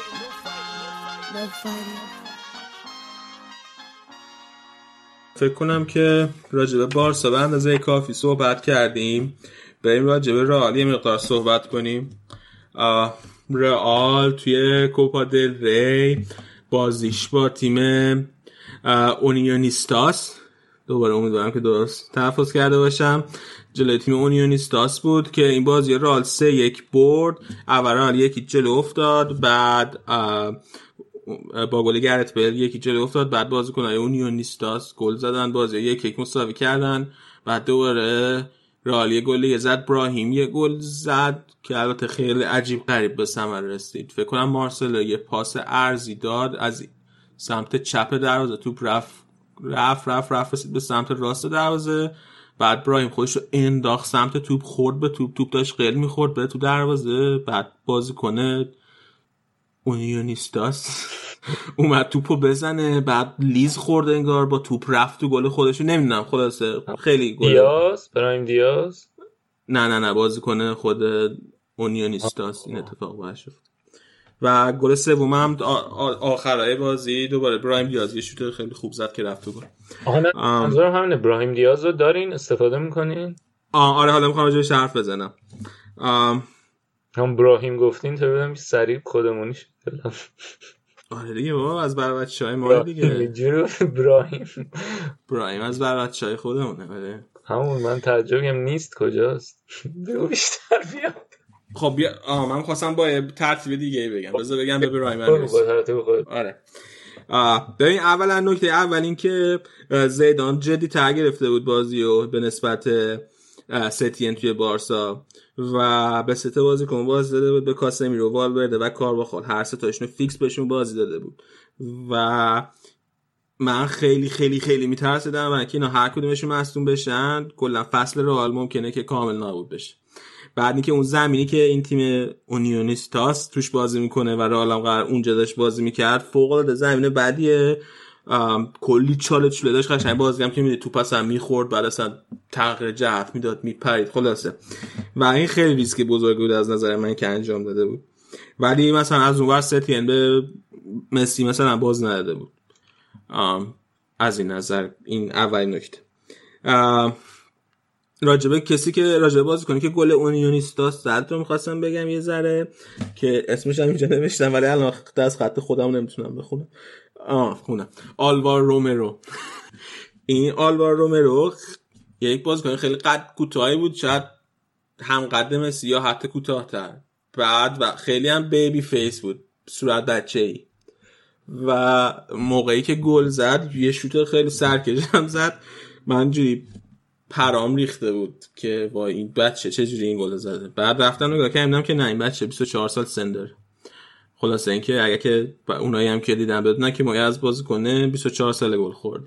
فکر کنم که راجع به بارسا به اندازه کافی صحبت کردیم. بریم راجع به رئال یه مقدار صحبت کنیم. رئال توی کوپا دل ری بازیش با تیم اونیونیستاس، دوباره امیدوارم که درست تلفظ کرده باشم، جلوی تیم اونیونیستاس بود که این بازی رئال 3-1 برد. اولا یکی جلو افتاد، بعد با گل گرت بیل یکی جلو افتاد، بعد بازیکن‌های اونیونیستاس گل زدن، بازی 1-1 مساوی کردن. بعد دوباره رئال یه گل زد، براهیم یه گل زد که البته خیلی عجیب غریب به ثمر رسید. فکر کنم مارسلو یه پاس ارضی داد از سمت چپ دروازه، توپ رفت رسید به سمت راست دروازه، بعد براهیم خودش رو انداخت سمت توپ، خورد به توپ داشت قل میخورد به تو دروازه، بعد بازیکن اونیونیستاس اومد توپو بزنه، بعد لیز خورد انگار با توپ رفت تو گل خودشو، نمیدونم خلاصه خیلی گل برایم دیاز نه بازیکن خود اونیونیستاس این اتفاق باشه. و گل سوم هم آخرای بازی دوباره برایم دیاز یه شوت خیلی خوب زد که رفت تو گل. منظورم همینه، برایم دیاز رو دارین استفاده میکنین؟ آره حالا میخوام راجعش حرف بزنم. هم براهیم گفتین تا ببینم که سریع خودمونی شد. آره دیگه بابا از بر بچهای ما دیگه براهیم از بر بچهای خودمونه. بله همون من تعجبم نیست کجاست بگو بیشتر بیا. خب بیا من خواستم با ترتیب دیگه بگم، بذار بگم به براهیم. آره ببین اولا نکته اول این که زیدان جدی تر گرفته بود بازیو به نسبت ستین توی بارسا و به سه تا بازیکن بازی داده بود، به کاسمیرو، والورده و کارواخال، هر سه تاشون فیکس بهشون بازی داده بود و من خیلی خیلی خیلی میترسیدم برای اینکه اینا هر کدومشون مصدوم بشن کلا فصل رئال ممکنه که کامل نابود بشه. بعد اینکه اون زمینی که این تیم اونیونیستاس توش بازی میکنه و رئال هم قرار اونجا داشت بازی میکرد فوق العاده زمین بدیه، کلی چاله داشت، قشنگ بازی هم که میدید تو پس هم میخورد بعد اصلا تغییر جهت میداد میپرید خلاصه، و این خیلی ریسک بزرگی بود از نظر من که انجام داده بود. ولی مثلا از اون ور ستین به مسی مثلا باز نداده بود. از این نظر این اولین نکته. راجبه کسی که راجبه بازی کنه که گل اونیونیستاس زد رو میخواستم بگم یه ذره که اسمش هم اینجا نوشتم ولی الان دست خط خودم نمیتونم بخونم. خونم آلوار رومرو. این آلوار رومرو یک بازیکن خیلی قد کوتاهی بود، شاید هم قد مسی یا حتی کوتاه‌تر، بعد و خیلی هم بیبی فیس بود، صورت بچه‌ای، و موقعی که گل زد یه شوت خیلی سرکش هم زد، من جوری پرام ریخته بود که وای این بچه چجوری این گل زده. بعد رفتم نگاه کردم که نه این بچه 24 سال سن داره. خلاصه اینکه اگه که اونایی هم که دیدن بدونن که ما از بازی کنه 24 سال گل خورد.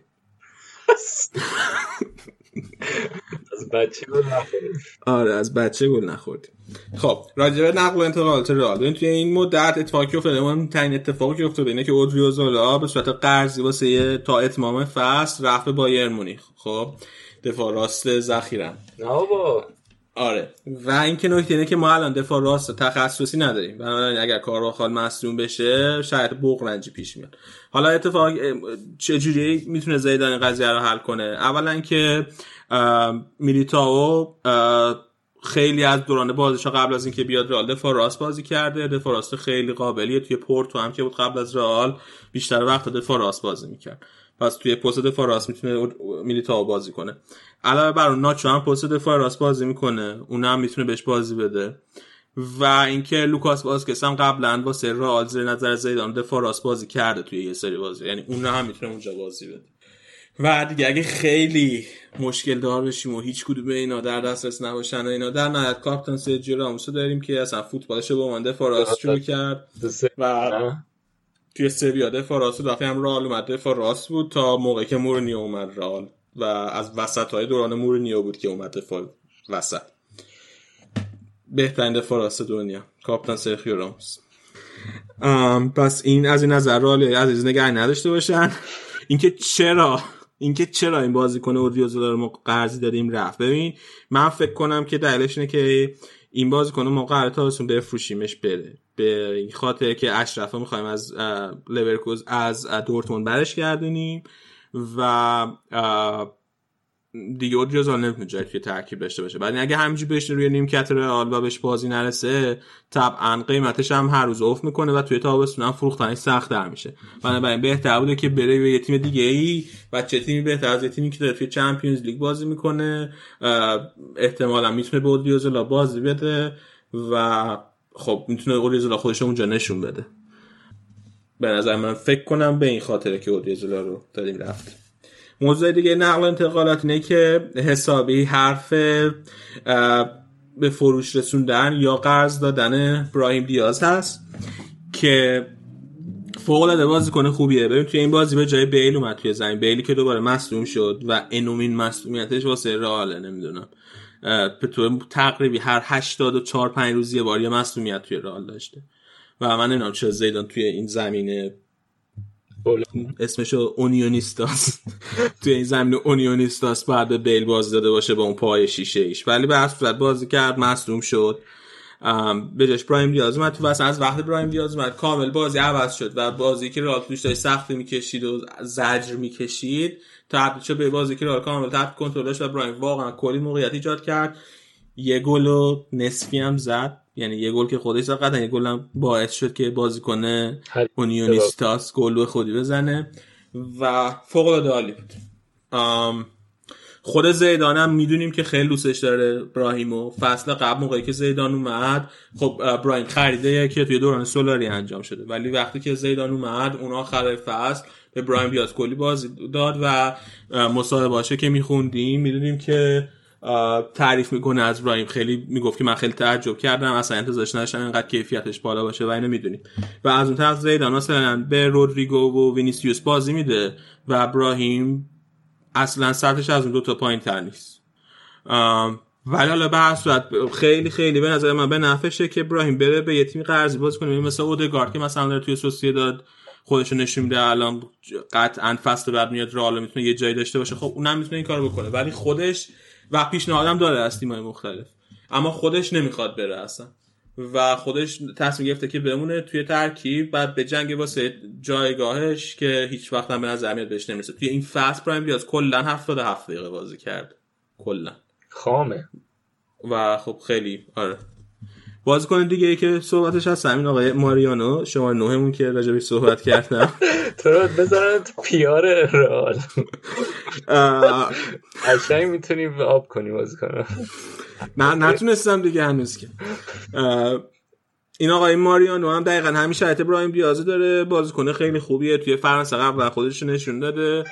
از بچه گل نخورد. آره از بچه گل نخورد. خب راجع به نقل و انتقالات رئال، ببین توی این مدت اتفاقی افتاده، اون تعیین اتفاقی که افتاده اینه که اودریوزولا به صورت قرضی واسه تا اتمام فصل رفت به بایرن مونیخ. خب دفاع راست ذخیره‌ام. نه بابا. آره و اینکه نکته اینه که ما الان دفاع راست تخصصی نداریم، بنابراین اگر کارواخال مصدوم بشه شاید بغرنجی پیش میاد. حالا اتفاق چجوری میتونه زیدان قضیه رو حل کنه؟ اولا که میلیتائو خیلی از دوران بازیش قبل از اینکه بیاد رئال دفاع راست بازی کرده، دفاع راست خیلی قابلیه، توی پورتو هم که بود قبل از رئال بیشتر وقت دفاع راست بازی میکرد، پس توی پست دفاع راست میتونه میلیتائو بازی کنه. علاوه بر اون ناچو هم پست دفاع راست بازی میکنه، اون هم میتونه بهش بازی بده. و اینکه لوکاس واسکس هم قبلا واسه رئال زیر نظر زیدان دفاع راست بازی کرده توی یه سری بازی، یعنی اون هم میتونه اونجا بازی بده. و دیگه اگه خیلی مشکل دار بشیم و هیچ کدوم اینا در دسترس نباشن و اینا، در نهایت کاپیتان سرجیو راموسو داریم که اصلا فوتبالش رو با من دفاع راست شروع کرد و توی سویا دفاع راست دفعه هم رئال اومد دفاع راست بود تا موقعی که مورینیو اومد رئال و از وسط‌های دوران مورینیو بود که اومد دفاع وسط. بهترین دفاع راست دنیا کاپیتان سرخیو راموس. پس این از این نظر رئال عزیز نگه نداشته باشن. اینکه چرا این بازیکن اودریوزولا رو ما قرضی دادیم رفت، ببین من فکر کنم که دلیلش اینه که این بازیکن ما قراره تابستون بفروشیمش بره، به این خاطر که اشرفو می‌خوایم از لورکوز از دورتموند برش گردونیم و دیگه اودریوزولا نمیتونه جایی که ترکیب داشته باشه. بعد اگه همینجوری بشه روی نیمکت رئال و بهش بازی نرسه طبعا قیمتش هم هر روز افت میکنه و توی تابستون هم فروختنش سخت‌تر میشه. بنابراین بهتر بوده که بره به یه تیم دیگه‌ای و چه تیمی بهتر از یه تیمی که داره توی چمپیونز لیگ بازی میکنه، احتمالاً میتونه به اودریوزولا بازی بده و خب میتونه اودریوزولا خودش اونجا نشون بده. به نظر من فکر کنم به این خاطره که اودریوزولا رو دادیم رفت. موضوع دیگه نقل و انتقالات اینه که حسابی حرف به فروش رسوندن یا قرض دادن براهیم دیاز هست که فوق العاده بازیکن خوبیه. ببین توی این بازی به جای بیل اومد توی زمین، بیلی که دوباره مصدوم شد و انومین مصدومیتش واسه رئال نمیدونم به طور تقریبی هر 84-5 روز یه بار یه مصدومیت توی رئال داشته و من نمیدونم چرا زیدان توی این زمینه اسمشو اونیونیستاس توی این زمین اونیونیستاس بعد به بیل بازی داده باشه با اون پای شیشه ایش، ولی به هر صورت بازی کرد مصدوم شد. به جاش برایم دیاز اومد تو واسه از وقت برایم دیاز اومد کامل بازی عوض شد و بازی که رئال توش داشت سخت میکشید و زجر میکشید تبدیل شد به بازی که رئال کامل تحت کنترل داشت و برایم واقعا کلی موقعیت ایجاد کرد، یه گل و نصفی هم زد، یعنی یه گل که خودش زد، قطعا یه گل هم باعث شد که بازیکن اونیونیستاس گل به خودی بزنه و فوق العاده عالی بود. خود زیدان هم میدونیم که خیلی دوستش داره براهیمو. فصل قبل موقعی که زیدان اومد خب براهیم خریده که توی دوران سولاری انجام شده، ولی وقتی که زیدان اومد اون آخر فصل به براهیم دیاز کلی بازی داد و مصاحبه‌اشو که میخوندیم میدونیم که تعریف میکنه از برایم، خیلی میگفت که من خیلی تعجب کردم، اصلا انتظارش نداشتم اینقدر کیفیتش بالا باشه و اینو میدونیم. و از اون طرف زیدان مثلا به رودریگو و وینیسیوس بازی میده و برایم اصلا سطحش از اون 2 تا پایین تر نیست. ولی حالا به هر صورت خیلی خیلی به نظر من به نفعشه که برایم بره به یه تیم قرضی بازی کنه، مثل اودگارد که مثلا داره توی سوسییداد خودشو نشون میده، الان قطعا فصل بعد میاد رئال میتونه یه جایی داشته باشه، خب اونم میتونه این کارو بکنه، ولی خودش و پیشنهادم داره از تیم‌های مختلف، اما خودش نمیخواد بره اصلا و خودش تصمیم گرفته که بمونه توی ترکیب، بعد به جنگ واسه جایگاهش که هیچ وقت هم به نظر میاد بهش نمیرسه. توی این فصل برایم دیاز کلا 77 دقیقه بازی کرد کلا، خامه. و خب خیلی آره بازیکن دیگه ای که صحبتش هست همین آقای ماریانو شماره 9 مون که راجبش صحبت کردم. تو رو بذارن تو پیار رئال قشنگ میتونی آب کنی بازیکن. نه نتونستم دیگه هنوز که. این آقای ماریانو هم دقیقاً همین شرایط برایم دیاز داره، بازیکن خیلی خوبیه، توی فرانسه قبلا خودش نشون داده.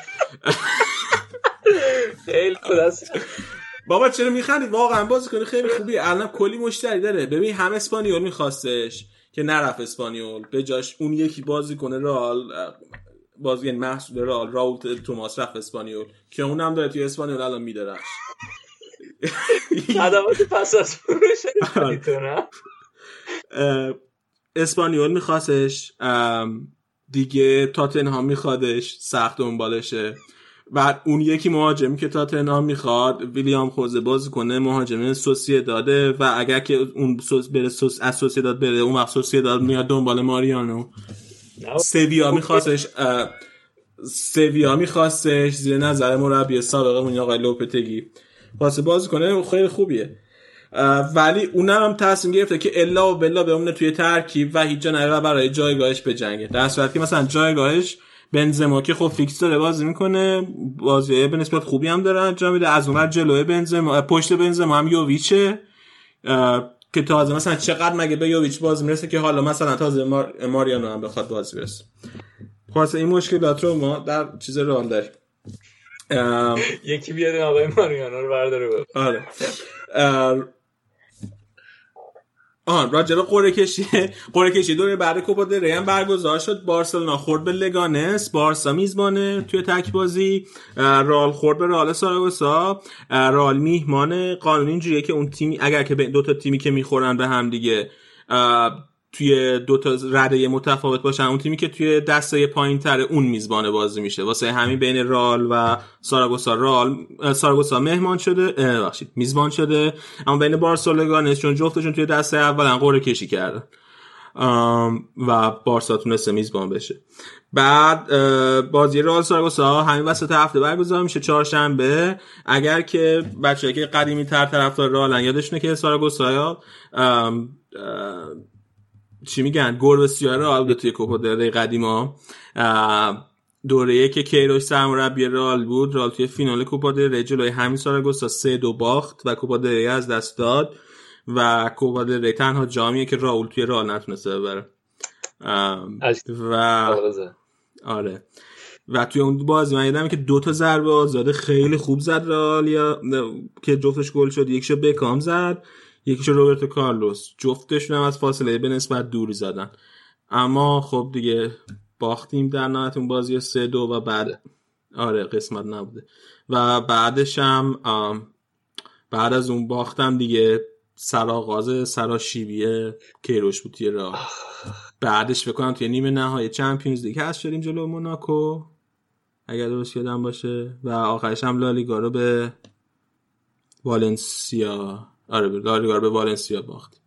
خیلی خلاص بابا چرا میخندید؟ واقعا بازیکن خیلی خوبیه، الان کلی مشتری داره. ببین هم اسپانیول میخواستش که نرفت اسپانیول، به جاش اون یکی بازیکن رئال بازیکن محصول رئال راول توماس رفت اسپانیول که اونم داره توی اسپانیول الان میدارش. خدمات پس از فروش میتونه. اسپانیول میخواستش دیگه، تاتنهام میخوادش، سخت دنبالشه. بعد اون یکی مهاجمی که تاتنهام میخواد ویلیام خوزه بازی کنه، مهاجم سوسییداد، و اگر که اون بره از سوسییداد بره، اون وقت سوسییداد میاد دنبال ماریانو. سویا میخواستش زیر نظر مربی سابقمون آقای لوپتگی واسه بازی کنه، خیلی خوبیه، ولی اونم هم تصمیم گرفته که الا و بلا بمونه توی ترکیب و هیچ جا نره برای جایگاهش بجنگه، در صورتی که مثلا جایگاهش بنزما که خب فیکس داره بازی میکنه، بازی به نسبت خوبی هم داره انجام میده، از اونور جلوی بنزما پشت بنزما هم یوویچه که تازه مثلا چقدر مگه به یوویچ بازی میرسه که حالا مثلا تازه ماریانو هم بخواد بازی برسه. خلاص این مشکلات رو ما در چیز رئال داریم. یکی بیاد آقای ماریانو رو برداره بود. آره. راجب قرعه کشی دوره بعد کوپا دل ری هم برگزار شد. بارسلونا خورد به لگانس، بارسا میزبانه توی تک بازی، رئال خورد به رئال ساراگوسا. رئال میهمانه. قانون اینجوریه که اون تیمی اگر که دو تا تیمی که میخورن به هم دیگه توی دو تا رده متفاوت باشن، اون تیمی که توی دسته پایین‌تر اون میزبانه بازی میشه. واسه همین بین رئال و ساراگوسا مهمان شده، میزبان شده، اما بین بارسا و لگانس چون جفتشون توی دسته اولن قرعه کشی کردن و بارسا تونسته میزبان بشه. بعد بازی رئال ساراگوسا همین وسط هفته برگزار میشه، چهارشنبه. اگر که بچه‌ای که قدیمی تر طرفدار رئالن یادشونه که ساراگوسا چی میگن گربه سیاه رئال توی کوپا دل ری قدیما، دوره‌ای که کیروش سرمربی رئال بود، رئال توی فینال کوپا دل ری جلوی همین ساراگوسا 3-2 باخت و کوپا دل ری از دست داد و کوپا دل ری تنها جامیه که راول توی رئال نتونسته ببره. و آره و توی اون بازی من یادمه که 2 تا ضربه آزاد خیلی خوب زد رئال که جفتش گل شد، یکیشو بکام زد، یکیشو روبرتو کارلوس، جفتشون هم از فاصله به نسبت دوری زدن، اما خب دیگه باختیم در نهایت اون بازی 3-2 و بعد آره قسمت نبوده و بعدش هم بعد از اون باختم دیگه سرآغاز سراشیبی کیروش بود توی راه. بعدش فکر کنم توی نیمه نهایی چمپیونز لیگ هست شدیم جلو موناکو اگر درست یادم باشه و آخرش هم لالیگا رو به والنسیا لالیگا به والنسیا باخت.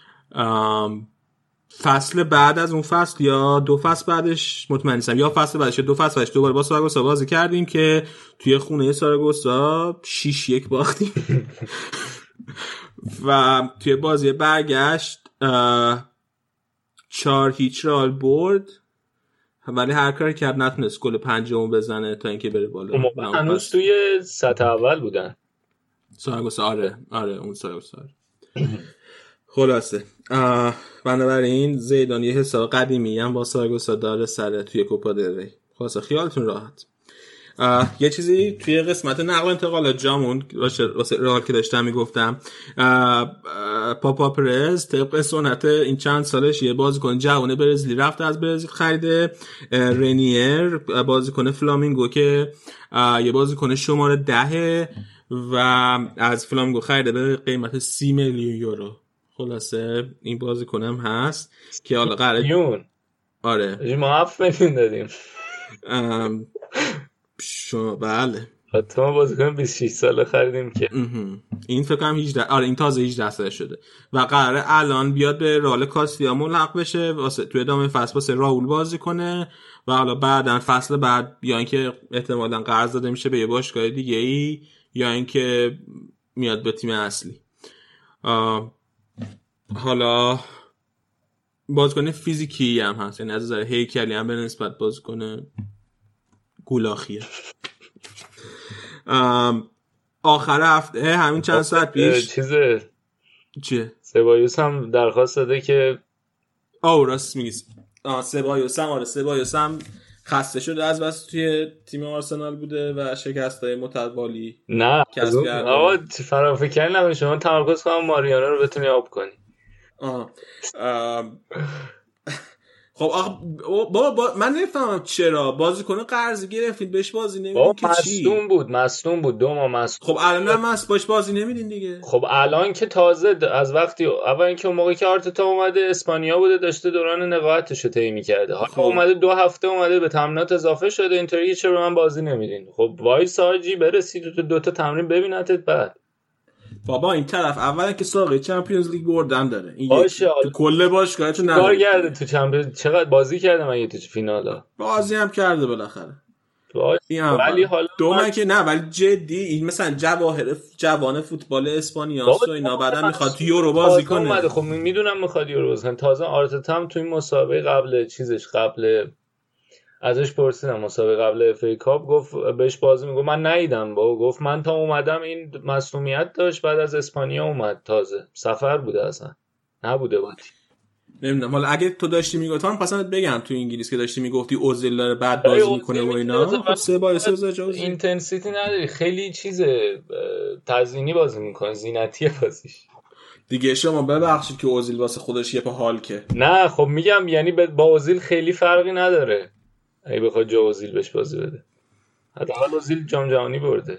فصل بعد از اون فصل یا 2 فصل بعدش مطمئن نیستم، یا فصل بعدش یا 2 فصل بعدش دوباره با ساراگوسا بازی کردیم که توی خونه ساراگوسا 6-1 باختیم و توی بازی برگشت 4-0 رئال برد، ولی هر کاری کرد نتونست گل پنجم بزنه تا اینکه بره بالا. هنوز توی سطح اول بودن ساراگوسا. آره اون ساراگوسا. خلاصه بنابراین زیدان یه حساب قدیمی هم با ساراگوسا داره سر توی کوپا دل ری. خلاصه خیالتون راحت. یه چیزی توی قسمت نقل و انتقالات جامون واسه رئال که داشتم میگفتم، پاپا پرز طبق سنت این چند سالش یه بازیکن جوان برزیلی رفته از برزیل خریده، رنیر بازیکن فلامینگو که یه بازیکن شماره 10 و از فلامینگو خریده به قیمت 30 میلیون یورو. خلاصه این بازیکنم هست که حالا قراره آره ما 7 میلیون دادیم شما بله حتی ما بازیکن 26 ساله خریدیم که این فکر کنم 18 آره این تازه 18 ساله شده و قراره الان بیاد به رئال کاستیا ملحق بشه واسه توی ادامه فصل واسه راول بازی کنه و حالا بعدن فصل بعد یا اینکه احتمالاً قرض داده میشه به یه باشگاه دیگه ای یا اینکه میاد به تیم اصلی. حالا بازیکن فیزیکی هم هست، یعنی از نظر هیکلی هم به نسبت بازیکن گولاخیه. آخر هفته همین چند ساعت پیش چیه؟ سبایوس هم درخواست داده که راست میگی. سبایوس هم خسته شده از بس توی تیم آرسنال بوده و شکست‌های متوالی نه آقا فرافکنی نمیشه، شما تمرکز کنم ماریانو رو بتونی آب کنی. خب بابا من نمیفهمم چرا بازیکن قرضی گرفتید بهش بازی نمیدین که چی؟ مصدوم بود 2 ماه مصدوم. خب الان هم باش بازی نمیدین دیگه. خب الان که تازه از وقتی اول اینکه اون موقعی که آرتتا اومده اسپانیا بوده داشته دوران نقاهتش رو طی می‌کرده، حالا اومده 2 هفته اومده به تمرینات اضافه شده، اینطوری چرا من بازی نمیدین؟ خب وای ساجی برسید تو 2 تا تمرین ببینتت بعد. بابا این طرف اولا که ساقه چمپیونز لیگ بردن داره این تو کل باشگاهتون نداره. کار کرده تو چمپیونز، چقدر بازی کرده مگه تو فینالا؟ بازی هم کرده بالاخره. ولی حالا دوم که نه ولی جدی این مثلا جوان فوتبال اسپانیا و اینا بعدن میخواد تو یورو بازی کنه. خب میدونم میخواد یورو بازی کنه. تازه آرتتا هم تو این مسابقه قبل ازش پرسیدم مسابقه قبل اف ای کاپ گفت بهش بازی میگه من ندیدم گفت من تا اومدم این مصونیت داشت بعد از اسپانیا اومد تازه سفر بوده اصلا نبوده بود. نمیدونم حالا اگه تو داشتی میگفتی من پسند بگم تو انگلیس که داشتی میگفتی اوزیل داره بعد بازی میکنه و اینا خب 3 با 3 جوزی اینتنسیتی نداری خیلی چیزه تزیینی بازی میکنه زینتیه بازیش دیگه. شما ببخشید که اوزیل واسه خودش یه پا حال که نه خب میگم یعنی با اوزیل خیلی فرقی نداره اگه بخواد جا اوزیل بهش بازی بده. حداقل اوزیل جام جهانی برده.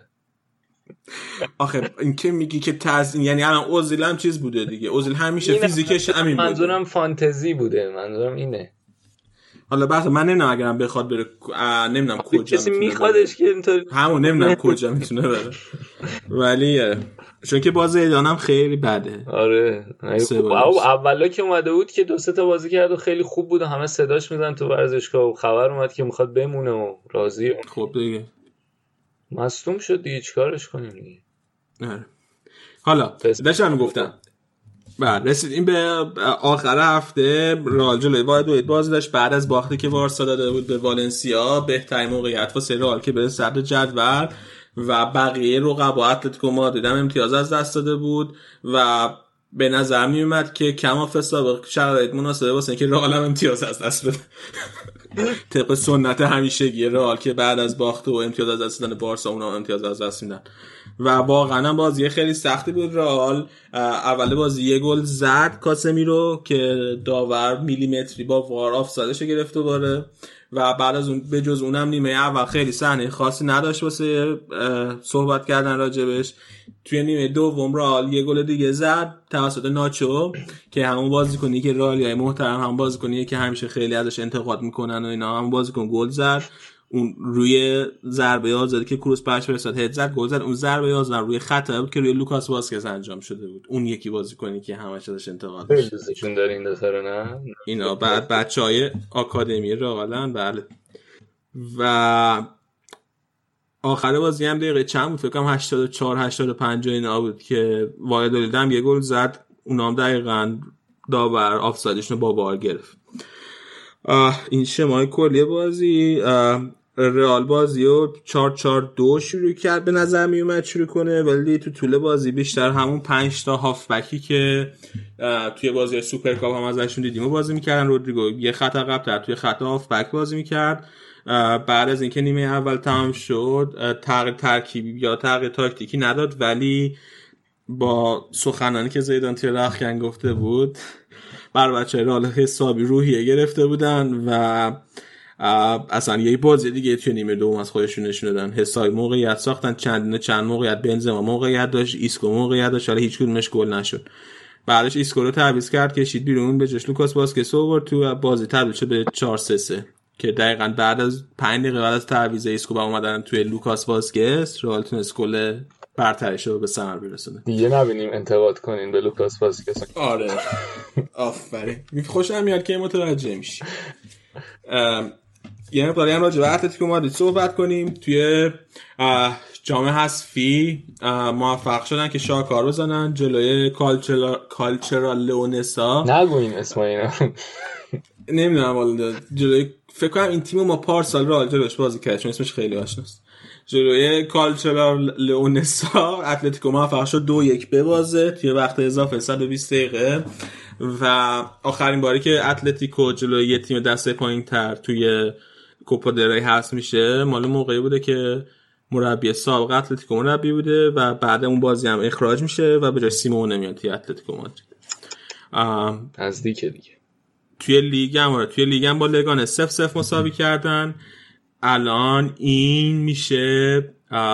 آخه این که میگی که تزیین یعنی الان اوزیل هم چیز بوده دیگه. اوزیل همیشه فیزیکش همین بوده. منظورم فانتزی بوده. منظورم اینه. حالا بحث من نمیدونم اگرم بخواد بره نمیدونم کجا کسی میخوادش که اینطوری همون نمیدونم کجا میتونه بره ولی چون که بازی ایدانم خیلی بده. آره اولا که اومده بود که 2-3 تا بازی کرد و خیلی خوب بود و همه صداش میزنن تو ورزشگاه و خبر اومد که میخواد بمونه و راضی. خب دیگه مصدوم شد دیگه چیکارش کنیم دیگه. آره حالا داشتم گفتم بعد رسیدیم به آخر هفته. رئال جلوی وایدوید بازی داشت بعد از باختی که وارسا داده بود به والنسیا. بهترین موقعیت واسه رئال که بره صدر جدول و بقیه رقبا اتلتیکو مادرید هم امتیاز از دست داده بود و به نظر می اومد که کما فسابق شرایط مناسبه واسه اینکه رئال هم امتیاز از دست بده. طبق سنت همیشگی رئال که بعد از باخت و امتیاز از دست دادن بارسا اونا امتیاز از دست میدن و واقعا بازی خیلی سختی بود. رئال اول بازی یه گل زد کاسمیرو که داور میلیمتری با وار آفسایدش گرفت دوباره و بعد از اون به جز اونم نیمه اول خیلی صحنه خاصی نداشت واسه صحبت کردن راجبش. توی نیمه دوم رئال یه گل دیگه زد توسط ناچو که همون بازیکنی که رئالیای محترم هم بازیکنیه که همیشه خیلی ازش انتقاد میکنن و اینا هم بازیکن گل زد. اون روی ضربه آزادی که کروس پاش فرستاد هد زد گل زد. اون ضربه آزادی روی خطا بود که روی لوکاس واسکز انجام شده بود. اون یکی بازیکنی که همش ازش انتقاد میشه داره این دسر نه اینا بعد بچهای آکادمی رئالن. بله و آخر بازی هم دقیقه چند بود فکر کنم 84 85 اینا بود که وایدولید هم یه گل زد. اونام دقیقاً داور آفسایدش رو با بار گرفت. این شمای کلی بازی رئال بازی رو 4-4-2 شروع کرد به نظر می اومد شروع کنه ولی تو طول بازی بیشتر همون 5 تا هافبکی که توی بازی سوپرکاپ هم ازشون دیدیم و بازی میکردن. رودریگو یه خط عقب‌تر توی خط هافبک بازی میکرد بعد از اینکه نیمه اول تمام شد تغییر ترکیبی یا تغییر تاکتیکی نداد، ولی با سخنانی که زیدان توی رختکن گفته بود بر بچه‌ها راه حسابی روحیه گرفته بودن و اصلا یه بازی دیگه توی نیمه دوم از خودشون نشون دادن. حسابی موقعیت ساختن، چند موقعیت بنزما موقعیت داشت، ایسکو موقعیت داشت، ولی هیچ کدومش گل نشد. بعدش ایسکو رو تعویض کرد، کشید بیرون، به جاش لوکاس واسکس آورد تو، بازی تبدیل شد به 4-3 که دقیقاً بعد از 5 دقیقه بعد از تعویض ایسکو با اومدن توی لوکاس واسکس رئال تونست گل برترش رو به ثمر برسونه. دیگه نبینیم انتقاد کنین به لوکاس واسکس. آره آفرین، خوشم میاد که متوجه میشی. یه مقداری هم راجع به اتلتیکو مادرید صحبت کنیم. توی جام حذفی موفق شدن که شاهکار بزنن جلوی کالچرال لئونسا. نگوین اسم اینا. نمیدونم والا، جلوی فکر کنم این تیمو ما پارسال رئال جلوش بازی کردیم، چون اسمش خیلی آشناست. جلوی کالچرال لئونسا اتلتیکو موفق شد 2-1 ببازه توی وقت اضافه 120 دقیقه و آخرین باری که اتلتیکو جلوی یه تیم دسته پایین‌تر توی کوپا دل ری حذف میشه مال موقعی بوده که مربی سابق اتلتیکو مربی بوده و بعد اون بازی هم اخراج میشه و به جای سیمونه میاد توی اتلتیکو مادرید. نزدیکه دیگه. توی لیگ هم با لگانس 0-0 مساوی کردن. الان این میشه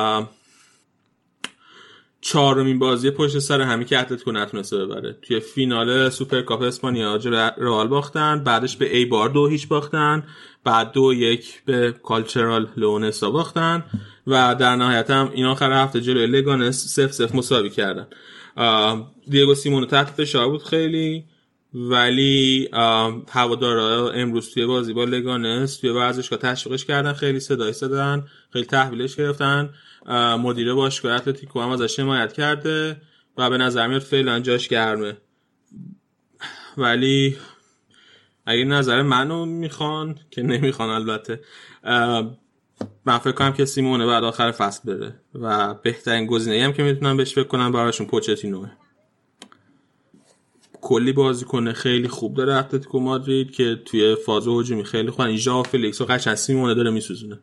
4مین بازی پشت سر همی که اتلتیکو نتونسته ببره. توی فینال سوپرکاپ اسپانیا جلوی رئال باختن، بعدش به ایبار 2-0 باختن، بعد 2-1 به کالچرال لئونسا باختن و در نهایت هم این آخر هفته جلوی لگانس 0-0 مساوی کردن. دیگو سیمونه تحت فشار بود خیلی، ولی هوادارا امروز توی بازی با لگانس توی ورزشگاه تشویقش کردن، خیلی صدای زدن، خیلی تحویلش گرفتن. مدیر باشگاه اتلتیکو هم ازش حمایت کرده و به نظر میاد فعلا جاش گرمه. ولی اگه نظر منو میخوان که نمیخوان البته، من فکر کنم که سیمونه بعد آخر فصل بره و بهترین گزینه‌ای هم که میتونن بهش فکر کنن براشون پوچتینوه. کلی بازیکن خیلی خوب داره اتلتیکو مادرید که توی فاز هجومی خیلی خوبن. این ژائو فلیکس و قشنگ سیمونه داره میسوزونه.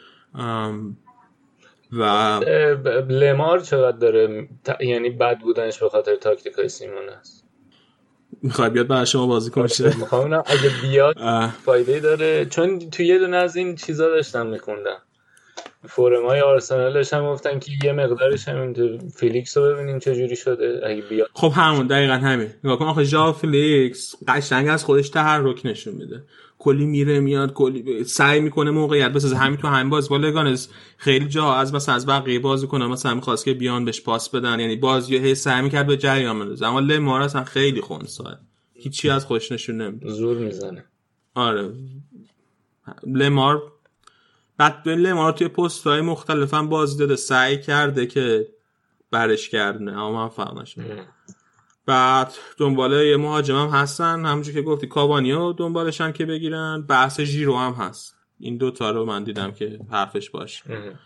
و لمار چقدر داره یعنی بد بودنش به خاطر تاکتیکای سیمونه است. میخوای بیاد برای شما بازی کنه؟ میخوام اگه بیاد فایده داره، چون توی یه دونه از این چیزا داشتم میخوندم فورمای آرسنالش هم گفتن که یه مقدارش همین فیلیکس رو ببینیم چه جوری شده اگه بیاد. خب همون دقیقاً همین. نگاه کن آخه ژائو فلیکس قشنگ از خودش تحرک نشون میده، کلی میره میاد، کلی سعی میکنه موقعیت بسازه. همین تو همین بازی با لگانس خیلی جا از مثلا از بقیه بازیکن‌ها مثلا می‌خواست که بیان بهش پاس بدن، یعنی بازیو هی سعی می‌کرد به جریان بندازه، اما لمار اصلا خیلی خنثیه، هیچی از خودش نشون نمیده، زور میزنه. آره لمار بعد لمار توی پست‌های مختلف هم بازی داده، سعی کرده که برش گردونه اما من فهم نشد. بعد دنباله یه مهاجم هم هستن، همونجور که گفتی کاوانیو دنبالشن که بگیرن. بحث ژیرو هم هست. این دوتا رو من دیدم که حرفش باشه.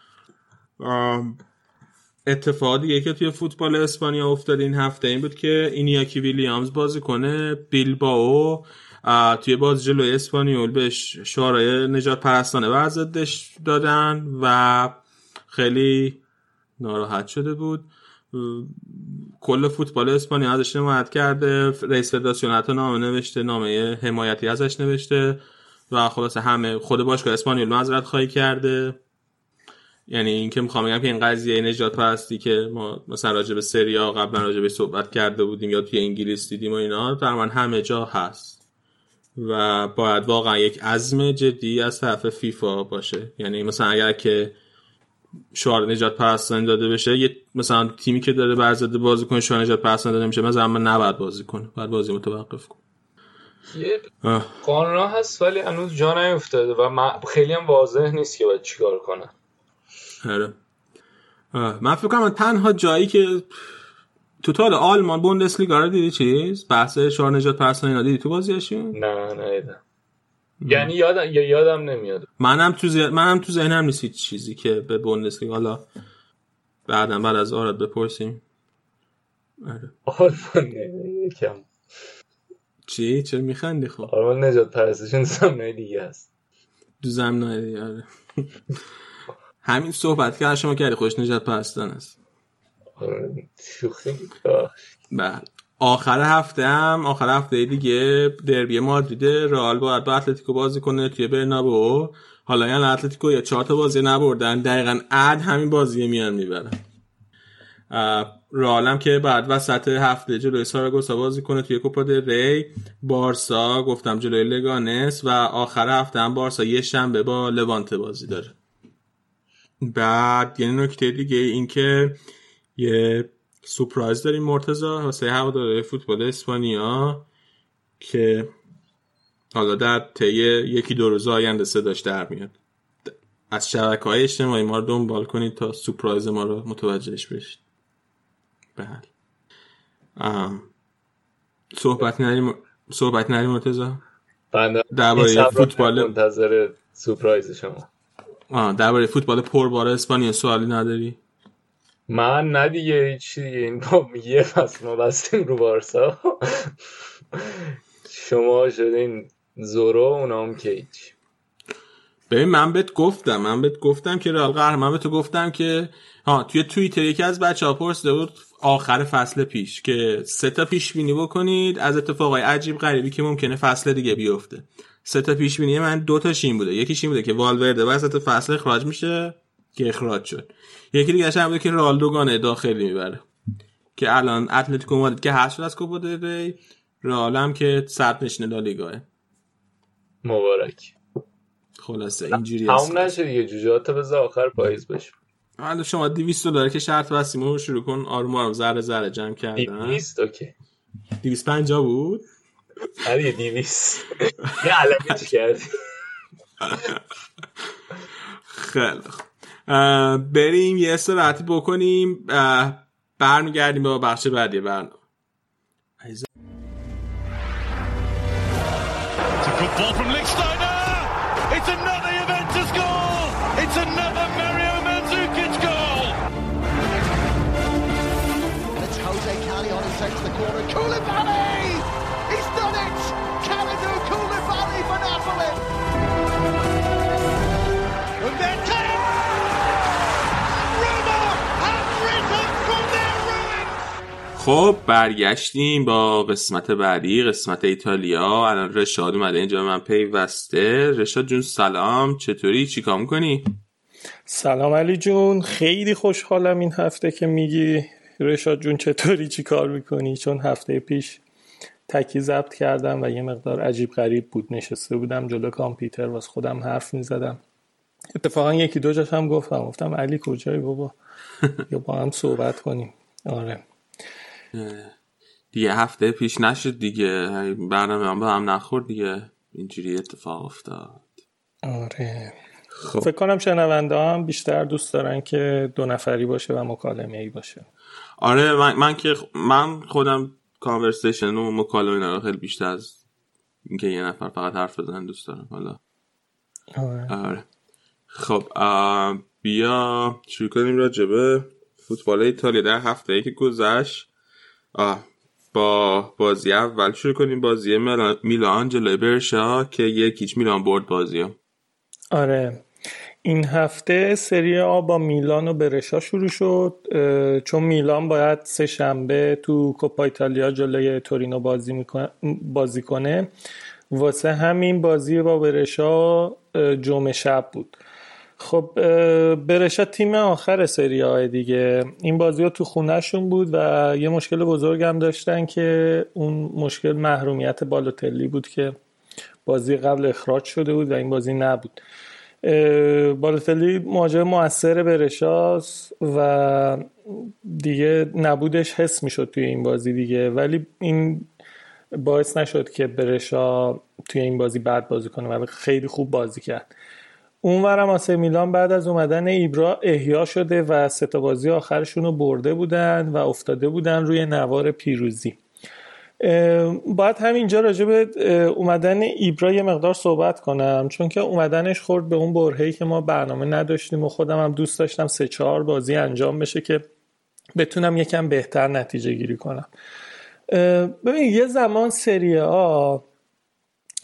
اتفاق دیگه که توی فوتبال اسپانیا افتاد این هفته این بود که اینیاکی ویلیامز بازی کنه بیلبائو توی بازی جلوی اسپانیول بهش شعارهای نجات پرستانه بر ضدش دادن و خیلی ناراحت شده بود. کل فوتبال اسپانیا ازش حمایت کرده، رئیس فدراسیون حتی نامه نوشته، نامه حمایتی ازش نوشته و خلاصه همه خود باشگاه اسپانیول معذرت خواهی کرده. یعنی این که میخوام بگم که این قضیه نجات پرستی که ما مثلا راجع به سری آ قبلا راجع به صحبت کرده بودیم یا توی انگلیس دیدیم و اینا تقریبا همه جا هست و باید واقعا یک عزم جدی از طرف فیفا باشه. یعنی مثلا اگر که شعار نجات پرستانی داده بشه، یه مثلا تیمی که داره بر ضد بازیکن شعار نجات پرستانی داده میشه مثلا من نباید بازی کنه، باید بازی متوقف کنه. یه قانون هست ولی هنوز جا نیفتاده و خیلی هم واضح نیست که باید چیکار کنه. آره من فکر کنم تنها جایی که توتال آلمان بوندسلیگا رو دیدی چیز بحث شعار نجات پرستانی ندیدی تو بازیشون؟ نه ندیدم. یعنی یادم نمیاد. منم تو ذهنم نیست هیچ چیزی که به بوندسلیگا حالا بعد از آراد بپرسیم. آره آلمان یکم چرا میخندی؟ خب آلمان نجات پرستیشون سامنه دیگه است. دو زمینای دیگه. همین صحبت که شما کردی خوش نجات پرستان است. شوخی. بله. آخر هفته دیگه دربی مادرید، رئال باید با اتلتیکو بازی کنه توی برنابئو. حالا یعنی اتلتیکو یا 4 تا بازی نبردن، دقیقاً همین بازی میان میبرن. رئال هم که بعد وسط هفته جلوی ساراگوسا بازی کنه توی کوپا دل ری. بارسا گفتم جلوی لگانس و آخر هفته هم بارسا یه شنبه با لوانته بازی داره. بعد یه نکته دیگه این که یه سورپرایز داریم مرتضی واسه هواداره فوتبال اسپانیا که حالا در طی 1-2 روز آینده صداش در میاد. از شبکه‌های اجتماعی ما رو دنبال کنید تا سورپرایز ما رو متوجهش بشید. بله. صحبت نریم مرتضی. بنده درباره فوتبال منتظر سورپرایز شما. درباره فوتبال پربار اسپانیا سوالی نداری؟ من نه دیگه هیچی دیگه. این با یه فصل ما بستیم رو بارسا. شما شدین زورو اونا هم که هیچ. ببین من بهت گفتم که رئال قهرمان. من به تو گفتم که توی توییتر یکی از بچه‌ها پرسیده بود آخر فصل پیش که 3 تا پیش بینی بکنید از اتفاقای عجیب غریبی که ممکنه فصل دیگه بیفته. 3 تا پیش بینی من 2 تاش این بوده. یکیش این بوده که والورده وسط فصل اخراج میشه که اخراج شد. یکی دیگه اش بوده که رئال دوگانه داخلی میبره که الان اتلتیکو مادرید که حذف شد از کوپا دل ری، رئال هم که صدر نشین لالیگا. مبارک. خلاصه اینجوری تموم نشه دیگه، جوجه‌ات بذار آخر پاییز بشه. حالا شما $200 که شرط بستیم رو شروع کن. آروم آروم ذره جمع کردن. 200 اوکی. 250 بود. آره 200. یه علامه چی کردی؟ خیلی بریم یه استراحتی بکنیم، برمیگردیم به بخش بعدی برنامه. It's another Juventus goal! It's another Mario Mandzukic goal! It's Jose Callejon takes the corner. Koulibaly! He's done it! Kalidou Koulibaly for Napoli! And then Roma have risen from their ruins! خب برگشتیم با قسمت بعدی، قسمت ایتالیا. الان رشاد اومده اینجا من پیوسته. رشاد جون سلام، چطوری؟ چی کار می‌کنی؟ سلام علی جون، خیلی خوشحالم این هفته که میگی رشاد جون چطوری چی کار میکنی، چون هفته پیش تکی ضبط کردم و یه مقدار عجیب غریب بود. نشسته بودم جلو کامپیوتر واسه خودم حرف میزدم. اتفاقا 1-2 جاش هم گفتم علی کجایی بابا یا با هم صحبت کنیم. آره دیگه هفته پیش نشد دیگه، برنامه هم با هم نخورد دیگه، اینجوری اتفاق افتاد. آره خب. فکر کنم شنونده هم بیشتر دوست دارن که 2 نفری باشه و مکالمه‌ای باشه. آره من خودم کانورسیشن و مکالمه اینا رو خیلی بیشتر از اینکه یه نفر فقط حرف بزنن دوست دارم. حالا آره خب بیا شروع کنیم راجع به فوتبال ایتالیا در هفته‌ای که گذشت. با بازی اول شروع کنیم، بازی میلان جلوی برشا که 1-0 میلان برد بازیو. آره این هفته سری آ با میلان و برشا شروع شد، چون میلان باید 3 شنبه تو کوپا ایتالیا جلوی تورینو بازی کنه. واسه همین بازی با برشا جمعه شب بود. خب برشا تیم آخر سری آ دیگه، این بازی ها تو خونهشون بود و یه مشکل بزرگ هم داشتن که اون مشکل محرومیت بالوتلی بود که بازی قبل اخراج شده بود و این بازی نبود. بالوتلی مهاجم مؤثر برشاست و دیگه نبودش حس میشد توی این بازی دیگه، ولی این باعث نشد که برشا توی این بازی بد بازی کنه و خیلی خوب بازی کرد. اونورم آسه میلان بعد از اومدن ایبرا احیا شده و 3 تا بازی آخرشون رو برده بودن و افتاده بودن روی نوار پیروزی. باید همینجا راجع به اومدن ایبرا یه مقدار صحبت کنم، چون که اومدنش خورد به اون برهه‌ای که ما برنامه نداشتیم و خودم هم دوست داشتم 3-4 بازی انجام بشه که بتونم یکم بهتر نتیجه گیری کنم. ببین یه زمان سری آ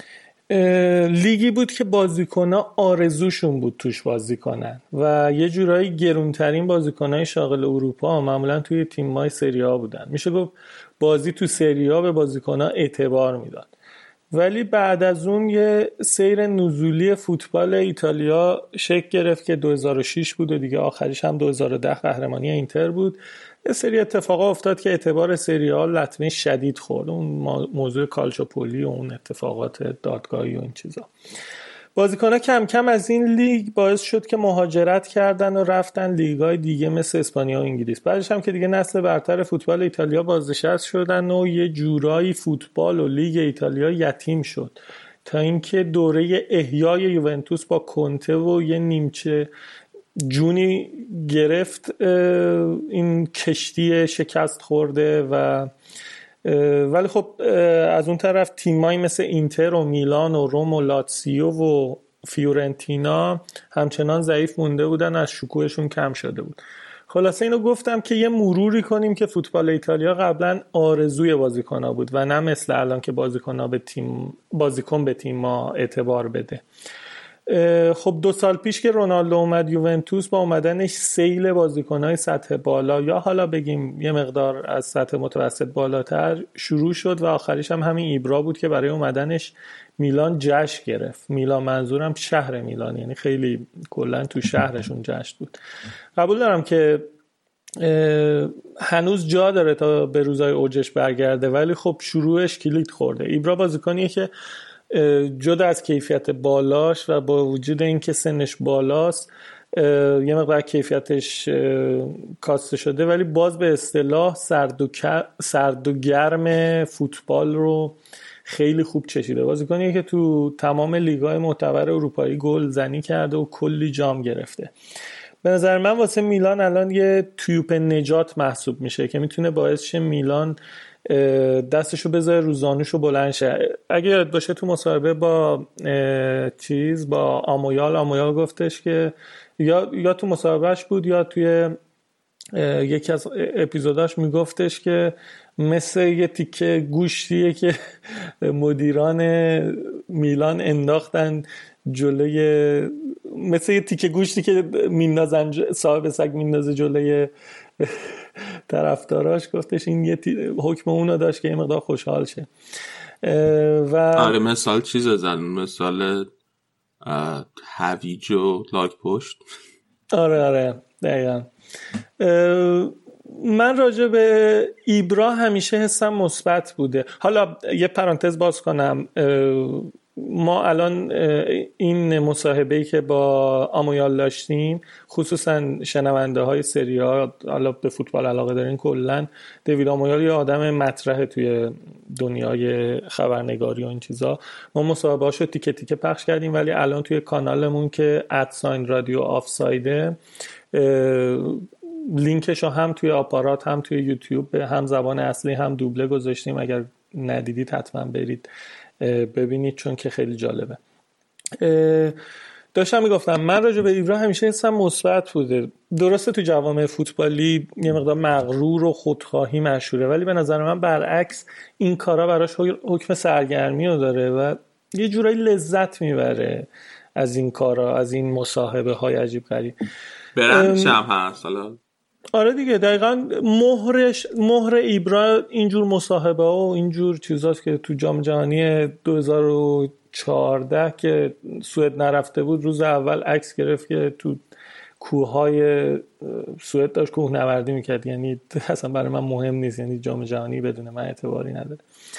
لیگی بود که بازیکن‌ها آرزوشون بود توش بازی کنن و یه جورایی گرونترین بازیکن‌های شاغل اروپا معمولا توی تیم‌های سری آ بودن. میشه گفت بازی تو سری آ به بازیکن‌ها اعتبار میداد. ولی بعد از اون یه سیر نزولی فوتبال ایتالیا شکل گرفت که 2006 بود و دیگه آخریش هم 2010 قهرمانی اینتر بود. یه سری اتفاقا افتاد که اعتبار سری آ لطمه شدید خورد. اون موضوع کالچوپولی و اون اتفاقات دادگاهی و این چیزا. بازیکن‌ها کم کم از این لیگ باعث شد که مهاجرت کردن و رفتن لیگ‌های دیگه مثل اسپانیا و انگلیس. بعدش هم که دیگه نسل برتر فوتبال ایتالیا بازنشست شدن و یه جورایی فوتبال و لیگ ایتالیا یتیم شد تا اینکه دوره احیای یوونتوس با کنته و یه نیمچه جونی گرفت این کشتی شکست خورده و ولی خب از اون طرف تیمایی مثل اینتر و میلان و روم و لاتسیو و فیورنتینا همچنان ضعیف مونده بودن، از شکوهشون کم شده بود. خلاصه اینو گفتم که یه مروری کنیم که فوتبال ایتالیا قبلا آرزوی بازیکن‌ها بود و نه مثل الان که بازیکن به تیم ما اعتبار بده. خب 2 سال پیش که رونالدو اومد یوونتوس، با اومدنش سیل بازیکن‌های سطح بالا یا حالا بگیم یه مقدار از سطح متوسط بالاتر شروع شد و آخریش هم همین ایبرا بود که برای اومدنش میلان جشن گرفت. میلان منظورم شهر میلان، یعنی خیلی کلا تو شهرشون جشن بود. قبول دارم که هنوز جا داره تا به روزای اوجش برگرده، ولی خب شروعش کلید خورده. ایبرا بازیکنیه که جدا از کیفیت بالاش و با وجود اینکه سنش بالاست یه مقدار کیفیتش کاسته شده، ولی باز به اصطلاح سرد و گرم فوتبال رو خیلی خوب چشیده. بازیکنیه که تو تمام لیگ‌های معتبر اروپایی گل زنی کرده و کلی جام گرفته. به نظر من واسه میلان الان یه توپ نجات محسوب میشه که میتونه باعث شه میلان دستشو بذاره رو زانوشو بلند شه. اگه یاد باشه تو مصاحبه با آمویال گفتش که یا تو مصاحبهش بود یا توی یکی از اپیزوداش میگفتش که مثل یه تیکه گوشتیه که مدیران میلان انداختن جلوی، مثل یه تیکه گوشتی که میندازن صاحب سگ میندازه جلوی طرفداراش. گفتش این یه حکم اونو داشت که یه مقدار خوشحال شه. و آره مثال چیز زدن، مثال هویج و لاک پشت. آره دقیقا. من راجع به ایبرا همیشه حسم مثبت بوده. حالا یه پرانتز باز کنم، ما الان این مصاحبه‌ای که با آمویال داشتیم، خصوصا شنونده های سری ها حالا به فوتبال علاقه دارین، کلن دیوید آمویال یه آدم مطرحه توی دنیای خبرنگاری و این چیزا. ما مصاحبه هاشو تیکه تیکه پخش کردیم، ولی الان توی کانالمون که @رادیو آفسایده لینکشو هم توی آپارات هم توی یوتیوب به هم زبان اصلی هم دوبله گذاشتیم. اگر ندیدید حتما برید ببینید چون که خیلی جالبه. داشتم میگفتم من راجع به ایبرا همیشه حسم مثبت بوده. درسته تو جوامع فوتبالی یه مقدار مغرور و خودخواهی مشهوره، ولی به نظر من برعکس این کارا براش حکم سرگرمی رو داره و یه جورایی لذت میبره از این کارا، از این مصاحبه های عجیب غریب. برندش هم هست حالا. آره دیگه دقیقاً مهر ایبرا اینجور مصاحبه و اینجور چیزاست که تو جام جهانی 2014 که سوئد نرفته بود، روز اول عکس گرفت که تو کوههای سوئد داشت کوهنوردی میکرد. یعنی اصلا برای من مهم نیست، یعنی جام جهانی بدون من اعتباری نداره.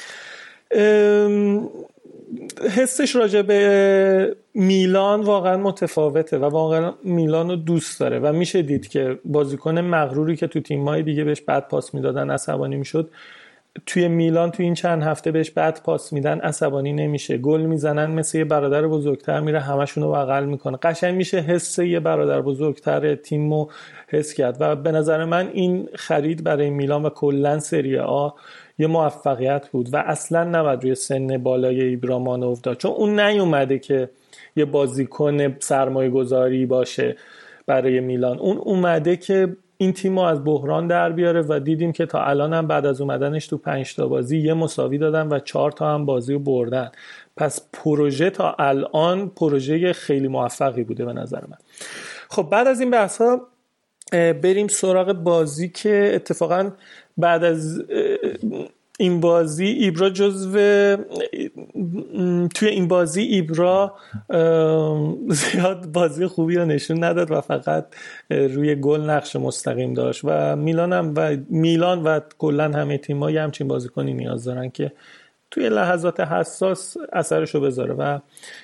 حسش راجع به میلان واقعا متفاوته و واقعا میلان رو دوست داره و میشه دید که بازیکن مغروری که تو تیم‌های دیگه بهش بد پاس میدادن عصبانی میشد، توی میلان تو این چند هفته بهش بد پاس میدن عصبانی نمیشه، گل میزنن مثل یه برادر بزرگتر میره همشون رو بغل میکنه. قشنگ میشه حس یه برادر بزرگتر تیمو حس کرد و به نظر من این خرید برای میلان و کلا سری آ یه موفقیت بود و اصلا نباید روی سن بالای ایبرامانوف داد، چون اون نیومده که یه بازیکن سرمایه گذاری باشه برای میلان. اون اومده که این تیمو از بحران در بیاره و دیدیم که تا الان هم بعد از اومدنش تو 5 تا بازی یه مساوی دادن و 4 تا هم بازی رو بردن. پس پروژه تا الان پروژه خیلی موفقی بوده به نظر من. خب بعد از این بحث‌ها بریم سراغ بازی که اتفاقا بعد از این بازی ایبرا توی این بازی ایبرا زیاد بازی خوبی رو نشون نداد و فقط روی گل نقش مستقیم داشت و میلان و کلا همه تیم‌ها یه همچین بازیکنی نیاز دارن که توی لحظات حساس اثرشو بذاره و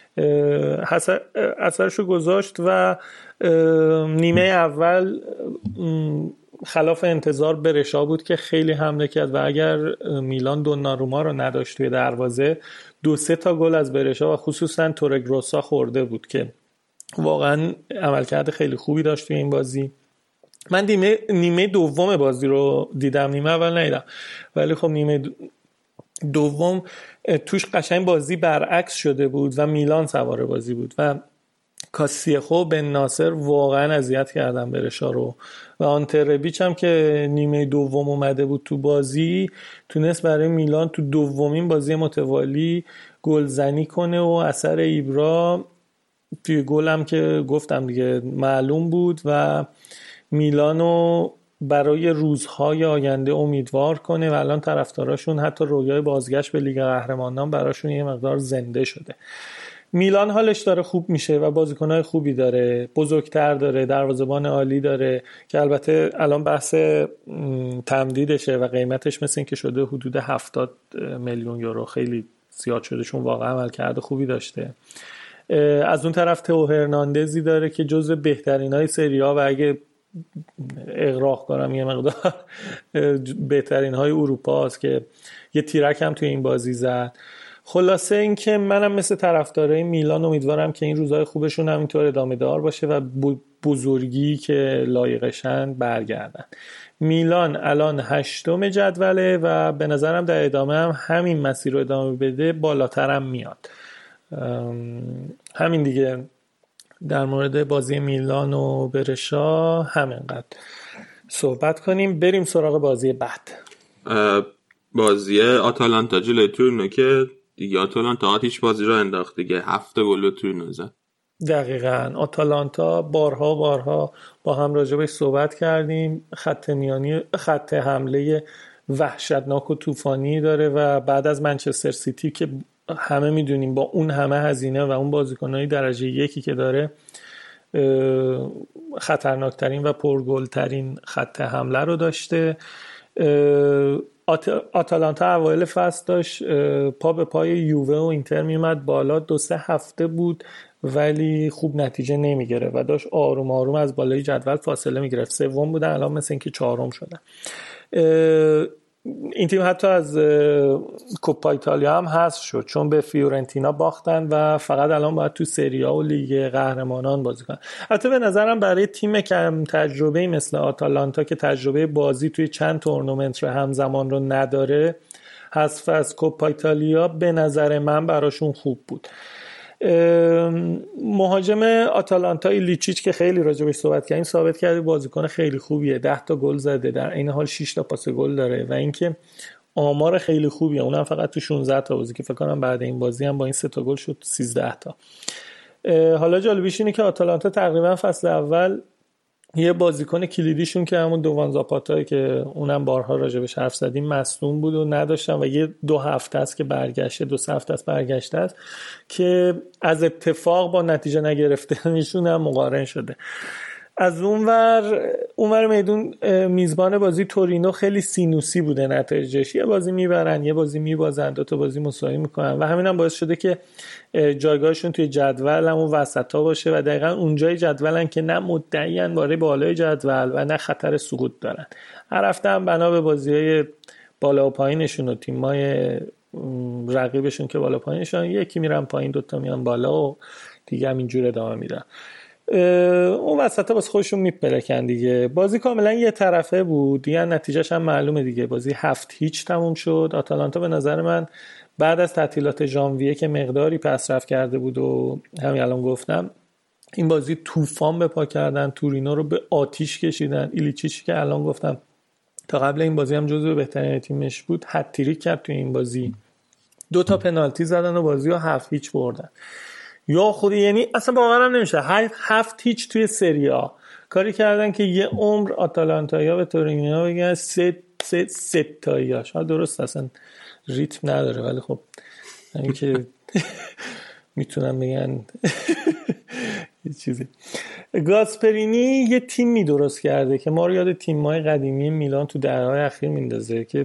اثرشو گذاشت و نیمه اول خلاف انتظار برشا بود که خیلی حمله کرد و اگر میلان دوناروما رو نداشت توی دروازه 2-3 تا گل از برشا و خصوصا تورگروسا خورده بود که واقعا عملکرد خیلی خوبی داشت توی این بازی. من نیمه دوم بازی رو دیدم، نیمه اول ندیدم، ولی خب نیمه دوم توش قشنگ بازی برعکس شده بود و میلان سوار بازی بود و کاسیخو بن ناصر واقعا اذیت کردن برشا رو و آنتربیچ هم که نیمه دوم اومده بود تو بازی تونست برای میلان تو دومین بازی متوالی گلزنی کنه و اثر ایبرا توی گل هم که گفتم دیگه معلوم بود و میلانو برای روزهای آینده امیدوار کنه و الان طرفداراشون حتی رویای بازگشت به لیگ قهرمانان براشون یه مقدار زنده شده. میلان حالش داره خوب میشه و بازیکنهای خوبی داره، بزرگتر داره، دروازه‌بان عالی داره که البته الان بحث تمدیدشه و قیمتش مثل این که شده حدود 70 میلیون یورو، خیلی زیاد شده چون واقعا عملکرد خوبی داشته. از اون طرف تئو هرناندزی داره که جزو بهترینای سری آ و اگه اغراق کنم یه مقدار بهترین های اروپا است که یه تیرک هم توی این بازی زد. خلاصه این که منم مثل طرفدارای میلان امیدوارم که این روزهای خوبشون همینطور ادامه دار باشه و بزرگی که لایقشن برگردن. میلان الان 8م جدوله و به نظرم در ادامه هم همین مسیر رو ادامه بده بالاترم میاد. همین دیگه در مورد بازی میلان و برشا همینقدر صحبت کنیم. بریم سراغ بازی بعد. بازی آتالانتا جلوی تورینو که دیگه آتالانتا هیچ بازی رو انداخت دیگه، 7 گل به تورینو زد. دقیقاً بارها با هم راجبش صحبت کردیم. خط حمله وحشتناک و طوفانی داره و بعد از منچستر سیتی که همه میدونیم با اون همه هزینه و اون بازیکنای درجه یکی که داره خطرناکترین و پرگلترین خط حمله رو داشته. آتالانتا اوایل فصل داشت پا به پای یووه و اینتر میومد بالا، 2-3 هفته بود ولی خوب نتیجه نمیگیره و داشت آروم آروم از بالای جدول فاصله میگرفت. سوم بودن، الان مثل اینکه 4م شدن. این تیم حتی از کوپا ایتالیا هم حذف شد چون به فیورنتینا باختن و فقط الان باید تو سری آ و لیگ قهرمانان بازی کنن. البته به نظرم برای تیم کم تجربه مثل آتالانتا که تجربه بازی توی چند تورنمنت رو همزمان رو نداره، حذف از کوپا ایتالیا به نظر من براشون خوب بود. مهاجم آتالانتا لیچیچ که خیلی راجبش صحبت کردیم ثابت کرده بازیکن خیلی خوبیه، 10 تا گل زده، در این حال 6 تا پاس گل داره و اینکه آمار خیلی خوبیه، اونم فقط تو 16 تا بازی که فکر کنم بعد این بازی هم با این 3 تا گل شد 13 تا. حالا جالبیش اینه که آتالانتا تقریبا فصل اول یه بازیکن کلیدیشون که همون دوان زاپاتایی که اونم بارها راجبش حرف زدیم مصدوم بود و نداشتن و یه 2 هفته است که برگشته، 2-3 هفته است برگشته است که از اتفاق با نتیجه نگرفتنشون هم مقارن شده. از اونور میدون میزبان بازی تورینو خیلی سینوسی بوده نتایجش، یه بازی میبرن یه بازی میبازن، 2 تا بازی مساوی میکنن و همین هم باعث شده که جایگاهشون توی جدول همون وسطا باشه و دقیقاً اونجای جدولن که نه مدعیان برای بالای جدول و نه خطر سقوط دارن. هر هفته هم بنا به بازی‌های بالا و پایینشون و تیم‌های رقیبشون که بالا پایینشون یکی میرن پایین 2 تا میان بالا و دیگه همینجوری ادامه میدن. اون وسطا واسه خودشون میپلکن دیگه. بازی کاملا یه طرفه بود دیگه، نتیجهش هم معلومه دیگه. بازی 7-0 تموم شد. آتالانتا به نظر من بعد از تعطیلات ژانویه که مقداری پسرفت کرده بود و همین الان گفتم این بازی طوفان به پا کردن، تورینو رو به آتیش کشیدن. ایلیچیچ که الان گفتم تا قبل این بازی هم جزو بهترین تیمش بود، هتریک کرد توی این بازی. 2 تا پنالتی زدن و بازی رو 7-0 بردن. یا خودی، یعنی اصلا باورم نمیشه 7-0 توی سری آ کاری کردن که یه عمر آتالانتایا به تورینو بگن 3 تایی. شاید درست اصلا ریتم نداره ولی خب همین که میتونم بگن یه چیزی. گاسپرینی یه تیمی درست کرده که ما رو یاد تیم‌های قدیمی میلان تو دهه‌های اخیر میندازه که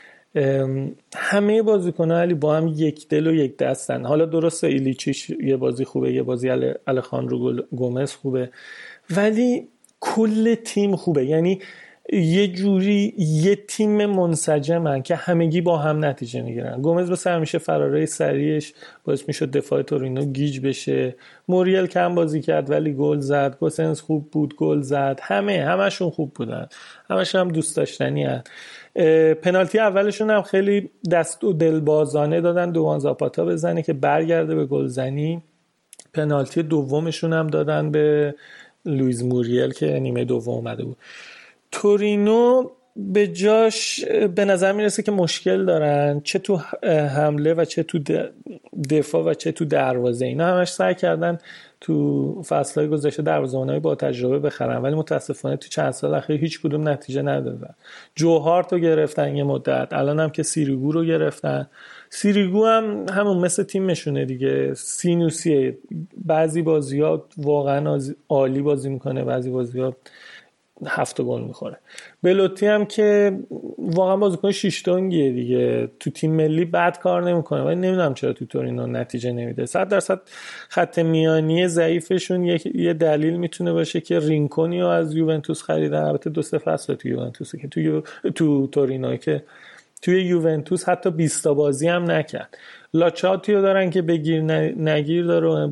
همه بازیکن‌ها علی با هم یک دل و یک دستن. حالا درسته ایلیچیش یه بازی خوبه، یه بازی الخاندرو گومز خوبه، ولی کل تیم خوبه. یعنی یه جوری یه تیم منسجمن که همگی با هم نتیجه میگیرن. گومز به سر میشه فراره سریعش باعث میشد دفاع تورینو گیج بشه. موریل کم بازی کرد ولی گل زد. گوسنس خوب بود، گل زد. همشون خوب بودن، همشون هم دوست داشتنی هست. پنالتی اولشون هم خیلی دست و دلبازانه دادن دوان زاپاتا بزنه که برگرده به گلزنی. پنالتی دومشون هم دادن به لوئیز موریل که نیمه دوم اومده بود. تورینو به جاش به نظر میرسه که مشکل دارن، چه تو حمله و چه تو دفاع و چه تو دروازه. اینا همش سعی کردن تو فصلهای گذشته دروازه‌بانای با تجربه بخرن ولی متاسفانه تو چند سال اخیر هیچ کدوم نتیجه ندادن. جوهارت رو گرفتن یه مدت، الان هم که سیریگو رو گرفتن. سیریگو هم همون مثل تیمشونه دیگه، سینوسیه. بعضی بازی‌ها واقعا عالی بازی میکنه، بعضی بازی‌ها 7 گل میخوره. بلوتی هم که واقعا بازیکن 6 تنگیه دیگه، تو تیم ملی بد کار نمیکنه ولی نمیدونم چرا تو تورینو نتیجه نمیده. 100% خط میانی ضعیفشون یه دلیل میتونه باشه که رینکونیو از یوونتوس خریدن. البته 2 فصل تو یوونتوسه که تو تورینو که توی یوونتوس حتی 20 تا بازی هم نکرد. لاچاتیو دارن که بگیر نگیر داره و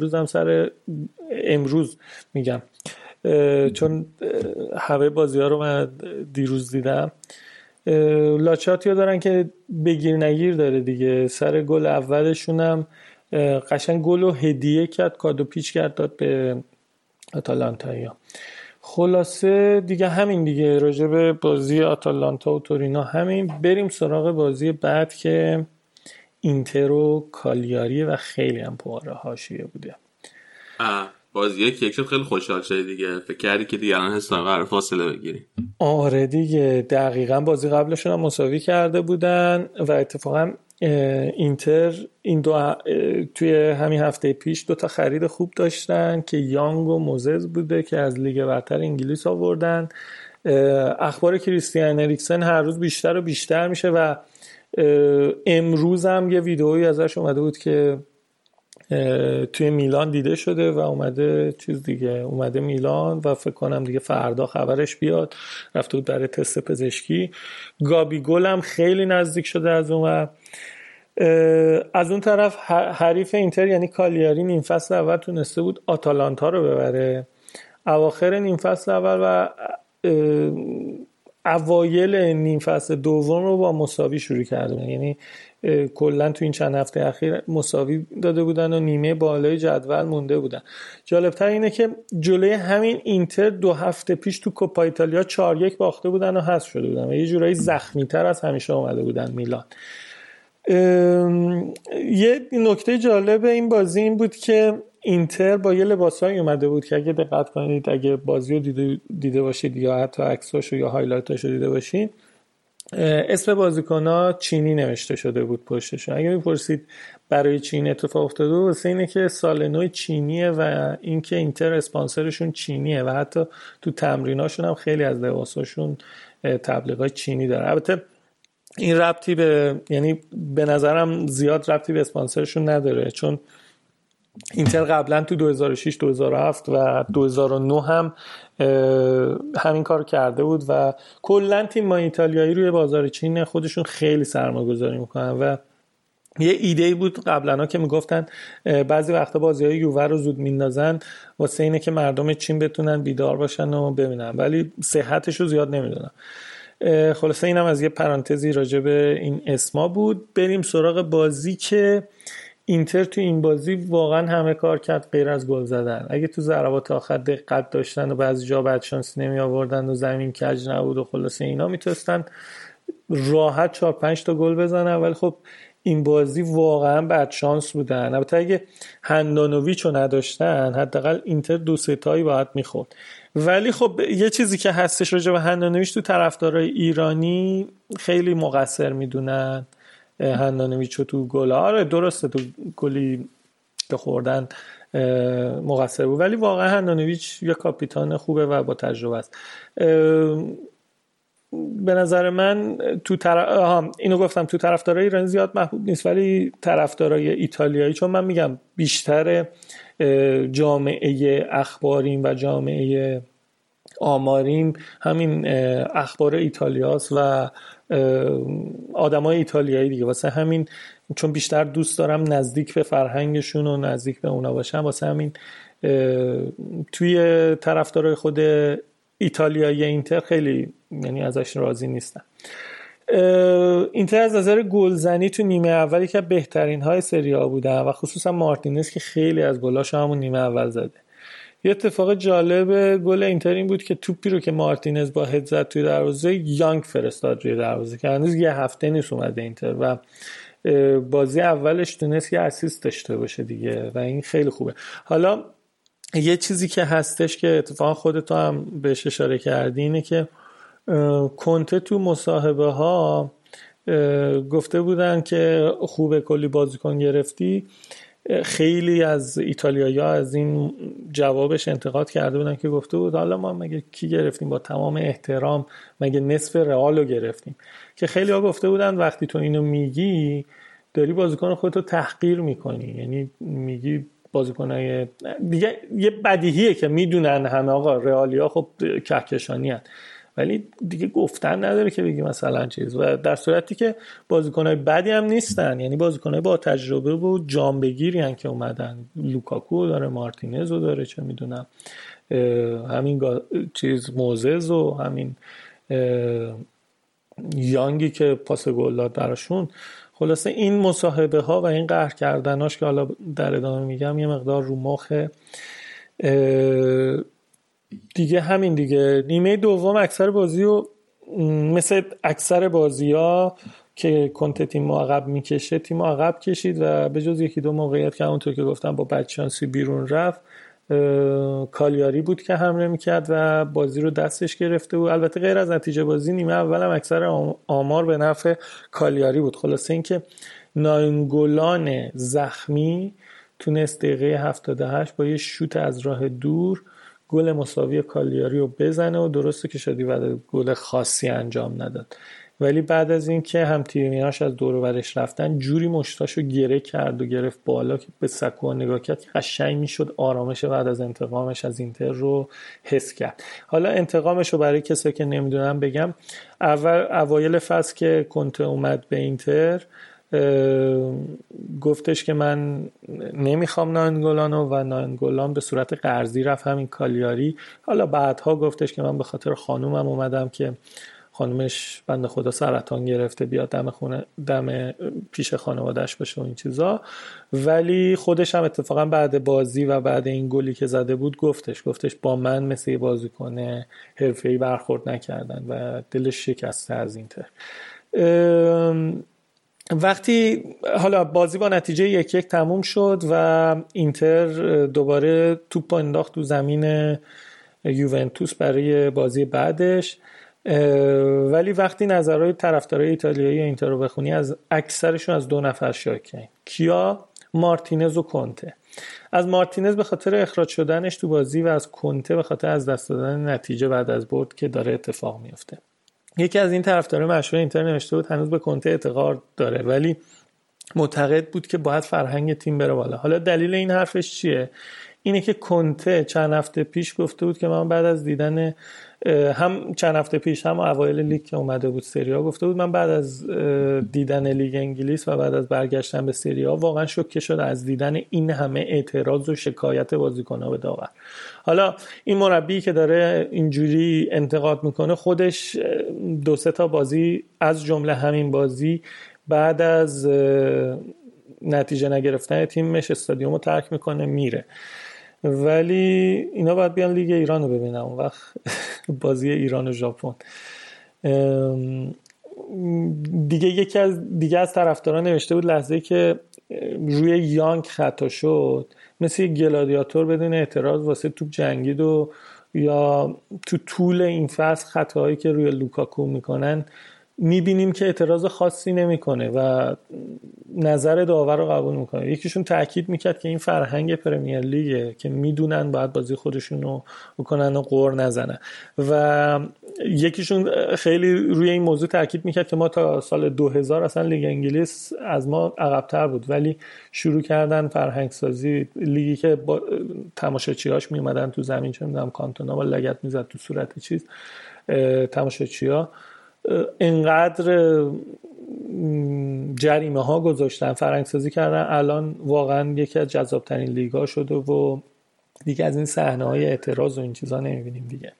امروز میگم چون همه بازی ها رو من دیروز دیدم. لاچاتیو دارن که بگیر نگیر داره دیگه. سر گل اولشون هم قشنگ گل رو هدیه کرد، کادو پیچ کرد داد به آتالانتایا. خلاصه دیگه همین دیگه راجع به بازی آتالانتا و تورینو همین. بریم سراغ بازی بعد که اینتر و کالیاری و خیلی هم پر حاشیه بوده. بازی که یک شد خیلی خوشحال شدی دیگه، فکر کردی که دیگه الان حساب قرار فاصله بگیری. آره دیگه دقیقاً بازی قبلشون هم مساوی کرده بودن و اتفاقا اینتر این توی همین هفته پیش 2 تا خرید خوب داشتن که یانگ و موزز بوده که از لیگ برتر انگلیس آوردن. اخبار کریستیان اریکسن هر روز بیشتر و بیشتر میشه و امروز هم یه ویدئویی ازش اومده بود که توی میلان دیده شده و اومده میلان و فکر کنم دیگه فردا خبرش بیاد. رفته بود برای تست پزشکی. گابی گل هم خیلی نزدیک شده از اون. از اون طرف حریف اینتر یعنی کالیاری نیم فصل اول تونسته بود آتالانتا رو ببره. اواخر نیم فصل اول و اوایل نیم فصل دوم رو با مساوی شروع کردن. یعنی کلا تو این چند هفته اخیر مساوی داده بودن و نیمه بالای جدول مونده بودن. جالبتر اینه که جلوی همین اینتر 2 هفته پیش تو کوپا ایتالیا 4-1 باخته بودن و حذف شده بودن و یه جورایی زخمی‌تر از همیشه اومده بودن میلان. یه نکته جالب این بازی این بود که اینتر با یه لباسایی اومده بود که اگه دقت کنید، اگه بازی رو دیده باشید یا حتی عکساشو یا هایلایتاشو دیده باشید، اسم بازیکن‌ها چینی نوشته شده بود پشتشون. اگه میپرسید برای چین اتفاق افتاده واسه اینه که سال نو چینیه و اینکه اینتر اسپانسرشون چینیه و حتی تو تمریناشون هم خیلی از لباساشون تبلیغات چینی داره. البته این ربطی یعنی به نظرم زیاد ربطی به اسپانسرشون نداره، چون اینتر قبلا تو 2006 2007 و 2009 هم همین کار کرده بود و کلا تیم ایتالیایی روی بازار چین خودشون خیلی سرمایه‌گذاری میکنن و یه ایده بود قبلا که میگفتن بعضی وقتا بازی‌های یووه رو زود میندازن واسه اینه که مردم چین بتونن بیدار باشن و ببینن، ولی صحتش رو زیاد نمیدونم. خلاصه اینم از یه پرانتزی راجع به این اسما بود. بریم سراغ بازی که اینتر تو این بازی واقعا همه کار کرد غیر از گل زدن. اگه تو ضربات آخر دقت داشتن و بعضی جا بعد شانسی نمی آوردن و زمین کج نبود و خلاصه اینا میتونستن راحت 4-5 تا گل بزنن، ولی خب این بازی واقعا بد شانس بودن. البته اگه هندانویچو نداشتن حداقل اینتر 2-3 تایی باید میخورد. ولی خب یه چیزی که هستش راجع به هندانویچ، تو طرفدارای ایرانی خیلی مقصر میدونن هندانویچو تو گل. آره درسته تو گلی که خوردن مقصر بود، ولی واقعا هندانویچ یه کاپیتان خوبه و با تجربه است. به نظر من اینو گفتم تو طرفدارای ایرانی زیاد محبوب نیست، ولی طرفدارای ایتالیایی، چون من میگم بیشتر جامعه اخباریم و جامعه آماریم همین اخبار ایتالیاست و آدمای ایتالیایی دیگه، واسه همین چون بیشتر دوست دارم نزدیک به فرهنگشون و نزدیک به اونا باشم، واسه همین توی طرفدارای خود ایتالیایی اینتر خیلی یعنی ازش راضی نیستم. اینتر از نظر گلزنی تو نیمه اولی که بهترین های سری آ بودن و خصوصا مارتینز که خیلی از گلاشو همون نیمه اول زده. یه اتفاق جالب گل اینتر این بود که توپی رو که مارتینز با هد زد توی دروازه، یانگ فرستاد روی دروازه که هنوز یه هفته نیست اومده اینتر و بازی اولش تونست یه اسیست داشته باشه دیگه و این خیلی خوبه. حالا یه چیزی که هستش که اتفاقا خودت هم بهش اشاره کردی اینه که کنته تو مصاحبه ها گفته بودن که خوبه کلی بازیکن گرفتی. خیلی از ایتالیایی‌ها از این جوابش انتقاد کرده بودن که گفته بود حالا ما مگه کی گرفتیم، با تمام احترام مگه نصف رئال رو گرفتیم. که خیلی ها گفته بودن وقتی تو اینو میگی داری بازیکن خودتو تحقیر میکنی، یعنی میگی بازیکنای دیگه. یه بدیهیه که میدونن همه آقا رئالیا خب کهکشانی هست، ولی دیگه گفتن نداره که بگی مثلا چیز، و در صورتی که بازیکنای بدی هم نیستن، یعنی بازیکنای با تجربه و جام بگیری ان که اومدن. لوکاکو داره، مارتینز رو داره، چه میدونم همین چیز موزز و همین یانگی که پاس گل داد براشون. خلاصه این مصاحبه ها و این قهر کردناش که حالا در ادامه میگم یه مقدار رو مخه دیگه. همین دیگه نیمه دوم اکثر بازی و مثل اکثر بازی ها که کنته تیم عقب میکشه تیم عقب کشید و به جز یکی دو موقعیت که همونطور که گفتم با بدشانسی بیرون رفت، کالیاری بود که حمله میکرد و بازی رو دستش گرفته بود. البته غیر از نتیجه بازی نیمه اول هم اکثر آمار به نفع کالیاری بود. خلاصه این که ناینگولان زخمی تونست دقیقه 78 با یه شوت از راه دور گل مساوی کالیاری رو بزنه و درسته که شدی بعد گل خاصی انجام نداد، ولی بعد از این که هم تیمیاش از دور و برش رفتن جوری مشتاشو گره کرد و گرفت بالا که به سکوها نگاه کرد که قشنگ میشد آرامش بعد از انتقامش از اینتر رو حس کرد. حالا انتقامش رو برای کسی که نمیدونم بگم، اوایل فصل که کنته اومد به اینتر گفتش که من نمیخوام ناینگولانو و ناینگولان به صورت قرضی رفت همین کالیاری. حالا بعدها گفتش که من به خاطر خانومم اومدم که خانومش بنده خدا سرطان گرفته بیاد دم پیش خانواده‌اش باشه و این چیزا. ولی خودش هم اتفاقا بعد بازی و بعد این گلی که زده بود گفتش با من مثل یه بازیکن حرفه‌ای برخورد نکردن و دلش شکسته از اینتر. وقتی حالا بازی با نتیجه 1-1 تموم شد و اینتر دوباره توپ انداخت تو زمین یوونتوس برای بازی بعدش، ولی وقتی نظرهای طرفدارای ایتالیایی اینتر رو بخونی از اکثرشون از دو نفر شاکین. کیا؟ مارتینز و کنته. از مارتینز به خاطر اخراج شدنش تو بازی و از کنته به خاطر از دست دادن نتیجه بعد از برد که داره اتفاق میفته. یکی از این طرفدارای مشهور اینتر نوشته بود هنوز به کنته اعتقاد داره ولی معتقد بود که باید فرهنگ تیم بره بالا. حالا دلیل این حرفش چیه؟ اینه که کنته چند هفته پیش گفته بود که من بعد از دیدن هم چند هفته پیش هم اوایل لیگ که اومده بود سری آ گفته بود من بعد از دیدن لیگ انگلیس و بعد از برگشتن به سری آ واقعا شوکه شده از دیدن این همه اعتراض و شکایت بازیکن‌ها به داور. حالا این مربی که داره اینجوری انتقاد میکنه خودش 2-3 تا بازی از جمله همین بازی بعد از نتیجه نگرفتن تیمش استادیومو ترک میکنه میره. ولی اینا باید بیان لیگ ایران رو ببینن اون وقت بازی ایران و ژاپن. دیگه از طرفداران نوشته بود لحظه‌ای که روی یانگ خطا شد مثل یک گلادیاتور بدون اعتراض واسه توپ جنگید و یا تو طول این فصل خطاهایی که روی لوکاکو میکنن میبینیم که اعتراض خاصی نمیکنه و نظر داور رو قبول میکنه. یکیشون تاکید میکرد که این فرهنگ پرمیر لیگه که میدونن باید بازی خودشون رو بکنن و قور نزنن و یکیشون خیلی روی این موضوع تاکید میکرد که ما تا سال 2000 اصلا لیگ انگلیس از ما عقب‌تر بود ولی شروع کردن فرهنگ سازی، لیگی که با تماشاچیاش میومدن تو زمین، چه میدونم کانتونا با لگد میزد تو صورت چیز تماشاچیا، انقدر جریمه ها گذاشتن فرهنگ سازی کردن الان واقعا یکی از جذاب ترین لیگ ها شده و دیگه از این صحنه های اعتراض و این چیزا نمیبینیم دیگه.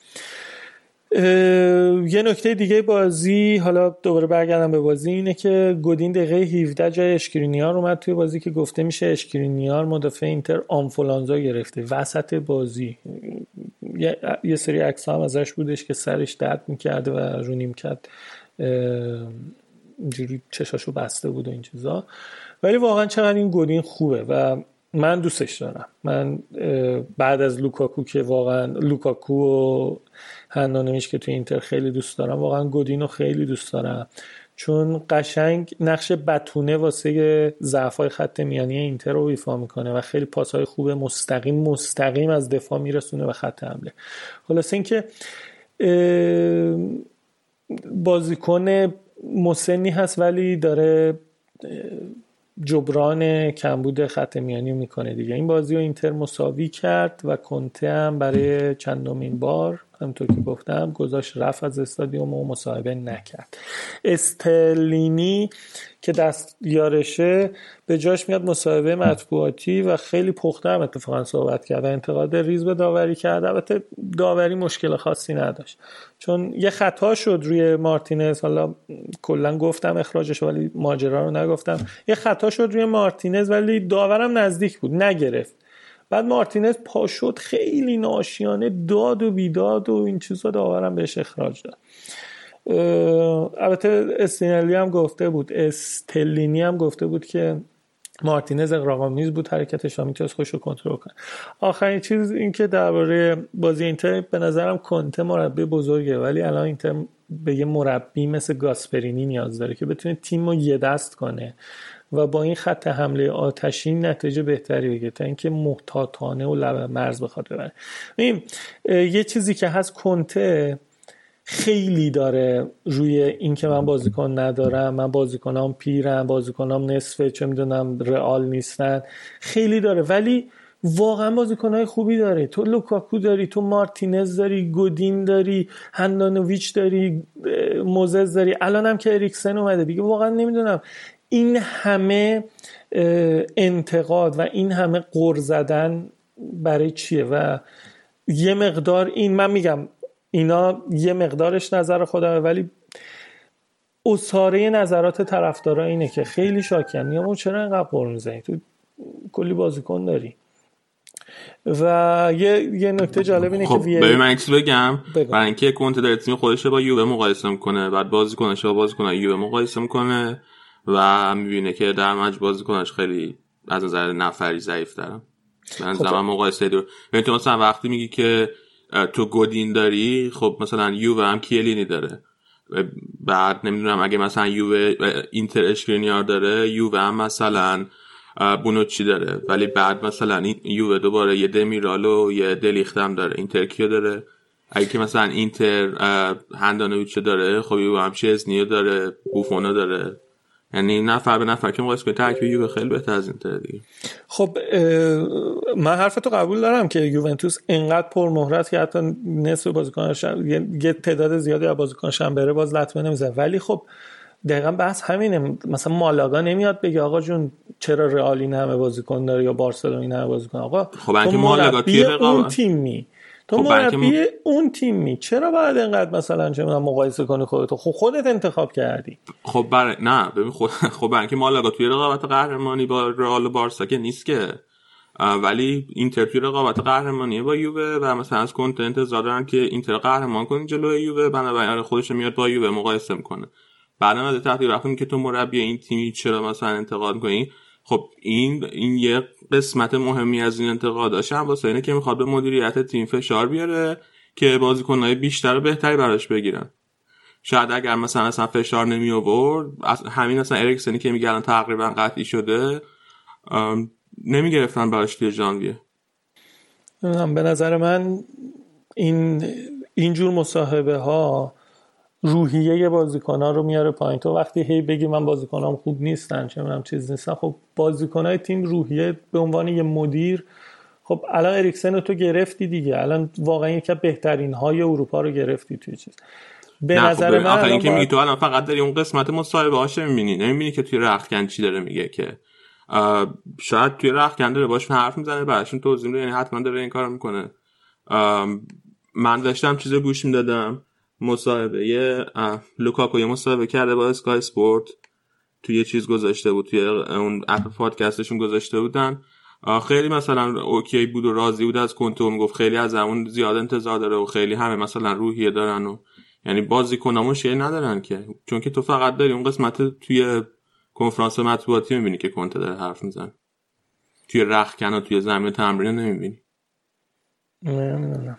یه نکته دیگه بازی، حالا دوباره برگردم به بازی، اینه که گودین دقیقه 17 جای اشکرینیار اومد توی بازی که گفته میشه اشکرینیار مدافع اینتر آنفولانزا گرفته وسط بازی. یه سری عکس هم ازش بودش که سرش درد میکرده و رو نیمکت اینجوری چشاشو بسته بود و این چیزا. ولی واقعا چقدر این گودین خوبه و من دوستش دارم. من بعد از لوکاکو که واقعا لوکاکو و هندانویچ که توی اینتر خیلی دوست دارم، واقعا گودینو خیلی دوست دارم چون قشنگ نقش بتونه واسه ضعف‌های خط میانی اینتر رو ایفا میکنه و خیلی پاس‌های خوب مستقیم از دفاع میرسونه به خط حمله. خلاصه اینکه بازیکن مسنی هست ولی داره جبران کمبود خط میانی میکنه دیگه. این بازی رو اینتر مساوی کرد و کنته هم برای چندمین بار همونطور که گفتم گذاشت رفت از استادیوم و مصاحبه نکرد. استلینی که دست یارشه به جاش میاد مصاحبه مطبوعاتی و خیلی پخته هم اتفاقا صحبت کرد و انتقاد ریز به داوری کرد. البته داوری مشکل خاصی نداشت چون یه خطا شد روی مارتینز، حالا کلا گفتم اخراجش ولی ماجرا رو نگفتم. یه خطا شد روی مارتینز ولی داورم نزدیک بود نگرفت. بعد مارتینز پا شد خیلی ناشیانه داد و بیداد و این چیزا، داورم بهش اخراج داد. البته استلینی هم گفته بود که مارتینز اغراق‌آمیز بود حرکتش و میتونست خودش رو کنترل کنه. آخرین چیز این که درباره بازی اینتر، به نظرم کنته مربی بزرگه ولی الان اینتر به یه مربی مثل گاسپرینی نیاز داره که بتونه تیم رو یه دست کنه و با این خط حمله آتشین نتیجه بهتری بگیره تا اینکه محتاطانه و لب مرز بخواد ببره. یه چیزی که هست، کنته خیلی داره روی این که من بازیکن ندارم، من بازیکنام پیرم، بازیکنام نصفه چه میدونم رئال نیستن، خیلی داره ولی واقعا بازیکنای خوبی داره. تو لوکاکو داری، تو مارتینز داری، گودین داری، هندانویچ داری، موزز داری، الان هم که اریکسن اومده دیگه. واقعا نمیدونم این همه انتقاد و این همه غر زدن برای چیه و یه مقدار این، من میگم اینا یه مقدارش نظر خودمه ولی اساره نظرات طرفدارا اینه که خیلی شاکن. میگم چرا اینقدر غر میزنی؟ تو کلی بازیکن داری. و یه نکته جالب اینه خب که من چیزی بگم برای اینکه کنته داره تیم خودش رو با یووه مقایسه میکنه، بعد بازیکنش با بازیکن یووه مقایسه میکنه و میبینه که در مجموع بازیکنش خیلی از نظر نفری ضعیف دارن. من زمان مقایسه دور یعنی تو مثلا وقتی میگی که تو گودین داری، خب مثلا یووه هم کیلینی داره، بعد نمیدونم اگه مثلا یووه اینتر اشکرینیار داره، یووه هم مثلا بونوچی داره، ولی بعد مثلا این یووه دوباره یه دمیرال و یه دلیخت هم داره. اینتر کیو داره؟ اگه که مثلا اینتر هندانویچ داره، خب یووه هم چزنیو داره، بوفونو داره. یعنی نفر به نفر که مقایسه کنی ترکیب یووه خیلی بهتر از اینتر دیگه. خب من حرفتو قبول دارم که یوونتوس اینقدر پرمهرت که حتی نصف بازیکناش یه تعداد زیادی از بازیکناش هم بره باز لطمه نمیزنه، ولی خب دقیقاً بحث همینه. مثلا مالاگا نمیاد بگه آقا جون چرا رئال این همه بازیکن داره یا بارسلونا این همه بازیکن. آقا خب اینکه مالاگا توی اون تیمی تو مربی اون تیمی چرا باید اینقدر مثلا چه می‌دونم مقایسه کنی خودتو؟ خودت انتخاب کردی. خب برای نه ببین خب برای اینکه مالاگا توی رقابت قهرمانی با رئال و بارسا که نیست که، ولی اینتر توی رقابت قهرمانی با یووه و مثلا از کنته انتظار دارن که اینتر قهرمان کنه جلوی یووه، بنابراین خودش میاد با یووه مقایسه میکنه. بعدم از تحقیق رفتیم که تو مربی این تیمی چرا مثلا انتقاد کنی. خب این یه قسمت مهمی از این انتقاداش هم واسه اینه که میخواد به مدیریت تیم فشار بیاره که بازیکن‌های بیشتر و بهتری براش بگیرن. شاید اگر مثلا اصلا فشار نمی آورد، همین مثلا اریکسنی که میگه الان تقریبا قطعی شده، نمیگرفتن براش توی ژانویه. به نظر من اینجور مصاحبه ها روحیه بازیکن‌ها رو میاره پایین. تو وقتی هی بگی من بازیکنام خوب نیستن، چه می‌دونم چیز نیستن، خب بازیکن‌های تیم روحیه به عنوان یه مدیر، خب الان اریکسن رو تو گرفتی دیگه، الان واقعا یکی از بهترین های اروپا رو گرفتی توی چیز. به نظر من آخه این که میگی تو الان فقط داری اون قسمت مصاحبه هاشه می‌بینی، نمی‌بینی که توی رختکن چی داره میگه. که شاید توی رختکن داره باشون حرف میزنه، براشون توضیح میده، یعنی حتما داره این کارو میکنه. من داشتم چیز گوش میدادم، مصاحبه لوکاکو یه مصاحبه کرده با اسکای اسپورت، توی یه چیز گذاشته بود، توی اون اپ پادکستشون گذاشته بودن. خیلی مثلا اوکی بود و راضی بود از کنته و میگفت خیلی از اون زیاد انتظار داره و خیلی همه مثلا روحیه دارن و یعنی بازیکن‌ها مشکلی ندارن که، چون که تو فقط داری اون قسمت توی کنفرانس مطبوعاتی میبینی که کنته داره حرف میزنه، توی رختکن و توی زمین تمرین نمیبینی. نمیدونم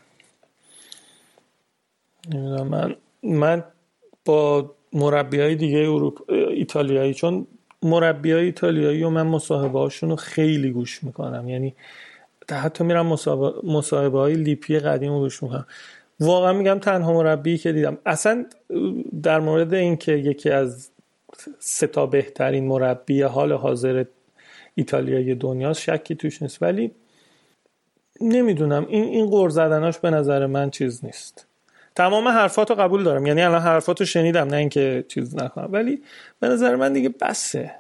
من با مربیای دیگه اروپا ایتالیایی، چون مربیای ایتالیایی و من مصاحبه هاشون رو خیلی گوش میکنم، یعنی حتی میرم مصاحبه های لیپی قدیم رو گوش میکنم. واقعا میگم تنها مربی که دیدم اصلا در مورد این که یکی از 3 تا بهترین مربی حال حاضر ایتالیایی دنیاست شکی توش نیست، ولی نمیدونم این غر زدناش به نظر من چیز نیست. تمام حرفاتو قبول دارم، یعنی الان حرفاتو شنیدم، نه اینکه چیز نکنم، ولی به نظر من دیگه بسه.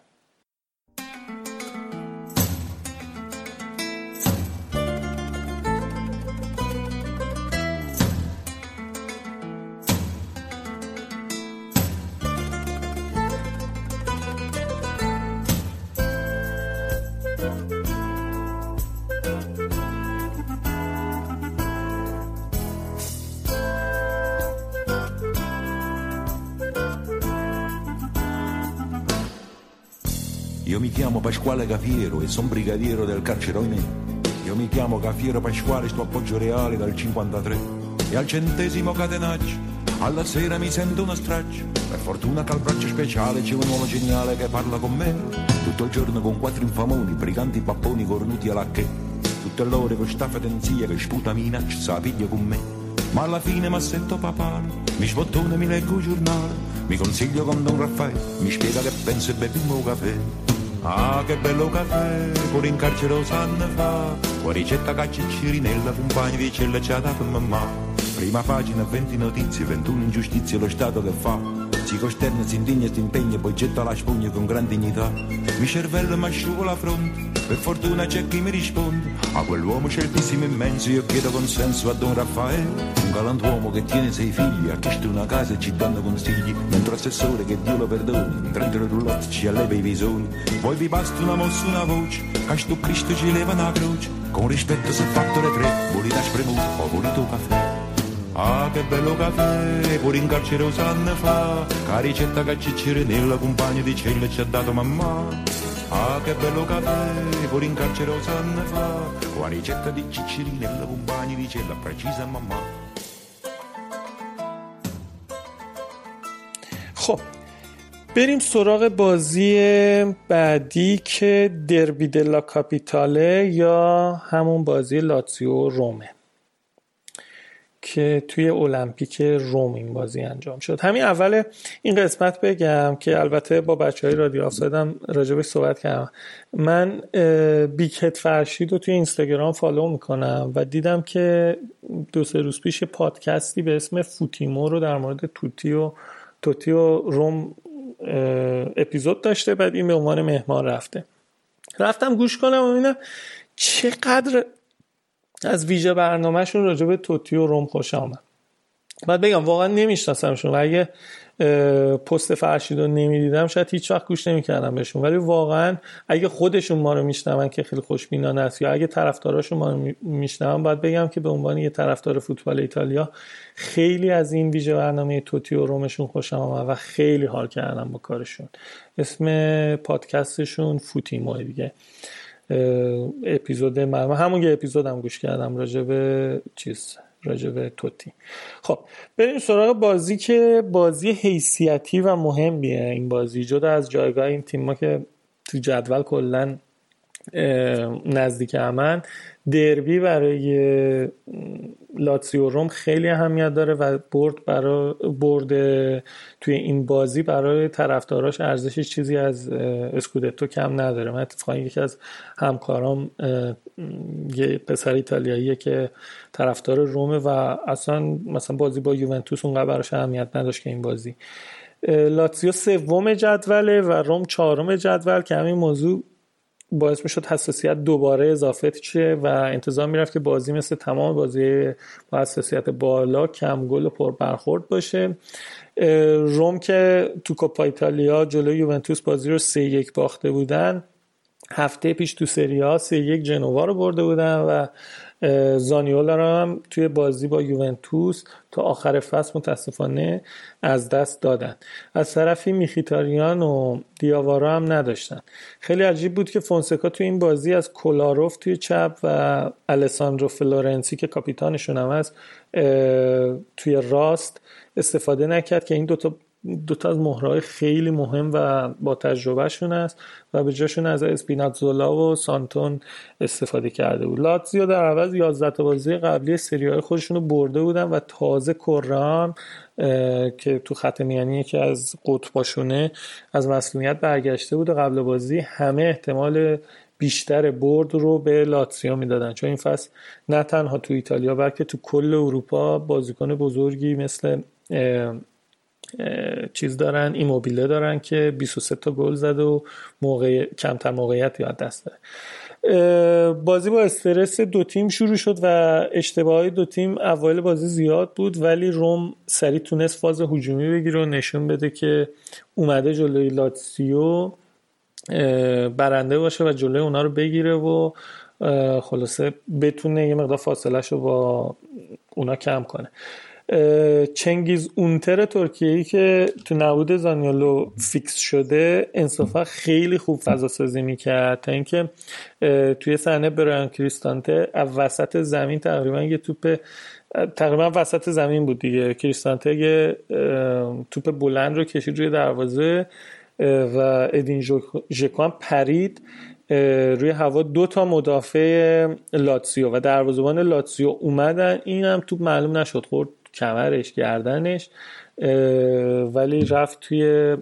Io mi chiamo Pasquale Cafiero e son brigadiero del carcere Oimè. Io mi chiamo Cafiero Pasquale, sto appoggio reale dal 53. E al 100° catenaccio, alla sera mi sento uno straccio. Per fortuna che al braccio speciale c'è un uomo geniale che parla con me. Tutto il giorno con 4 infamoni, briganti papponi cornuti alla che. Tutte l'ore con sta fedenzia che sputa minaccia, sa piglia con me. Ma alla fine m'assetto papale, mi sbottone, mi leggo il giornale. Mi consiglio con Don Raffaele, mi spiega che penso e beviamo un caffè. Ah, che bello caffè, pure in carcere lo sanno fa. Qua ricetta caccia e cirinella, compagni di cella ci ha dato mamma. Prima pagina, 20 notizie, 21 ingiustizie, lo Stato che fa. Si costerna, si indigna, si impegna, poi getta la spugna con gran dignità. Mi cervello mi asciugo la fronte, per fortuna c'è chi mi risponde. A quell'uomo certissimo immenso io chiedo consenso a Don Raffaele. Un galantuomo che tiene 6 figli, ha chiesto una casa e ci danno consigli. Mentre assessore, che Dio lo perdoni, in 30 roulotte ci alleva i visoni. Poi vi basta una mossa, una voce, che sto Cristo ci leva una croce. Con rispetto se fattore 3, volita spremuto, ho voluto caffè. Ah, che bello caffè, pure in carcere lo sanno fa. Che ricetta che Ciccirinella, compagno di cella ci ha dato mamma. Ah, che bello caffè, pure in carcere lo sanno fa. Che ricetta di Ciccirinella, compagno di cella precisa mamma. خب بریم سراغ بازی بعدی که دربی دلا کاپیتاله یا همون بازی لاتزیو رومه که توی المپیک روم این بازی انجام شد. همین اول این قسمت بگم که البته با بچهای رادیو آفسایدم راجبش صحبت کردم. من بیکت فرشید رو توی اینستاگرام فالو میکنم و دیدم که 2-3 روز پیش پادکستی به اسم فوتیمو رو در مورد توتی و روم اپیزود داشته، بعد این به عنوان مهمان رفتم گوش کنم و ببینم چقدر از ویژه برنامهشون راجع به توتی و روم خوش آمد. بعد بگم واقعا نمیشناسمشون و اگه پست فرشید رو نمیدیدم شاید هیچ وقت گوش نمیکردم بهشون، ولی واقعا اگه خودشون ما رو میشنون که خیلی خوشبینانه است یا اگه طرفداراشون ما رو میشنون، باید بگم که به عنوان یه طرفدار فوتبال ایتالیا خیلی از این ویژه برنامه توتی و رومشون خوشم آمد و خیلی حال کردم با کارشون. اسم پادکستشون فوتیمو دیگه. اپیزود من همون یه اپیزودم گوش کردم راجع به توتی. خب بریم سراغ بازی که بازی حیثیتی و مهمیه. این بازی جدا از جایگاه این تیم‌ها که تو جدول کلاً نزدیک همن، دربی برای لاتزیو روم خیلی اهمیت داره و برد توی این بازی برای طرفداراش ارزشش چیزی از اسکودتو کم نداره. من اتفاقا یکی از همکارام یه پسر ایتالیاییه که طرفدار رومه و اصلا مثلا بازی با یوونتوس اونقدر براش اهمیت نداشت که این بازی. لاتزیو سوم جدوله و روم چهارم جدول که همین موضوع باعث میشد حساسیت دوباره اضافه شه و انتظار میرفت که بازی مثل تمام بازی با حساسیت بالا کم گل و پر برخورد باشه. روم که تو کوپا ایتالیا جلوی یوونتوس بازی رو 3-1 باخته بودن، هفته پیش تو سری آ 3-1 جنوا رو برده بودن و زانیولا رو هم توی بازی با یوونتوس تا آخر فصل متاسفانه از دست دادن. از طرفی میخیتاریان و دیاوارا هم نداشتن. خیلی عجیب بود که فونسکا توی این بازی از کولاروف توی چپ و الساندرو فلورنسی که کاپیتانشون هم هست توی راست استفاده نکرد که این دوتا از مهرهای خیلی مهم و با تجربه شون است و به جاشون از اسپیناتزولا و سانتون استفاده کرده بود. لاتزیو در عوض 11 تا بازی قبلی سری آ خودشون رو برده بودن و تازه کرام که تو خط میانی که از قطباشونه از مسئولیت برگشته بود و قبل بازی همه احتمال بیشتر برد رو به لاتزیو میدادن، چون این فصل نه تنها تو ایتالیا بلکه تو کل اروپا بازیکن بزرگی مثل دارن، ایموبیله دارن که 23 تا گل زد و کمتر موقعیت یاد دست داره. بازی با استرس دو تیم شروع شد و اشتباهات دو تیم اوایل بازی زیاد بود، ولی روم سریع تونست فاز هجومی بگیره و نشون بده که اومده جلوی لاتزیو برنده باشه و جلوی اونا رو بگیره و خلاصه بتونه یه مقدار فاصله شو با اونا کم کنه. چنگیز اونتر ترکیه‌ای که تو نبود زانیولو فیکس شده انصافا خیلی خوب فضا سازی میکرد تا اینکه توی صحنه برایان کریستانته وسط زمین تقریبا وسط زمین بود دیگه، کریستانته یه توپ بلند رو کشید روی دروازه و ادین ژکو هم پرید روی هوا. 2 تا مدافع لاتزیو و دروازه‌بان لاتزیو اومدن، این هم توپ معلوم نشد خورد کمرش گردنش، ولی رفت توی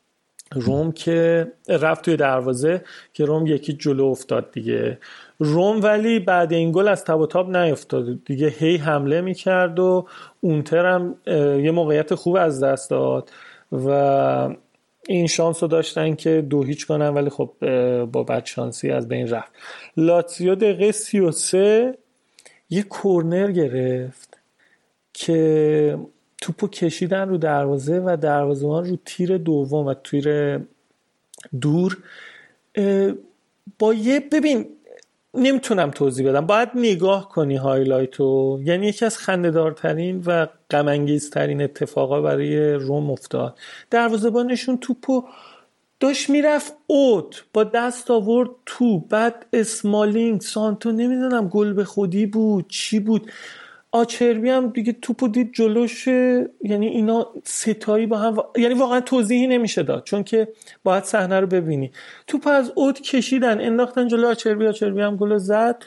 دروازه که روم یکی جلو افتاد دیگه. روم ولی بعد این گل از تب و تاب نیفتاد دیگه، هی حمله میکرد و اونتر هم یه موقعیت خوب از دست داد و این شانس رو داشتن که 2-0 کنن، ولی خب با بدشانسی از بین رفت. لاتزیو دقیقه 33 یه کورنر گرفت که توپو کشیدن رو دروازه و دروازه‌بان رو تیر دوم و تیر دور با ببین نمیتونم توضیح بدم، باید نگاه کنی هایلایتو، یعنی یکی از خنده‌دارترین و غم انگیزترین اتفاقا برای روم افتاد. دروازه‌بانشون توپو داشت میرفت اوت، با دست آورد تو، بعد اسمالینگ سانتو نمیدونم گل به خودی بود چی بود، آچربی هم دیگه توپو دید جلوش، یعنی اینا ستایی با هم یعنی واقعا توضیحی نمیشه داد چون که باید صحنه رو ببینی. توپ از اوت کشیدن انداختن جلو آچربی هم گل زد.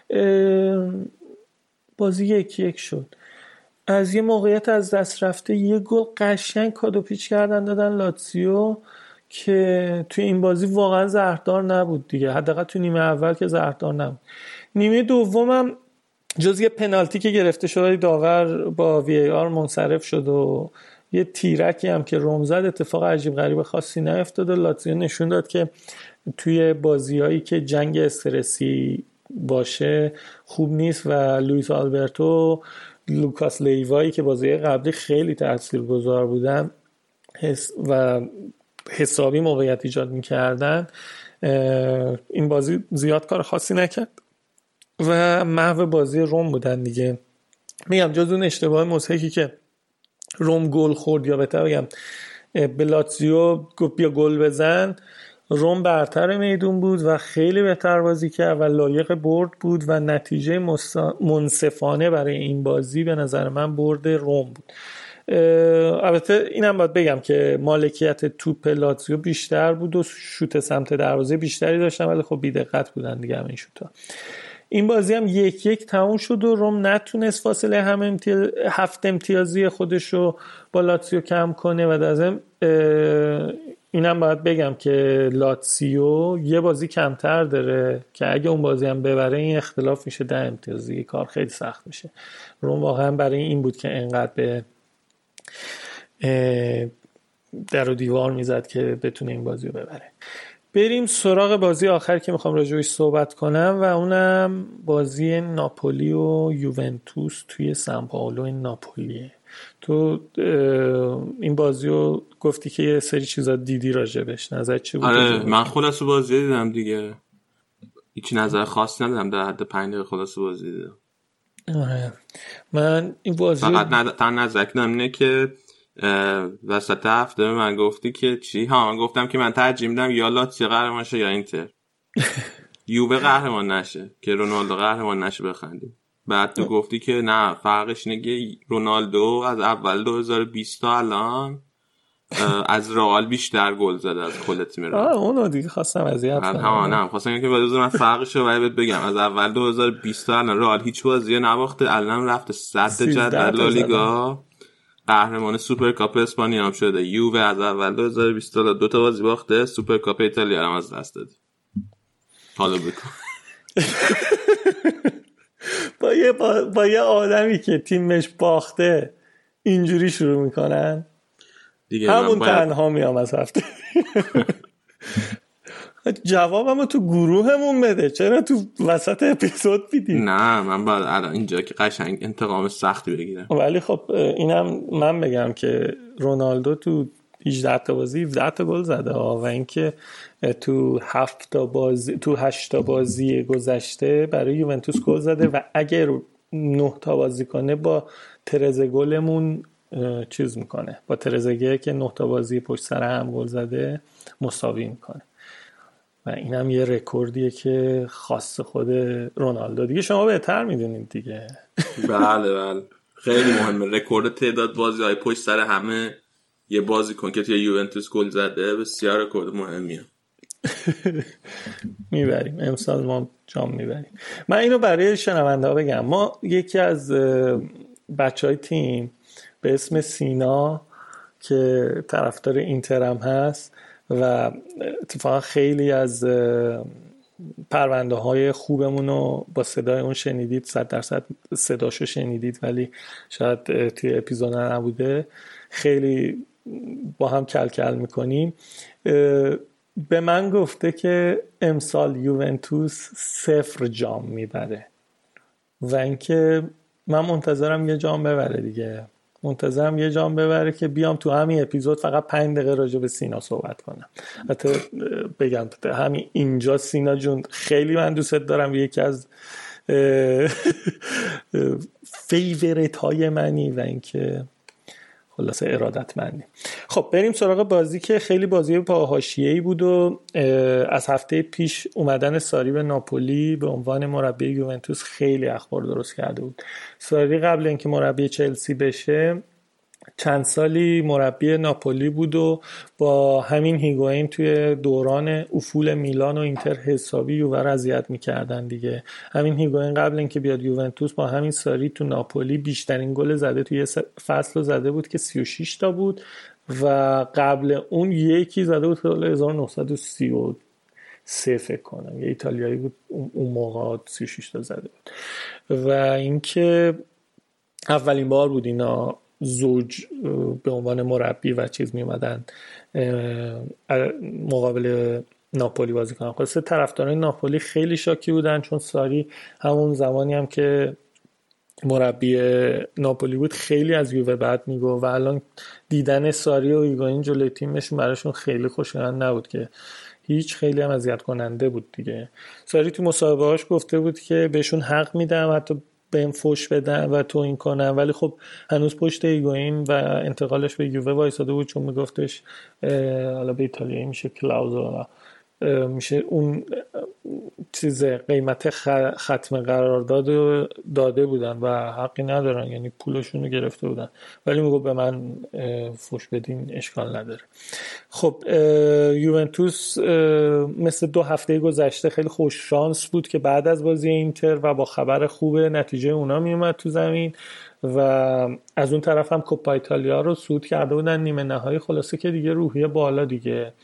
بازی 1-1 شد. از یه موقعیت از دست رفته یه گل قشنگ کادو پیچ کردن دادن لاتزیو که توی این بازی واقعا زهردار نبود دیگه، حداقل تو نیمه اول که زهردار نبود. نیمه دومم جز یه پنالتی که گرفته شد داور با وی آر منصرف شد و یه تیرکی هم که روم زد، اتفاق عجیب غریب خاصی نیفتاد و لاتزیو نشون داد که توی بازیایی که جنگ استرسی باشه خوب نیست و لوئیس آلبرتو، لوکاس لیوایی که بازی قبلی خیلی تاثیرگذار بودن و حسابی موقعیت ایجاد میکردن، این بازی زیاد کار خاصی نکرد و محو بازی روم بودن دیگه. میگم جز اون اشتباه مضحکی که روم گل خورد، یا بهتر بگم به لاتزیو گفت بیا گل بزن، روم برتر میدون بود و خیلی بهتر بازی کرد و لایق برد بود و نتیجه منصفانه برای این بازی به نظر من برد روم بود. البته اینم باید بگم که مالکیت توپ لاتزیو بیشتر بود و شوت سمت دروازه بیشتری داشتن، ولی خب بی‌دقت بودن دیگه همین شوتا. این بازی هم 1-1 تموم شد و روم نتونست فاصله 7 امتیازی خودشو با لاتزیو کم کنه و در ضمن اینم باید بگم که لاتزیو یه بازی کمتر داره که اگه اون بازی هم ببره این اختلاف میشه 10 امتیازی، کار خیلی سخت میشه. روم واقعا برای این بود که انقدر به در و دیوار میزد که بتونه این بازی رو ببره. بریم سراغ بازی آخر که میخوام راجعش صحبت کنم و اونم بازی ناپولی و یوونتوس توی سان پائولو ناپولیه. تو این بازی رو گفتی که یه سری چیزا دیدی راجبش، نظر چی بود؟ آره من خلاص بازی دیدم دیگه، هیچ نظر خاصی ندارم، در حد 5 دقیقه خلاص بازی دیدم. آره من این بازی فقط نظر کردم اینه که وسط هفته من گفتی که چی؟ من گفتم که من ترجیح میدم یا لاتزیو قهرمان شه یا اینتر. یووه قهرمان نشه که رونالدو قهرمان نشه بخندیم. بعد تو گفتی که نه فرقش اینه که رونالدو از اول 2020 تا الان از رئال بیشتر گل زده از کل تیم رئال. اونو دیگه خواستم اذیت کنم. نه خواستم که من فرقش رو بهت بگم، از اول 2020 تا الان رئال هیچ بازی نباخته، الان رفته صدر جدول لالیگا، قهرمان سوپرکاپ اسپانیا هم شده. یووه از اول 2020 تا 2 تا بازی باخته، سوپرکاپ ایتالیا هم از دست داد. حالا بکن با یه آدمی که تیمش باخته اینجوری شروع میکنن دیگه، همون تنها میام از هفته. جوابمو تو گروهمون بده، چرا تو وسط اپیزود میدی؟ نه من باید الان اینجا که قشنگ انتقام سختی بگیرم. ولی خب اینم من بگم که رونالدو تو 18 تا بازی 17 تا گل زده و اینکه تو 8 تا بازی گذشته برای یوونتوس گل زده و اگر 9 تا بازی کنه با ترزگولمون چیز میکنه، با ترزگه که 9 تا بازی پشت سر هم گل زده مساوی میکنه و اینم یه رکوردیه که خاص خود رونالدو دیگه، شما بهتر میدونید دیگه. بله خیلی مهمه رکورد تعداد بازی‌های پشت سر همه یه بازیکن که توی یوونتوس گل زده بسیار رکورد مهمیه. میبریم امسال، ما جام میبریم. من اینو برای شنونده بگم، ما یکی از بچهای تیم به اسم سینا که طرفدار اینتر هم هست و اتفاقا خیلی از پرونده های خوبمون رو با صدای اون شنیدید، 100% صداشو شنیدید ولی شاید توی اپیزود نبوده، خیلی با هم کل میکنیم. به من گفته که امسال یوونتوس 0 جام میبره و اینکه من منتظرم یه جام ببره دیگه، منتظرم یه جام ببره که بیام تو همین اپیزود فقط 5 دقیقه راجع به سینا صحبت کنم. حتی بگم همین اینجا سینا جون خیلی من دوست دارم، یکی از فیوریت های منی و اینکه خلاصه ارادتمندی. خب بریم سراغ بازی که خیلی بازی با حاشیه‌ای بود و از هفته پیش اومدن ساری به ناپولی به عنوان مربی یوونتوس خیلی اخبار درست کرده بود. ساری قبل اینکه مربی چلسی بشه چند سالی مربی ناپولی بود و با همین هیگوئین توی دوران افول میلان و اینتر حسابی یووه رو اذیت می‌کردن دیگه. همین هیگوئین قبل اینکه بیاد یوونتوس با همین ساری تو ناپولی بیشترین گل زده توی فصل زده بود که 36 تا بود و قبل اون یکی زده بود سال 1933 فکر کنم، یه ایتالیایی بود اون موقع 36 تا زده بود و اینکه اولین بار بود اینا زوج به عنوان مربی و چیز می اومدن مقابل ناپولی بازی کنن. خلاصه طرفداران ناپولی خیلی شاکی بودن، چون ساری همون زمانی هم که مربی ناپولی بود خیلی از یووه بد میگفت و الان دیدن ساری و هیگوین جلوی تیمشون براشون خیلی خوشایند نبود که هیچ، خیلی هم اذیت کننده بود دیگه. ساری تو مصاحبه‌هاش گفته بود که بهشون حق میدم حتی بهم فوش بدن و تو این کنن، ولی خب هنوز پشت هیگوین و انتقالش به یووه وایساده بود، چون میگفتش حالا به ایتالیایی میشه کلاوزولا، میشه اون چیز قیمت ختم قرارداد داده بودن و حقی ندارن، یعنی پولشون رو گرفته بودن، ولی میگه به من فوش بدین اشکال نداره. خب یوونتوس مثل 2 هفته گذشته خیلی خوش شانس بود که بعد از بازی اینتر و با خبر خوب نتیجه اونا میومد تو زمین و از اون طرف هم کوپا ایتالیا رو صعود کرده بودن نیمه نهایی. خلاصه که دیگه روحیه بالا دیگه.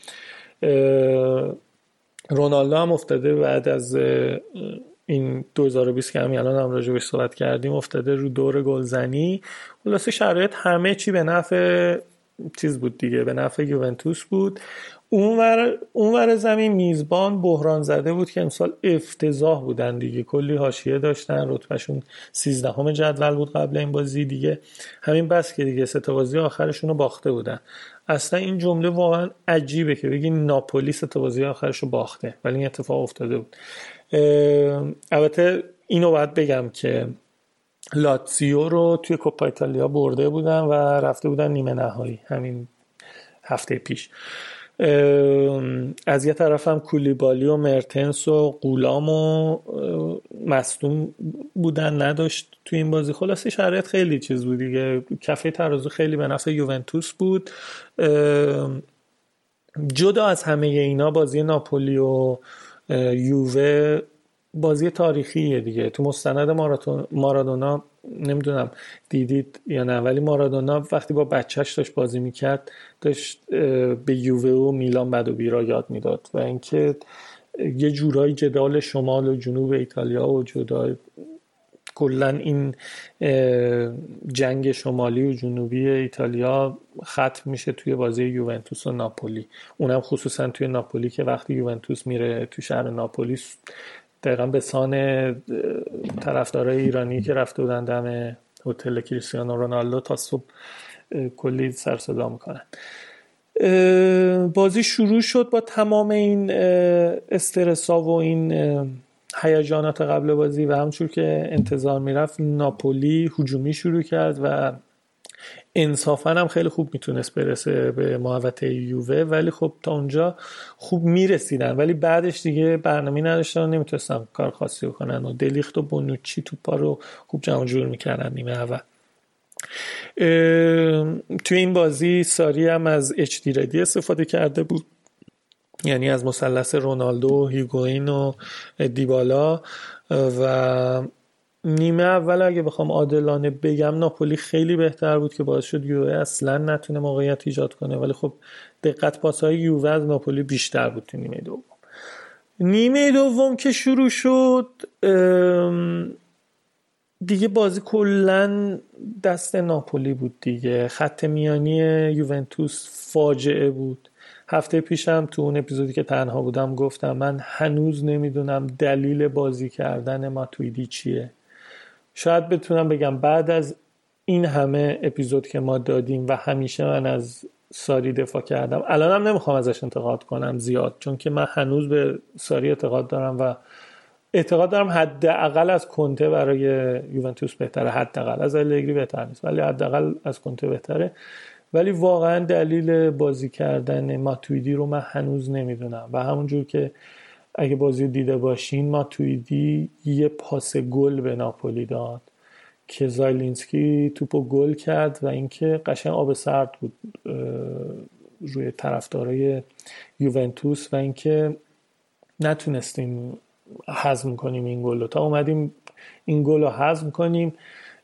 رونالدو هم افتاده بعد از این 2020 که همین الان هم راجع بهش صحبت کردیم افتاده رو دور گلزنی. خلاصه شرایط همه چی به نفع چیز بود دیگه، به نفع یوونتوس بود. اونور زمین میزبان بحران زده بود که امسال افتضاح بودن دیگه، کلی حاشیه داشتن، رتبهشون 13ام جدول بود قبل این بازی دیگه، همین بس که دیگه 3 تا بازی آخرشون رو باخته بودن. اصلا این جمله واقعا عجیبه که بگی ناپولی 3 تا بازی آخرش رو باخته، ولی این اتفاق افتاده بود. البته اینو باید بگم که لاتزیو رو توی کوپا ایتالیا برده بودن و رفته بودن نیمه نهایی همین هفته پیش. از یه طرف هم کولیبالی و مرتنس و غولام و مصدوم بودن، نداشت توی این بازی. خلاصه شرایط خیلی چیز بود دیگه، کفه ترازو خیلی به نفع یوونتوس بود. جدا از همه اینا بازی ناپولی و یووه بازی تاریخیه دیگه. تو مستند مارادونا نمیدونم دیدید یا نه، ولی مارادونا وقتی با بچهش داشت بازی میکرد داشت به یووه و میلان بد و بیرا یاد میداد و اینکه یه جورایی جدال شمال و جنوب ایتالیا و جدا کلن این جنگ شمالی و جنوبی ایتالیا ختم میشه توی بازی یوونتوس و ناپولی. اونم خصوصا توی ناپولی که وقتی یوونتوس میره تو شهر ناپولی دقیقا به سان طرفدارای ایرانی که رفته بودن دم هتل کریستیانو رونالدو تا صبح کلی سر صدا میکنن. بازی شروع شد با تمام این استرسا و این هیجانات قبل بازی و همونجور که انتظار میرفت ناپولی هجومی شروع کرد و انصافا هم خیلی خوب میتونست برسه به محوطه یووه، ولی خب تا اونجا خوب میرسیدن، ولی بعدش دیگه برنامه‌ای نداشتن و نمیتونستن کار خاصی بکنن و دلیخت و بونوچی توپا رو خوب جمع جور میکردن نیمه اول. توی این بازی ساری هم از اچ دی ردی استفاده کرده بود، یعنی از مثلث رونالدو، هیگوین و دیبالا. و نیمه اول اگه بخوام عادلانه بگم ناپولی خیلی بهتر بود که باعث شد یووه اصلا نتونه موقعیت ایجاد کنه، ولی خب دقت پاس‌های یووه از ناپولی بیشتر بود تو نیمه دوم. نیمه دوم که شروع شد دیگه بازی کلن دست ناپولی بود دیگه. خط میانی یوونتوس فاجعه بود. هفته پیشم تو اون اپیزودی که تنها بودم گفتم من هنوز نمیدونم دلیل بازی کردن ماتویدی چیه. شاید بتونم بگم بعد از این همه اپیزود که ما دادیم و همیشه من از ساری دفاع کردم، الانم نمیخوام ازش انتقاد کنم زیاد، چون که من هنوز به ساری اعتقاد دارم و اعتقاد دارم حداقل از کنته برای یوونتوس بهتره، حداقل از الگری بهتر نیست ولی حداقل از کنته بهتره. ولی واقعا دلیل بازی کردن ماتویدی رو من هنوز نمیدونم و همونجور که اگه بازی دیده باشین ماتویدی یه پاس گل به ناپولی داد که زایلینسکی توپو گل کرد و اینکه قشنگ آب سرد بود روی طرفدارای یوونتوس و اینکه نتونستیم هضم کنیم این گل رو. تا اومدیم این گل رو هضم کنیم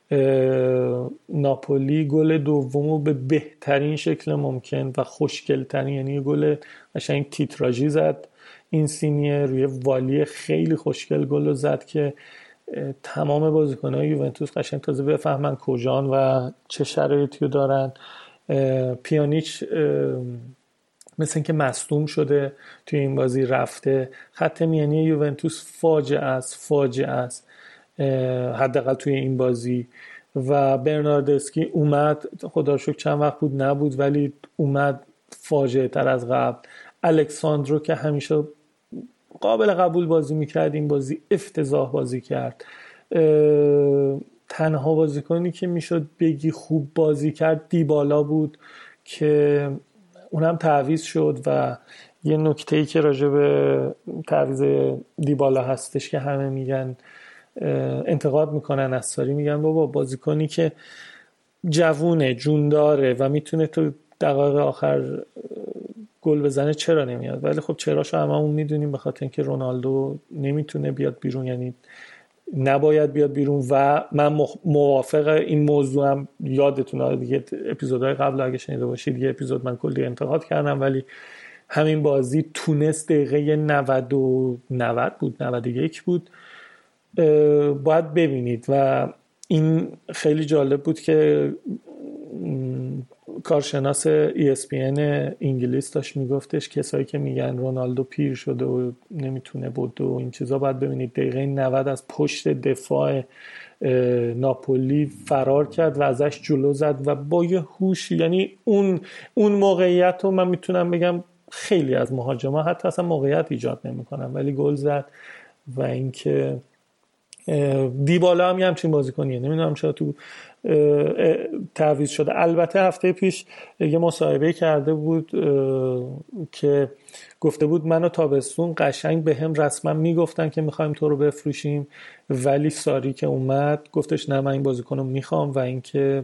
ناپولی گل دومو به بهترین شکل ممکن و خوشگل‌ترین، یعنی گل قشنگ تیتراژی زد این سینیه روی والی خیلی خوشگل گل رو زد که تمام بازیکن‌های یوونتوس قشنگ تازه بفهمن کجان و چه شرایطی رو دارن. پیانیچ مثل اینکه مصدوم شده توی این بازی رفته. خط میانی یوونتوس فاجعه است حداقل توی این بازی. و برناردسکی اومد، خدا رو شکر چند وقت بود نبود ولی اومد فاجعه تر از قبل. الکساندرو که همیشه قابل قبول بازی میکرد این بازی افتضاح بازی کرد. تنها بازیکنی که میشد بگی خوب بازی کرد دیبالا بود که اونم تعویض شد. و یه نکته‌ای که راجع به تعویض دیبالا هستش که همه میگن انتقاد میکنن از ساری، میگن بابا بازیکنی که جوونه جونداره و میتونه تو دقایق آخر گل بزنه چرا نمیاد؟ ولی خب چراشو هممون میدونیم، به خاطر اینکه رونالدو نمیتونه بیاد بیرون، یعنی نباید بیاد بیرون. و من موافق این موضوع هم، یادتونه دیگه اپیزودهای قبل اگه شنیده باشید یه اپیزود من کلی انتقاد کردم، ولی همین بازی تونست دقیقه 90 بود 91 بود باید ببینید. و این خیلی جالب بود که کارشناس ESPN انگلیس داشت میگفتش کسایی که میگن رونالدو پیر شده و نمیتونه بود و این چیزا، باید ببینید دقیقه 90 از پشت دفاع ناپولی فرار کرد و ازش جلو زد و با یه هوش، یعنی اون موقعیت رو من میتونم بگم خیلی از مهاجما حتی اصلا موقعیت ایجاد نمیکنن ولی گل زد. و اینکه دیبالا هم یه همچین بازیکنیه، نمیدونم چرا تو تعویض شده. البته هفته پیش یه مصاحبه کرده بود که گفته بود منو تابستون قشنگ به هم رسما میگفتن که میخوایم تو رو بفروشیم، ولی ساری که اومد گفتش نه من این بازیکنو میخوام و اینکه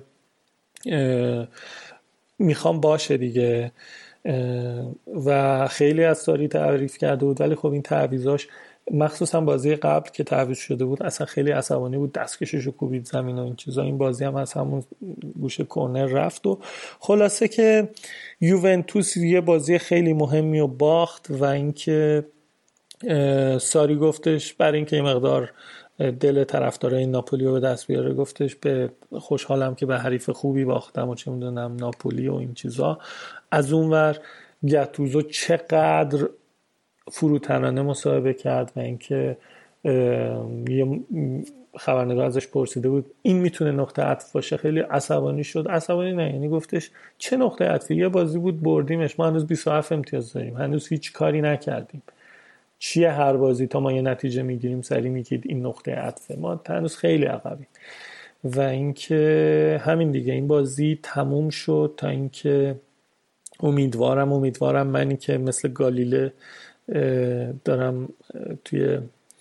میخوام باشه دیگه. و خیلی از ساری تعریف کرده بود، ولی خب این تعویضاش مخصوصا بازی قبل که تعویض شده بود اصلا خیلی عصبانی بود، دستکششو کوبید زمین و این چیزا. این بازی هم از همون گوشه کورنر رفت. و خلاصه که یوونتوس یه بازی خیلی مهمی و باخت. و اینکه ساری گفتش برای اینکه این مقدار دل طرفدارای ناپولی رو به دست بیاره، گفتش به خوشحالم که به حریف خوبی باختم و چه میدونم ناپولی و این چیزا. از اونور گاتوزو چقدر فروتنانه مصاحبه کرد و اینکه یه خبرنگار ازش پرسیده بود این میتونه نقطه عطف باشه، خیلی عصبانی شد. عصبانی نه، یعنی گفتش چه نقطه عطفی؟ یه بازی بود بردیمش، ما هنوز 27 امتیاز داریم، هنوز هیچ کاری نکردیم. چیه هر بازی تا ما یه نتیجه میگیریم سری میگید این نقطه عطفه؟ ما هنوز خیلی عقبیم. و اینکه همین دیگه این بازی تموم شد تا اینکه امیدوارم منی که مثل گالیله دارم توی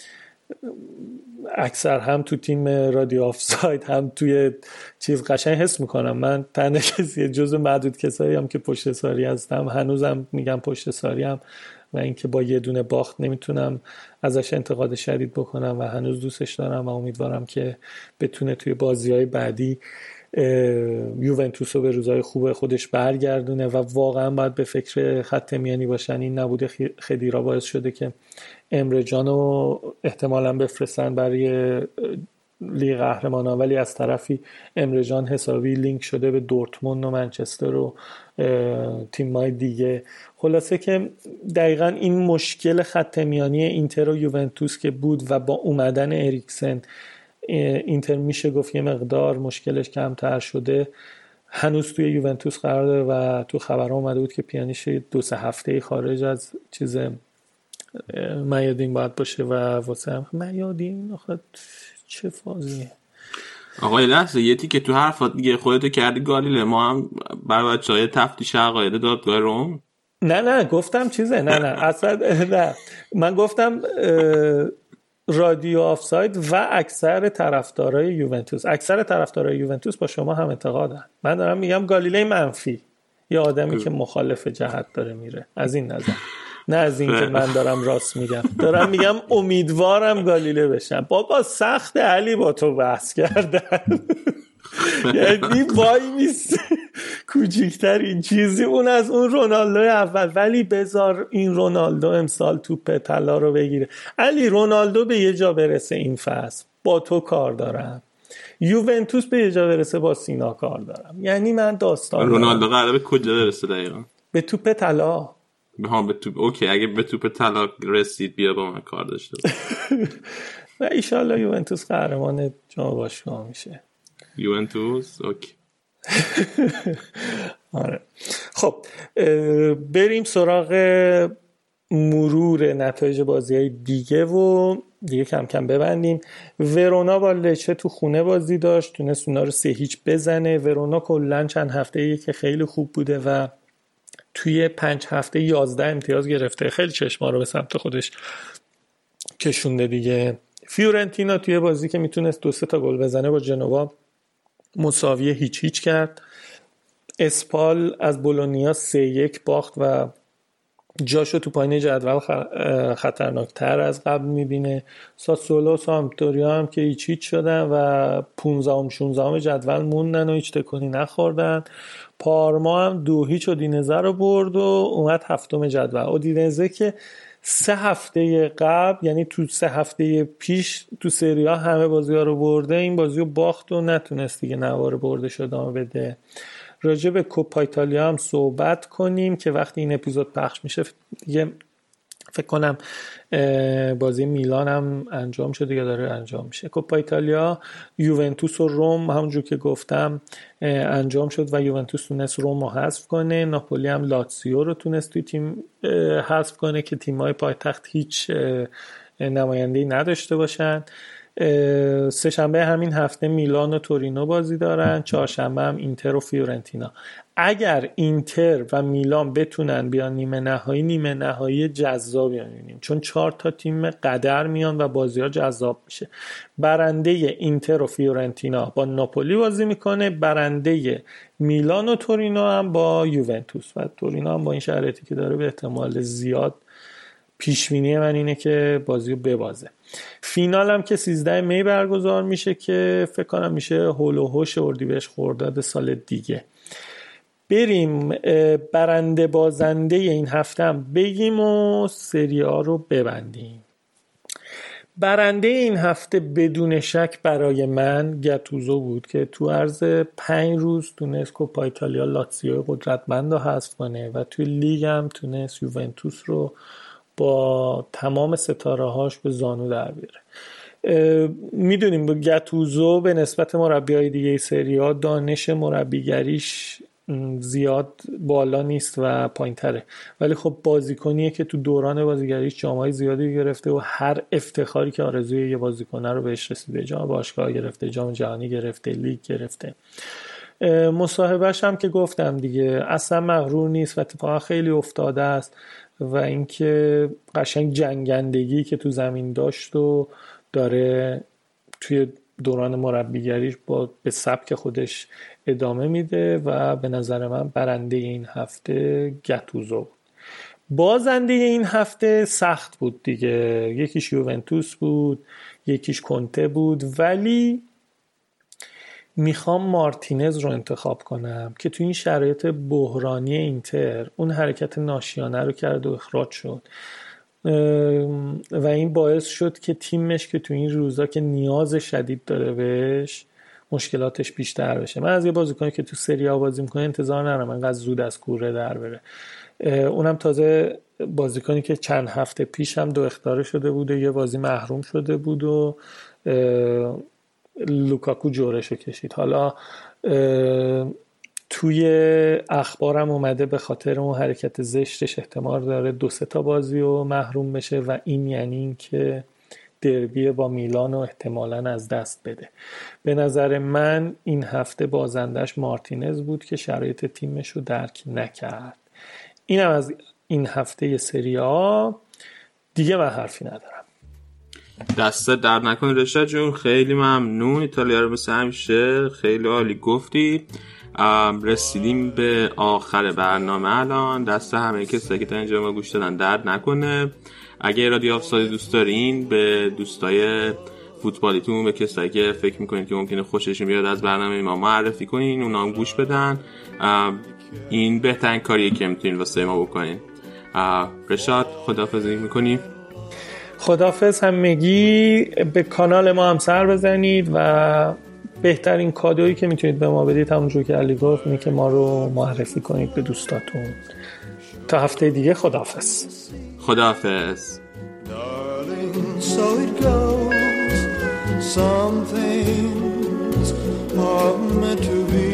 اکثر هم تو تیم رادیو آفساید هم توی چیز قشنگ حس میکنم من تنها کسی جزو معدود کسایی هم که پشت ساری هستم، هنوزم میگم پشت ساری هم. و اینکه با یه دونه باخت نمیتونم ازش انتقاد شدید بکنم و هنوز دوستش دارم و امیدوارم که بتونه توی بازی‌های بعدی یوونتوس رو به روزای خوب خودش برگردونه. و واقعا باید به فکر خط میانی باشن. این نبوده خدیرا باعث شده که امره جان رو احتمالاً بفرستن برای لیگ قهرمانان، ولی از طرفی امره جان حسابی لینک شده به دورتموند و منچستر و تیم‌های دیگه. خلاصه که دقیقاً این مشکل خط میانی اینتر و یوونتوس که بود و با اومدن اریکسن اینتر میشه گفت یه مقدار مشکلش کمتر شده. هنوز توی یوونتوس قرار داره و تو خبرها اومده بود که پیانیش 2-3 هفته خارج از چیز میادین باید باشه و واسه هم میادین آخه چه فازیه. آقای لحظه یه تیکه تو حرفات دیگه خودتو کردی گالیله، ما هم برای بچه‌های تفتیش عقاید دادگاه روم. نه گفتم چیزه، نه اصلا نه، من گفتم رادیو آفساید و اکثر طرفدارای یوونتوس با شما هم اعتقادن. من دارم میگم گالیله منفی، یه آدمی که مخالف جهت داره میره از این نظر، نه از این که من دارم راست میگم. دارم میگم امیدوارم گالیله بشم. بابا سخت علی با تو بحث کردن یعنی وای میست کوچیکتر این چیزی اون از اون رونالدو اول، ولی بذار این رونالدو امسال توپ طلا رو بگیره. علی رونالدو به یه جا برسه این فصل با تو کار دارم، یوونتوس به یه جا برسه با سینا کار دارم. یعنی من داستان رونالدو قراره به کجا برسه دقیقاً؟ به توپ طلا. به توپ اوکی، اگه به توپ طلا رسید بیا با من کار داشته و ایشالله یوونتوس قهرمان جام باشگاه میشه. یوونتوس اوکی. آره خب بریم سراغ مرور نتایج بازی‌های دیگه و دیگه کم کم ببندیم. ورونا با لچه تو خونه بازی داشت، تونست اونا رو 3-0 بزنه. ورونا کلاً چند هفته‌ای که خیلی خوب بوده و توی 5 هفته 11 امتیاز گرفته، خیلی چشما رو به سمت خودش کشونده دیگه. فیورنتینا توی بازی که میتونست 2-3 تا گل بزنه با جنوا مساوی 0-0 کرد. اسپال از بولونیا 3-1 باخت و جاشو تو پایین جدول خطرناکتر از قبل میبینه. ساسولو و سامپدوریا هم که 0-0 شدن و 15-16 جدول موندن و هیچ تکونی نخوردن. پارما هم 2-0 اودینزه رو برد و اومد 7م جدول. اودینزه که 3 هفته قبل، یعنی تو 3 هفته پیش تو سری ها همه بازی ها رو برده، این بازی رو باخت و نتونست دیگه نوار بردش ادامه بده. راجع به کوپا ایتالیا هم صحبت کنیم که وقتی این اپیزود پخش میشه دیگه فکر کنم بازی میلان هم انجام شده یا داره انجام میشه. کوپا ایتالیا یوونتوس و روم همونجور که گفتم انجام شد و یوونتوس تونست روم رو حذف کنه. ناپولی هم لاتزیو رو تونست توی تیم حذف کنه که تیم‌های پایتخت هیچ نماینده‌ای نداشته باشن. سه شنبه همین هفته میلان و تورینو بازی دارن، چهارشنبه هم اینتر و فیورنتینا. اگر اینتر و میلان بتونن بیان نیمه نهایی جذابی می‌بینیم، چون 4 تا تیم قدر میان و بازی‌ها جذاب میشه. برنده اینتر و فیورنتینا با ناپولی بازی میکنه، برنده میلان و تورینو هم با یوونتوس و تورینو هم با این شرایطی که داره به احتمال زیاد پیشبینی من اینه که بازیو ببازه. فینال هم که 13 می برگزار میشه که فکر کنم میشه هول و هوش اردیبهشت خرداد سال دیگه. بریم برنده بازنده این هفته هم بگیم و سری ها رو ببندیم. برنده این هفته بدون شک برای من گاتوزو بود که تو عرض 5 روز تونست کوپا ایتالیا لاتزیو قدرتمند رو حذف کنه و توی لیگ هم تونست یوونتوس رو با تمام ستاره هاش به زانو در بیاره. میدونیم با گاتوزو به نسبت مربیای دیگه سری ها دانش مربیگریش زیاد بالا نیست و پایین تره، ولی خب بازیکنیه که تو دوران بازیگریش جام‌های زیادی گرفته و هر افتخاری که آرزوی یه بازیکنه رو بهش رسیده، جام باشگاه گرفته، جام جهانی گرفته، لیگ گرفته. مصاحبهش هم که گفتم دیگه اصلا مغرور نیست و اتفاقا خیلی افتاده است و اینکه قشنگ جنگندگی که تو زمین داشت و داره توی دوران مربیگریش به سبک خودش ادامه میده و به نظر من برنده این هفته گاتوزو بود. بازنده این هفته سخت بود دیگه، یکیش یوونتوس بود، یکیش کنته بود، ولی میخوام مارتینز رو انتخاب کنم که تو این شرایط بحرانی اینتر اون حرکت ناشیانه رو کرد و اخراج شد و این باعث شد که تیمش که تو این روزا که نیاز شدید داره بهش مشکلاتش بیشتر بشه. من از یه بازیکنی که تو سری آ بازی میکنه انتظار ندارم انقدر زود از کوره در بره، اونم تازه بازیکنی که چند هفته پیش هم 2 اخطار شده بود و یه بازی محروم شده بود و لوکاکو جورشو کشید. حالا توی اخبارم اومده به خاطر اون حرکت زشتش احتمال داره 2-3 تا بازی رو محروم بشه و این یعنی این که دربی با میلان رو احتمالاً از دست بده. به نظر من این هفته بازندش مارتینز بود که شرایط تیمش رو درک نکرد. اینم از این هفته سری آ، دیگه من حرفی ندارم. دست درد نکنه رشاد جون، خیلی ممنون. ایتالیا رو مثل همیشه خیلی عالی گفتی. رسیدیم به آخر برنامه الان. دست همه کسایی که تا اینجا ما گوش دادن درد نکنه. اگه رادیو آفساید دوست دارین به دوستای فوتبالیتون، به کسایی که فکر میکنین که ممکنه خوششون بیاد از برنامه ما معرفی کنین، اونا هم گوش بدن. این بهترین کاریه که میتونین واسه ما بکنین. رشاد خداحافظی میکنیم. خداحافظ همگی. به کانال ما هم سر بزنید و بهترین کادویی که میتونید به ما بدید همونجور که علی گفت اینه که ما رو معرفی کنید به دوستاتون. تا هفته دیگه خداحافظ. خداحافظ. Darling, so it goes. Some things are meant to be.